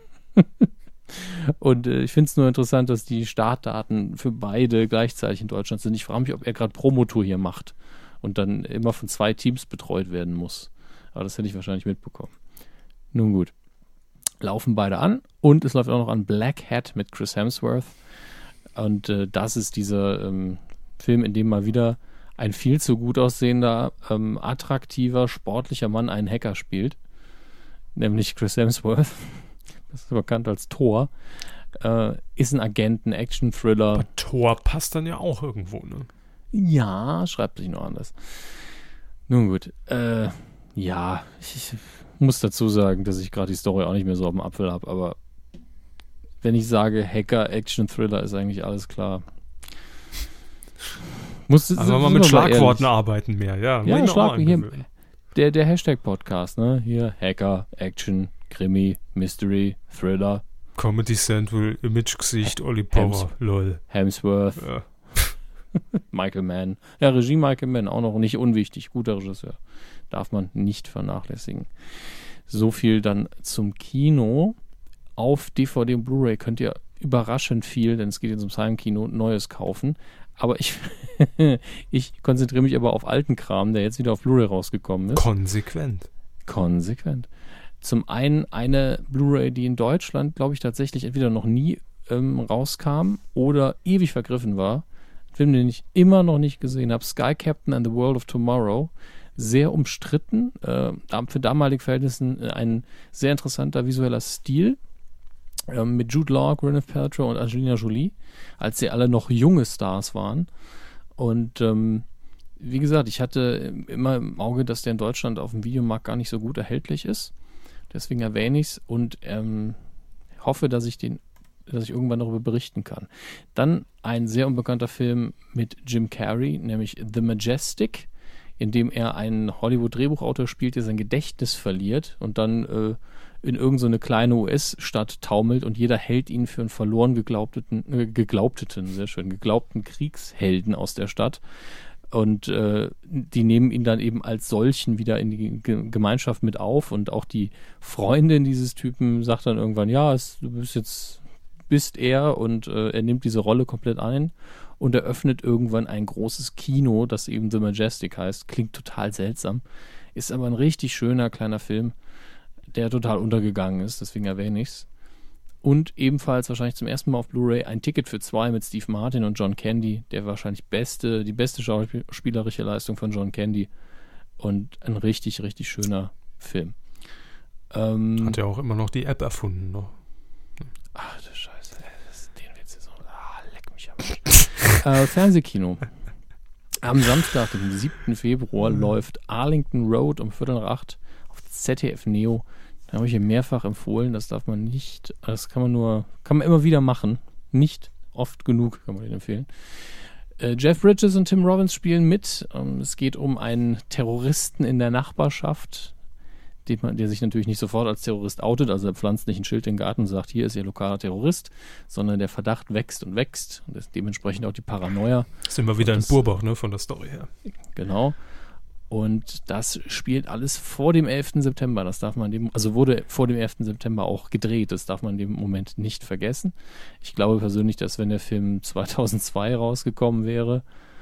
Und äh, ich finde es nur interessant, dass die Startdaten für beide gleichzeitig in Deutschland sind. Ich frage mich, ob er gerade Promotour hier macht und dann immer von zwei Teams betreut werden muss. Aber das hätte ich wahrscheinlich mitbekommen. Nun gut. Laufen beide an und es läuft auch noch an Black Hat mit Chris Hemsworth. Und äh, das ist dieser ähm, Film, in dem mal wieder ein viel zu gut aussehender, ähm, attraktiver, sportlicher Mann einen Hacker spielt. Nämlich Chris Hemsworth. Das ist bekannt als Thor. Äh, ist ein Agent, ein Action-Thriller. Aber Thor passt dann ja auch irgendwo, ne? Ja, schreibt sich nur anders. Nun gut. Äh, ja, ich muss dazu sagen, dass ich gerade die Story auch nicht mehr so auf dem Apfel habe, aber wenn ich sage Hacker, Action, Thriller, ist eigentlich alles klar. Muss, also mal mit Schlagworten arbeiten mehr, ja. Ja, Schlag, hier, der, der Hashtag-Podcast, ne? Hier Hacker, Action, Krimi, Mystery, Thriller. Comedy Central, Image-Gesicht, Olli Power, Hems- lol. Hemsworth. Ja. Michael Mann. Ja, Regie Michael Mann, auch noch nicht unwichtig. Guter Regisseur. Darf man nicht vernachlässigen. So viel dann zum Kino. Auf D V D und Blu-ray könnt ihr überraschend viel, denn es geht jetzt ums Heimkino, Neues kaufen. Aber ich, ich konzentriere mich aber auf alten Kram, der jetzt wieder auf Blu-ray rausgekommen ist. Konsequent. Konsequent. Zum einen eine Blu-ray, die in Deutschland, glaube ich, tatsächlich entweder noch nie ähm, rauskam oder ewig vergriffen war. Ein Film, den ich immer noch nicht gesehen habe. Sky Captain and the World of Tomorrow. Sehr umstritten. Äh, für damalige Verhältnisse ein sehr interessanter visueller Stil. Äh, mit Jude Law, Gwyneth Paltrow und Angelina Jolie, als sie alle noch junge Stars waren. Und ähm, wie gesagt, ich hatte immer im Auge, dass der in Deutschland auf dem Videomarkt gar nicht so gut erhältlich ist. Deswegen erwähne ich es und ähm, hoffe, dass ich den, dass ich irgendwann darüber berichten kann. Dann ein sehr unbekannter Film mit Jim Carrey, nämlich The Majestic, in dem er einen Hollywood-Drehbuchautor spielt, der sein Gedächtnis verliert und dann äh, in irgendeine so kleine U S-Stadt taumelt und jeder hält ihn für einen verloren geglaubten, äh, geglaubteten, sehr schön, geglaubten Kriegshelden aus der Stadt. Und äh, die nehmen ihn dann eben als solchen wieder in die Ge- Gemeinschaft mit auf. Und auch die Freundin dieses Typen sagt dann irgendwann, ja, es, du bist jetzt, bist er. Und äh, er nimmt diese Rolle komplett ein und eröffnet irgendwann ein großes Kino, das eben The Majestic heißt. Klingt total seltsam. Ist aber ein richtig schöner kleiner Film, der total untergegangen ist. Deswegen erwähne ich es. Und ebenfalls wahrscheinlich zum ersten Mal auf Blu-ray ein Ticket für zwei mit Steve Martin und John Candy, der wahrscheinlich beste, die beste schauspielerische Leistung von John Candy und ein richtig, richtig schöner Film. Ähm, Hat ja auch immer noch die App erfunden, noch. Ach du Scheiße, das, den Witz ist so, ah, leck mich am äh, Fernsehkino. Am Samstag, dem siebten Februar, mhm. läuft Arlington Road um Viertel nach acht auf Z D F Neo. Da habe ich ja mehrfach empfohlen, das darf man nicht, das kann man nur, kann man immer wieder machen. Nicht oft genug, kann man den empfehlen. Äh, Jeff Bridges und Tim Robbins spielen mit. Ähm, es geht um einen Terroristen in der Nachbarschaft, den man, der sich natürlich nicht sofort als Terrorist outet, also er pflanzt nicht ein Schild in den Garten und sagt, hier ist ihr lokaler Terrorist, sondern der Verdacht wächst und wächst und ist dementsprechend auch die Paranoia. Das sind wir wieder in Burbach, ne, von der Story her. Genau. Und das spielt alles vor dem elften September. Das darf man dem, also wurde vor dem elften September auch gedreht. Das darf man in dem Moment nicht vergessen. Ich glaube persönlich, dass wenn der Film zweitausendzwei rausgekommen wäre,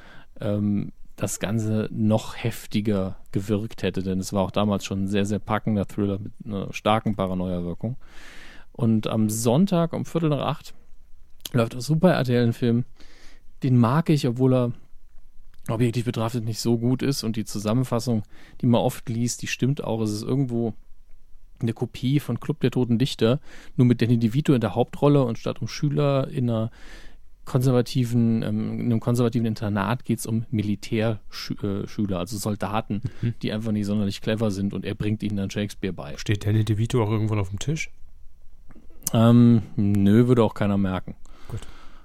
ähm, das Ganze noch heftiger gewirkt hätte. Denn es war auch damals schon ein sehr, sehr packender Thriller mit einer starken Paranoia-Wirkung. Und am Sonntag um Viertel nach acht läuft auf Super R T L ein Film. Den mag ich, obwohl er objektiv betrachtet nicht so gut ist und die Zusammenfassung, die man oft liest, die stimmt auch. Es ist irgendwo eine Kopie von Club der Toten Dichter, nur mit Danny DeVito in der Hauptrolle und statt um Schüler in einer konservativen, ähm, in einem konservativen Internat geht es um Militärschüler, also Soldaten, mhm. die einfach nicht sonderlich clever sind und er bringt ihnen dann Shakespeare bei. Steht Danny DeVito auch irgendwann auf dem Tisch? Ähm, nö, würde auch keiner merken. Gut.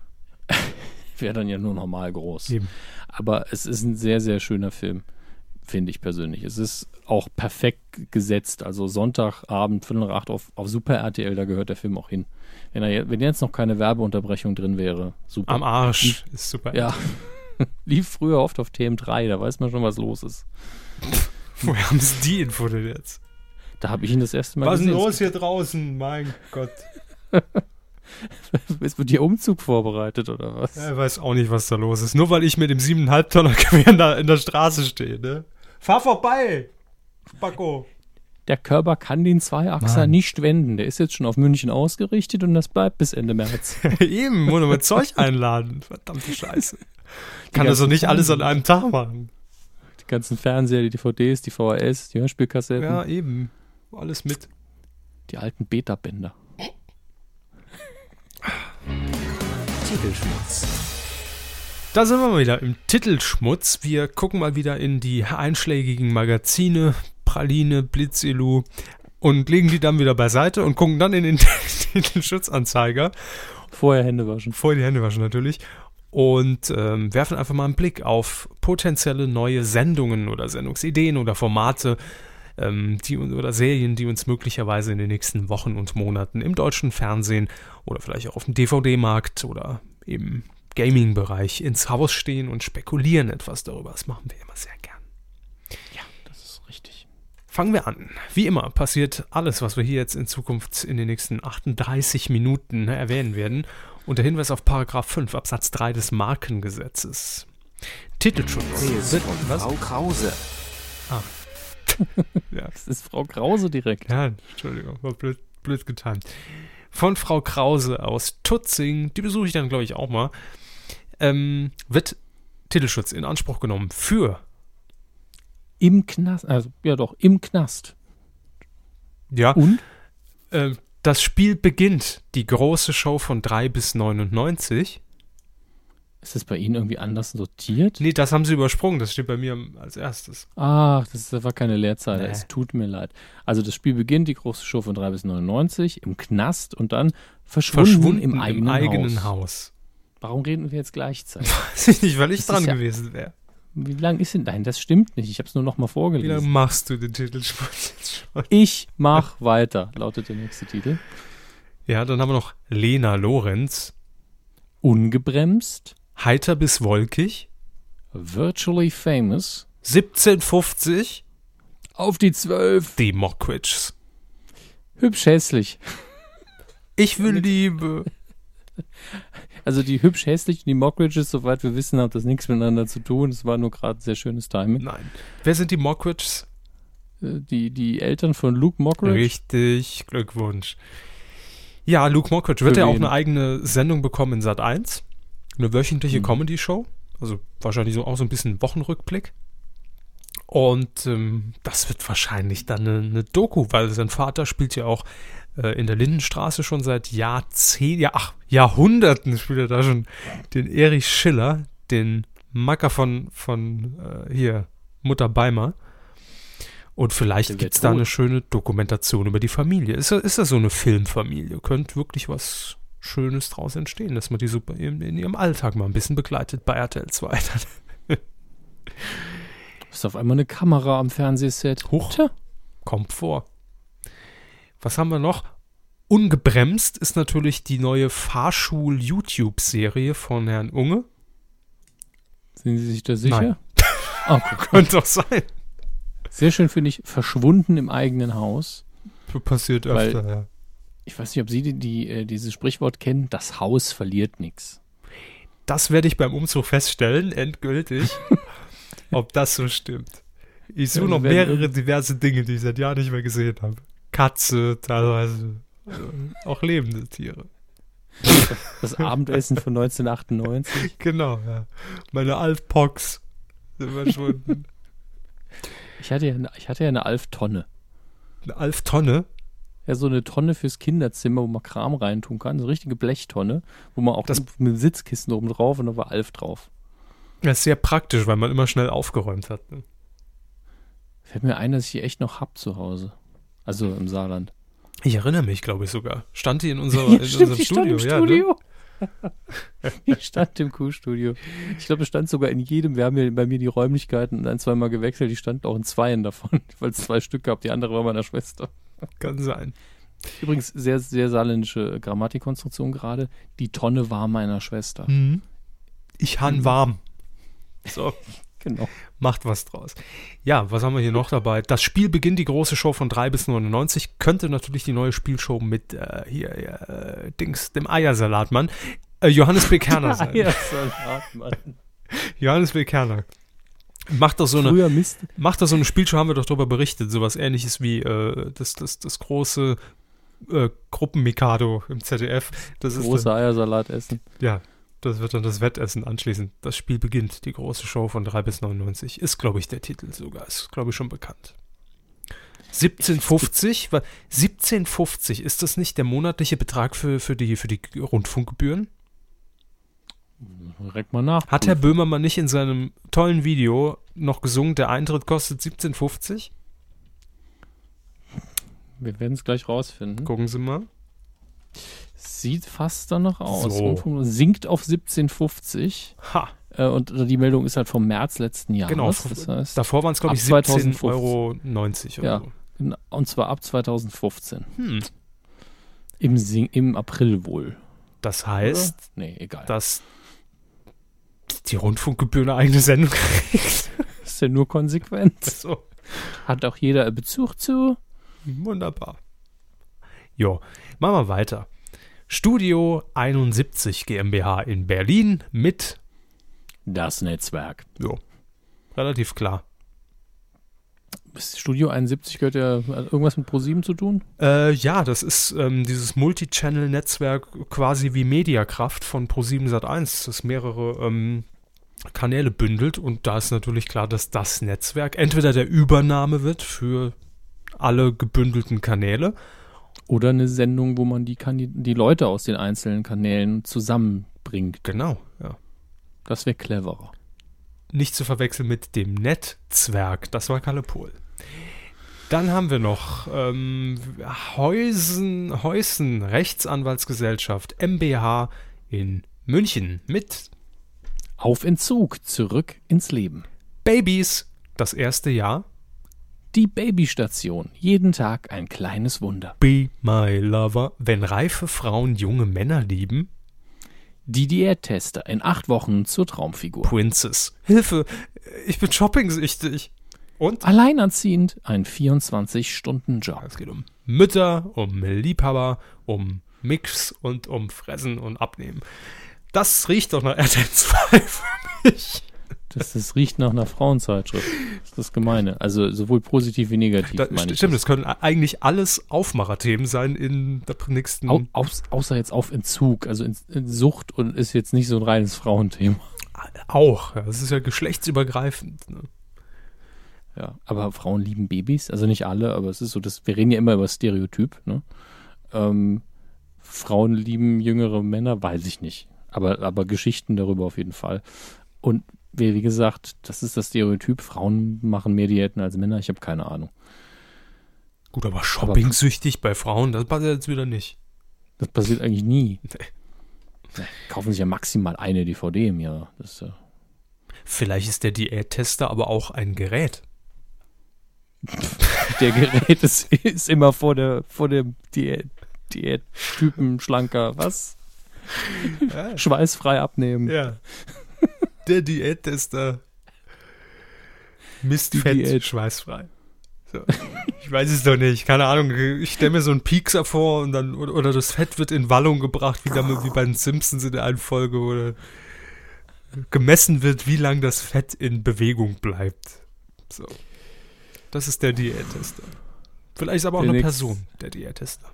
Wäre dann ja nur normal groß. Eben. Aber es ist ein sehr, sehr schöner Film, finde ich persönlich. Es ist auch perfekt gesetzt. Also Sonntagabend, Viertel nach acht auf, auf Super R T L, da gehört der Film auch hin. Wenn, er, wenn jetzt noch keine Werbeunterbrechung drin wäre, super. Am Arsch Lief, ist Super ja. Lief früher oft auf T M drei, da weiß man schon, was los ist. Woher haben Sie die Info denn jetzt? Da habe ich ihn das erste Mal was gesehen. Was ist los hier draußen? Mein Gott. Ist mit dir Umzug vorbereitet, oder was? Ja, ich weiß auch nicht, was da los ist. Nur weil ich mit dem siebeneinhalb Tonner Gewehr in der, in der Straße stehe, ne? Fahr vorbei, Spacko. der Körper kann den Zweiachser Mann. nicht wenden. Der ist jetzt schon auf München ausgerichtet und das bleibt bis Ende März. Eben, muss man Zeug einladen. Verdammte Scheiße. Kann ganzen also nicht alles an Fernsehen. einem Tag machen. Die ganzen Fernseher, die D V Ds, die V H S, die Hörspielkassetten, Ja, eben. Alles mit. die alten Beta-Bänder. Titelschmutz. Da sind wir mal wieder im Titelschmutz. Wir gucken mal wieder in die einschlägigen Magazine, Praline, Blitzelu, und legen die dann wieder beiseite und gucken dann in den Titelschutzanzeiger. Vorher Hände waschen. Vorher die Hände waschen natürlich. Und ähm, werfen einfach mal einen Blick auf potenzielle neue Sendungen oder Sendungsideen oder Formate ähm, die, oder Serien, die uns möglicherweise in den nächsten Wochen und Monaten im deutschen Fernsehen oder vielleicht auch auf dem D V D-Markt oder im Gaming-Bereich ins Haus stehen und spekulieren etwas darüber. Das machen wir immer sehr gern. Ja, das ist richtig. Fangen wir an. Wie immer passiert alles, was wir hier jetzt in Zukunft in den nächsten achtunddreißig Minuten erwähnen werden, unter Hinweis auf Paragraph fünf Absatz drei des Markengesetzes. Titelschutz. Quiz Wird- von was? Frau Krause. Ja. Das ist Frau Krause direkt. Ja, Entschuldigung, war blöd, blöd getimt. Von Frau Krause aus Tutzing, die besuche ich dann, glaube ich, auch mal, ähm, wird Titelschutz in Anspruch genommen für, Im Knast, also ja doch, im Knast. ja, Und? äh, das Spiel beginnt, die große Show von drei bis neunundneunzig. Ist das bei Ihnen irgendwie anders sortiert? Nee, das haben sie übersprungen, das steht bei mir als erstes. Ach, das war keine Leerzeile. Nee. Es tut mir leid. Also das Spiel beginnt, die große Show von drei bis neunundneunzig, im Knast und dann verschwunden, Verschwunden im eigenen, eigenen Haus. Haus. Warum reden wir jetzt gleichzeitig? Weiß ich nicht, weil ich Das dran ist ja- gewesen wäre. Wie lang ist denn? Nein, das stimmt nicht. Ich habe es nur noch mal Wie lange vorgelesen. machst du den Titelschutz jetzt schon? Ich mach weiter, lautet der nächste Titel. Ja, dann haben wir noch Lena Lorenz, Ungebremst, heiter bis wolkig, virtually famous, siebzehnhundertfünfzig, auf die zwölf, die Mockridges. hübsch hässlich. Ich will Liebe. Also die hübsch hässlich und die Mockridges, soweit wir wissen, hat das nichts miteinander zu tun. Es war nur gerade sehr schönes Timing. Nein. Wer sind die Mockridges? Äh, Die, die Eltern von Luke Mockridge. Richtig, Glückwunsch. Ja, Luke Mockridge wird Für ja auch wen? eine eigene Sendung bekommen in Sat eins. Eine wöchentliche Mhm. Comedy-Show. Also wahrscheinlich so, auch so ein bisschen Wochenrückblick. Und ähm, das wird wahrscheinlich dann eine, eine Doku, weil sein Vater spielt ja auch äh, in der Lindenstraße schon seit Jahrzehnten, ja, ach, Jahrhunderten spielt er da schon den Erich Schiller, den Macker von, von äh, hier, Mutter Beimer. Und vielleicht Der wird gibt es da tot. eine schöne Dokumentation über die Familie. Ist das, ist das so eine Filmfamilie? Könnte wirklich was Schönes draus entstehen, dass man die so in, in ihrem Alltag mal ein bisschen begleitet bei R T L zwei. Ist auf einmal eine Kamera am Fernsehset. Huch. Tja, Kommt vor. Was haben wir noch? Ungebremst ist natürlich die neue Fahrschul-YouTube-Serie von Herrn Unge. sind Sie sich da sicher? Nein. Okay. Könnte doch sein. Sehr schön finde ich, verschwunden im eigenen Haus. Passiert Weil- öfter, ja. Ich weiß nicht, ob Sie die, die, äh, dieses Sprichwort kennen, das Haus verliert nichts. Das werde ich beim Umzug feststellen, endgültig, ob das so stimmt. Ich suche Ja, noch wir werden mehrere diverse Dinge, die ich seit Jahren nicht mehr gesehen habe. Katze, teilweise äh, auch lebende Tiere. Das Abendessen von neunzehnhundertachtundneunzig. Genau, ja. Meine Alf-Pox sind verschwunden. Ich hatte ja eine, ich hatte ja eine Alf-Tonne. Eine Alf-Tonne. Ja, so eine Tonne fürs Kinderzimmer, wo man Kram reintun kann. So eine richtige Blechtonne, wo man auch Das- mit Sitzkissen oben drauf und da war Alf drauf. Das ist sehr praktisch, weil man immer schnell aufgeräumt hat. Ne? Fällt mir ein, dass ich die echt noch hab zu Hause. Also im Saarland. Ich erinnere mich, glaube ich sogar. Stand die in, unserer, Ja, in stimmt, unserem die stand Studio? im Ja, Studio. Die stand im Kuhstudio. Ich glaube, es stand sogar in jedem. Wir haben ja bei mir die Räumlichkeiten ein, zweimal gewechselt. Die standen auch in zweien davon, weil es zwei Stück gab. Die andere war meiner Schwester. Ne? Kann sein. Übrigens, sehr, sehr saarländische Grammatikkonstruktion gerade. Die Tonne war meiner Schwester. Mhm. Ich han warm. So. Genau. Macht was draus. Ja, was haben wir hier noch dabei? Das Spiel beginnt, die große Show von drei bis neunundneunzig. Könnte natürlich die neue Spielshow mit äh, hier, äh, Dings, dem Eiersalatmann, äh, Johannes B. Kerner sein. Ja, Salat, Mann. Johannes B. Kerner Macht doch so eine, Früher Mist. macht doch so eine Spielshow, haben wir doch darüber berichtet, sowas ähnliches wie äh, das, das, das große äh, Gruppen-Mikado im Z D F. Das ist Große dann, Eiersalat essen. ja, das wird dann das Wettessen anschließend. Das Spiel beginnt, die große Show von drei bis neunundneunzig. Ist, glaube ich, der Titel sogar. Ist, glaube ich, schon bekannt. siebzehn fünfzig? siebzehn fünfzig, ist das nicht der monatliche Betrag für, für, die, für die Rundfunkgebühren? Direkt mal nach. Hat Herr Böhmermann nicht in seinem tollen Video noch gesungen, der Eintritt kostet siebzehn fünfzig? Wir werden es gleich rausfinden. Gucken Sie mal. Sieht fast danach aus. So. Rundfunk sinkt auf siebzehn fünfzig. Ha, Äh, und die Meldung ist halt vom März letzten Jahres. genau. Das heißt, Davor waren es, glaube ich, ab siebzehn zweitausendfünfzehn. Euro neunzig oder Ja. so. und zwar ab zweitausendfünfzehn. Hm. Im, Sing Im April wohl. Das heißt, Oder? Nee, egal. dass die Rundfunkgebühr eine eigene Sendung kriegt. ist ja nur konsequent. So. Hat auch jeder Bezug zu. Wunderbar. Jo, machen wir weiter. Studio einundsiebzig GmbH in Berlin mit, Das Netzwerk. jo, relativ klar. Das Studio einundsiebzig gehört ja hat irgendwas mit ProSieben zu tun? Äh, ja, das ist ähm, dieses Multi-Channel-Netzwerk quasi wie Mediakraft von ProSieben Sat eins, das mehrere ähm, Kanäle bündelt. Und da ist natürlich klar, dass das Netzwerk entweder der Übernahme wird für alle gebündelten Kanäle. Oder eine Sendung, wo man die, Kandi- die Leute aus den einzelnen Kanälen zusammenbringt. Genau, ja. Das wäre cleverer. Nicht zu verwechseln mit dem Netzwerk, das war Kalle Pohl. Dann haben wir noch ähm, Heusen, Heusen Rechtsanwaltsgesellschaft M B H in München mit Auf Entzug, zurück ins Leben. Babys, das erste Jahr. Die Babystation, jeden Tag ein kleines Wunder. Be my lover, wenn reife Frauen junge Männer lieben. Die Diättester in acht Wochen zur Traumfigur. Princess, Hilfe, ich bin shoppingsüchtig. Und? Alleinerziehend, ein vierundzwanzig-Stunden-Job. Es geht um Mütter, um Liebhaber, um Mix und um Fressen und Abnehmen. Das riecht doch nach R T L zwei für mich. Das, das riecht nach einer Frauenzeitschrift. Das ist das Gemeine. Also sowohl positiv wie negativ, Da, meine ich. stimmt, das können eigentlich alles Aufmacherthemen sein in der nächsten... Au, aus, außer jetzt auf Entzug, also in, in Sucht und ist jetzt nicht so ein reines Frauenthema. Auch, ja, das ist ja geschlechtsübergreifend. Ne? Ja, aber Frauen lieben Babys, also nicht alle, aber es ist so, dass wir reden ja immer über Stereotyp. Ne? Ähm, Frauen lieben jüngere Männer, weiß ich nicht. Aber, aber Geschichten darüber auf jeden Fall. Und wie, wie gesagt, das ist das Stereotyp, Frauen machen mehr Diäten als Männer, ich habe keine Ahnung. Gut, aber shoppingsüchtig bei Frauen, das passt jetzt wieder nicht. Das passiert eigentlich nie. Nee. Kaufen sich ja maximal eine D V D im Jahr. Das ist ja Vielleicht ist der Diättester aber auch ein Gerät. Der Gerät ist, ist immer vor der vor dem Diät, Diättypen schlanker. Was? Ja. Schweißfrei abnehmen. Ja. Der Diättester misst Die Fett Diät. schweißfrei. So. Ich weiß es doch nicht. Keine Ahnung. Ich stelle mir so einen Piekser vor und dann, oder, oder das Fett wird in Wallung gebracht, wie, damit, wie bei den Simpsons in der einen Folge, oder gemessen wird, wie lange das Fett in Bewegung bleibt. So. Das ist der Diättester. Vielleicht ist aber auch Der eine nix- Person, der Diättester.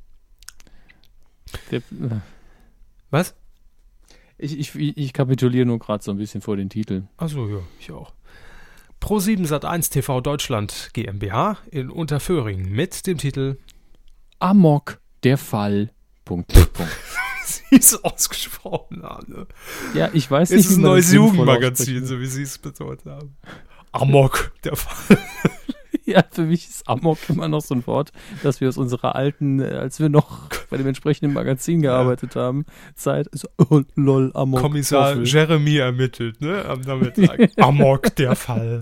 Der, Was? ich, ich, ich kapituliere nur gerade so ein bisschen vor den Titeln. Achso, ja, ich auch. ProSieben Sat eins T V Deutschland GmbH in Unterföhring mit dem Titel Amok, der Fall. Punkt, Punkt, Punkt. Sie es ausgesprochen haben. Ne? Ja, ich weiß Es nicht, ist ein wie man neues das sinnvoll Jugendmagazin, aussprechen so wie Sie es betont haben. Amok, der Fall. will. Ja, für mich ist Amok immer noch so ein Wort, das wir aus unserer alten, äh, als wir noch bei dem entsprechenden Magazin gearbeitet haben, Zeit. So, oh, lol, Amok. Kommissar Waffel. Jeremy ermittelt, ne? Am Nachmittag. Amok, der Fall.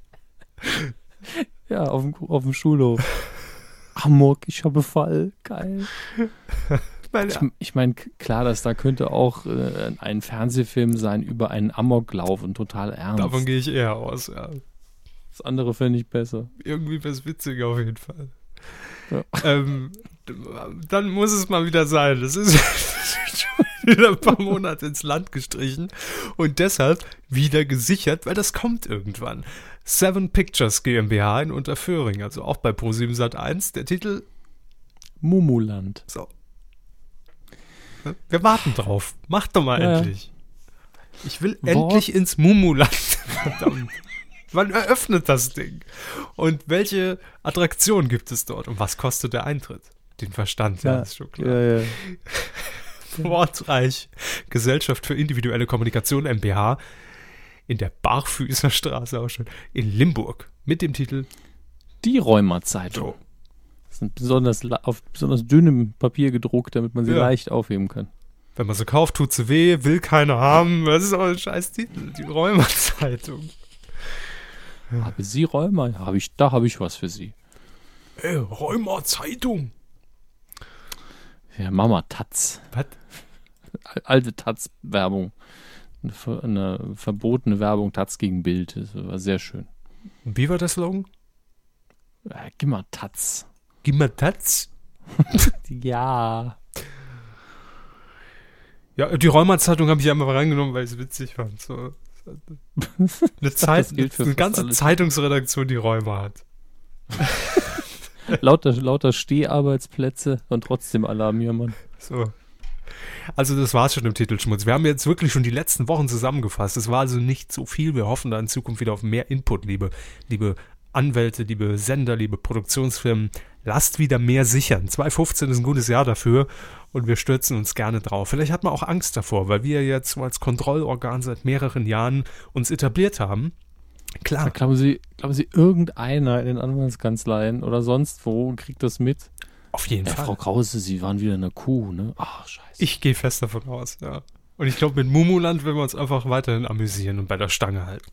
Ja, auf dem, auf dem Schulhof. Amok, ich habe Fall. Geil. Meine, Ich, ich meine, klar, dass da könnte auch äh, ein Fernsehfilm sein über einen Amoklauf und total ernst. davon gehe ich eher aus, ja. Das andere fände ich besser. Irgendwie was witziger auf jeden Fall. Ja. Ähm, dann muss es mal wieder sein. Das ist wieder ein paar Monate ins Land gestrichen und deshalb wieder gesichert, weil das kommt irgendwann. Seven Pictures GmbH in Unterföhring, also auch bei ProSieben Sat eins. Der Titel Mumuland. So. Wir warten drauf. Mach doch mal ja. endlich. Ich will Wort. endlich ins Mumuland. Verdammt. Wann eröffnet das Ding? Und welche Attraktionen gibt es dort? Und was kostet der Eintritt? Den Verstand, ja, Ja, ist schon klar. Ja, ja. Wortreich. Gesellschaft für individuelle Kommunikation M b H in der Barfüßer Straße auch schon in Limburg mit dem Titel Die Rheuma-Zeitung. So. Das ist besonders la- auf besonders dünnem Papier gedruckt, damit man sie Ja. leicht aufheben kann. Wenn man sie kauft, tut sie weh, will keiner haben. Das ist aber ein scheiß Titel. Die Rheuma-Zeitung. Habe Sie Rheuma? Hab ich, da habe ich was für Sie. Ey, Rheuma-Zeitung. Ja, Mama Taz. Was? Al- Alte Taz-Werbung. Eine, ver- eine verbotene Werbung Taz gegen Bild. Das war sehr schön. Wie war der Slogan? Äh, gib mal Taz. Gib mir das. Ja. Ja, die Rheuma-Zeitung habe ich einmal reingenommen, weil ich es witzig fand. So. Eine, Zeit, gilt für eine fast ganze alles. Zeitungsredaktion, die Rheuma hat. Lauter, lauter Steharbeitsplätze und trotzdem Alarmiermann. So. Also das war's schon im Titelschmutz. Wir haben jetzt wirklich schon die letzten Wochen zusammengefasst. Es war also nicht so viel. Wir hoffen da in Zukunft wieder auf mehr Input, liebe, liebe Anwälte, liebe Sender, liebe Produktionsfirmen. Lasst wieder mehr sichern. zwanzig fünfzehn ist ein gutes Jahr dafür und wir stürzen uns gerne drauf. Vielleicht hat man auch Angst davor, weil wir jetzt so als Kontrollorgan seit mehreren Jahren uns etabliert haben. Klar. Glauben Sie, glauben Sie, irgendeiner in den Anwaltskanzleien oder sonst wo kriegt das mit? Auf jeden Ja, Fall. Frau Krause, Sie waren wieder eine Kuh, ne? Ach, scheiße. Ich gehe fest davon aus, ja. Und ich glaube, mit Mumuland werden wir uns einfach weiterhin amüsieren und bei der Stange halten.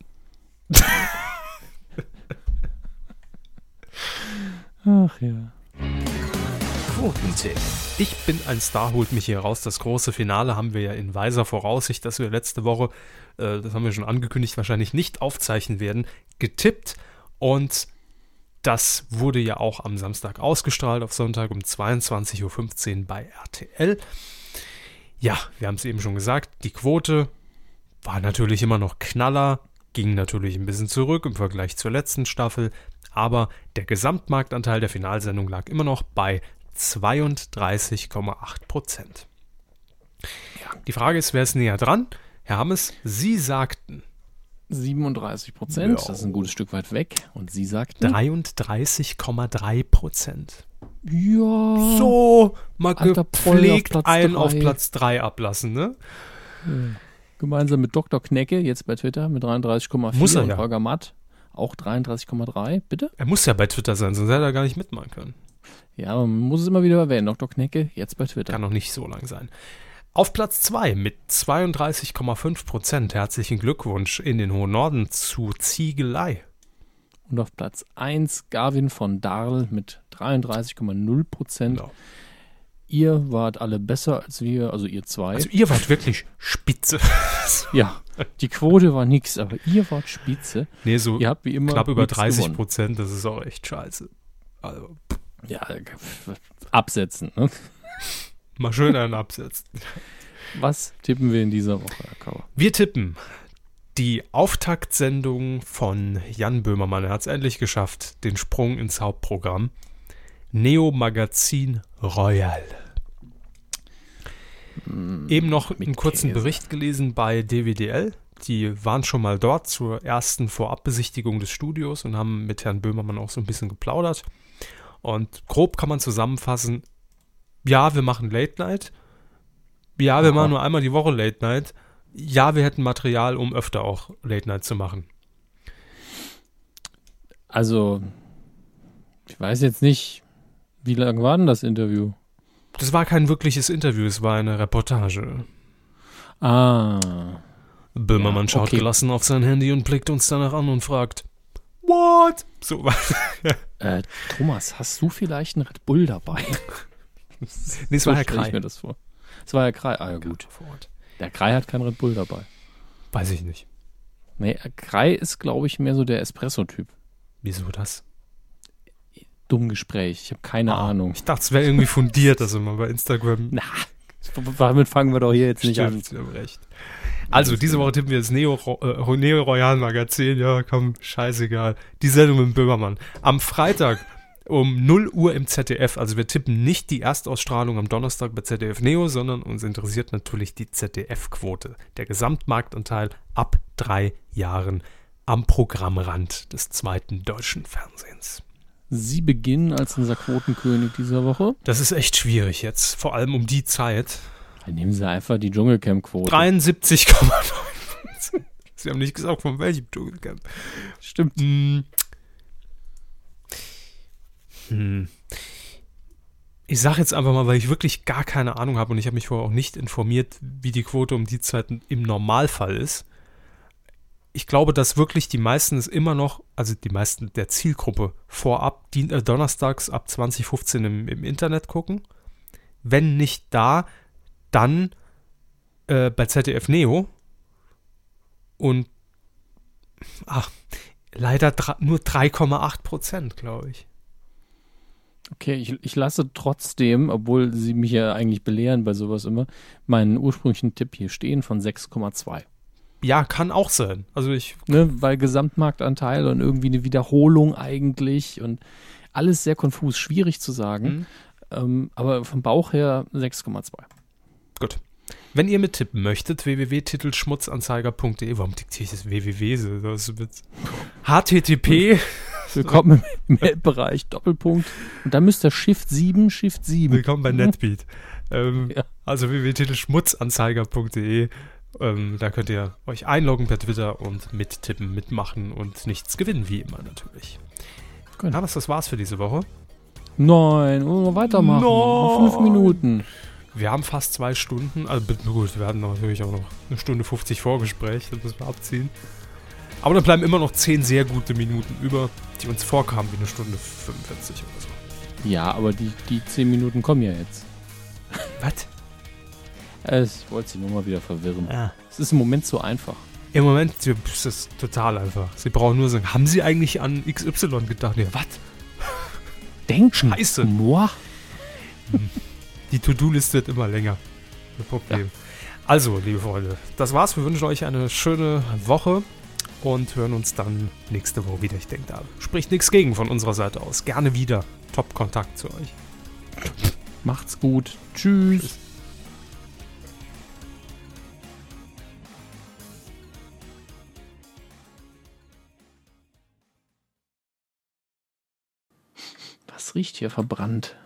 Ach ja. Quotentipp. Ich bin ein Star, holt mich hier raus. Das große Finale haben wir ja in weiser Voraussicht, dass wir letzte Woche, äh, das haben wir schon angekündigt, wahrscheinlich nicht aufzeichnen werden, getippt. Und das wurde ja auch am Samstag ausgestrahlt, auf Sonntag um zweiundzwanzig Uhr fünfzehn bei R T L. Ja, wir haben es eben schon gesagt, die Quote war natürlich immer noch Knaller, ging natürlich ein bisschen zurück im Vergleich zur letzten Staffel, aber der Gesamtmarktanteil der Finalsendung lag immer noch bei zweiunddreißig Komma acht Prozent. Die Frage ist, wer ist näher dran? Herr Hammes, Sie sagten siebenunddreißig Prozent, Ja. das ist ein gutes Stück weit weg. Und Sie sagten? dreiunddreißig Komma drei Prozent. Ja. So, mal Alter Proll gepflegt auf Platz einen drei. auf Platz drei ablassen, ne? Gemeinsam mit Doktor Knecke, jetzt bei Twitter, mit dreiunddreißig Komma vier. Muss er und ja. Holger Matt, auch dreiunddreißig Komma drei. Bitte? Er muss ja bei Twitter sein, sonst hätte er gar nicht mitmachen können. Ja, aber man muss es immer wieder erwähnen. Doktor Knecke, jetzt bei Twitter. Kann noch nicht so lang sein. Auf Platz zwei mit zweiunddreißig Komma fünf Prozent. Herzlichen Glückwunsch in den hohen Norden zu Ziegelei. Und auf Platz eins Gavin von Darl mit dreiunddreißig Komma null Prozent. Genau. Ihr wart alle besser als wir, also ihr zwei. Also ihr wart wirklich spitze. ja, die Quote war nix, aber ihr wart spitze. Nee, so Ihr habt wie immer knapp über nix dreißig gewonnen. Prozent, das ist auch echt scheiße. Also, Ja, absetzen. Ne? mal schön einen absetzen. Was tippen wir in dieser Woche, Herr Kauer? Wir tippen die Auftaktsendung von Jan Böhmermann. Er hat es endlich geschafft, den Sprung ins Hauptprogramm. Neo Magazin Royal. Eben noch mit einen kurzen Käse. Bericht gelesen bei D W D L. Die waren schon mal dort zur ersten Vorabbesichtigung des Studios und haben mit Herrn Böhmermann auch so ein bisschen geplaudert. Und grob kann man zusammenfassen, ja, wir machen Late Night. Ja, wir Aha. machen nur einmal die Woche Late Night. Ja, wir hätten Material, um öfter auch Late Night zu machen. Also, ich weiß jetzt nicht, wie lang war denn das Interview? Das war kein wirkliches Interview, es war eine Reportage. Ah, Böhmermann Ja, schaut okay. gelassen auf sein Handy und blickt uns danach an und fragt, what? So was. äh, Thomas, hast du vielleicht einen Red Bull dabei? Nee, es war Herr stell ich Krei. mir das vor. Es war Herr Krei, ah ja gut. Vor Ort. Der Krei hat keinen Red Bull dabei. Weiß ich nicht. Nee, Krei ist, glaube ich, mehr so der Espresso-Typ. Wieso das? Dumm Gespräch, ich habe keine Ah, Ahnung. Ich dachte, es wäre irgendwie fundiert, dass er mal bei Instagram Na, Damit fangen wir doch hier jetzt nicht Stimmt, an. Sie haben recht. Also, diese Woche tippen wir das Neo, äh, Neo Royal Magazin. Ja, komm, scheißegal. Die Sendung mit dem Böhmermann. Am Freitag um null Uhr im Z D F. Also, wir tippen nicht die Erstausstrahlung am Donnerstag bei Z D F Neo, sondern uns interessiert natürlich die Z D F-Quote. Der Gesamtmarktanteil ab drei Jahren am Programmrand des zweiten deutschen Fernsehens. Sie beginnen als unser Quotenkönig dieser Woche. Das ist echt schwierig jetzt, vor allem um die Zeit. Dann nehmen Sie einfach die Dschungelcamp-Quote. dreiundsiebzig Komma neun. Sie haben nicht gesagt, von welchem Dschungelcamp. Stimmt. Hm. Hm. Ich sage jetzt einfach mal, weil ich wirklich gar keine Ahnung habe und ich habe mich vorher auch nicht informiert, wie die Quote um die Zeit im Normalfall ist. Ich glaube, dass wirklich die meisten es immer noch, also die meisten der Zielgruppe vorab, die, äh, donnerstags ab zwanzig fünfzehn im, im Internet gucken. Wenn nicht da, dann äh, bei Z D F Neo. Und ach, leider dra- nur drei Komma acht Prozent, glaube ich. Okay, ich, ich lasse trotzdem, obwohl Sie mich ja eigentlich belehren bei sowas immer, meinen ursprünglichen Tipp hier stehen von sechs Komma zwei. Ja, kann auch sein. Also ich. Ne, weil Gesamtmarktanteil und irgendwie eine Wiederholung eigentlich und alles sehr konfus, schwierig zu sagen. Mhm. Ähm, aber vom Bauch her sechs Komma zwei. Gut. Wenn ihr mittippen möchtet, w w w punkt titelschmutzanzeiger punkt de, warum diktiere ich das w w w so? Das ist mit H T T P. Willkommen im Mail-Bereich, Doppelpunkt. Und dann müsst ihr Shift sieben, Shift sieben. Willkommen bei Netbeat. ähm, Ja. Also w w w punkt titelschmutzanzeiger punkt de. Ähm, da könnt ihr euch einloggen per Twitter und mittippen, mitmachen und nichts gewinnen, wie immer natürlich. Gut. Ja, das, das war's für diese Woche. Nein, wollen wir weitermachen. Noch fünf Minuten. Wir haben fast zwei Stunden. Also gut, wir hatten natürlich auch noch eine Stunde fünfzig Vorgespräch, das müssen wir abziehen. Aber da bleiben immer noch zehn sehr gute Minuten über, die uns vorkamen wie eine Stunde fünfundvierzig oder so. Ja, aber die, die zehn Minuten kommen ja jetzt. Was? Ich wollte Sie nur mal wieder verwirren. Ja. Es ist im Moment so einfach. Im Moment ist das total einfach. Sie brauchen nur sagen, haben Sie eigentlich an X Y gedacht? Ja, was? Denken. Scheiße. Moi. Die To-Do-Liste wird immer länger. Kein Problem. Ja. Also, liebe Freunde, das war's. Wir wünschen euch eine schöne Woche und hören uns dann nächste Woche wieder. Ich denke, da spricht nichts gegen von unserer Seite aus. Gerne wieder. Top-Kontakt zu euch. Macht's gut. Tschüss. Tschüss. Was riecht hier verbrannt?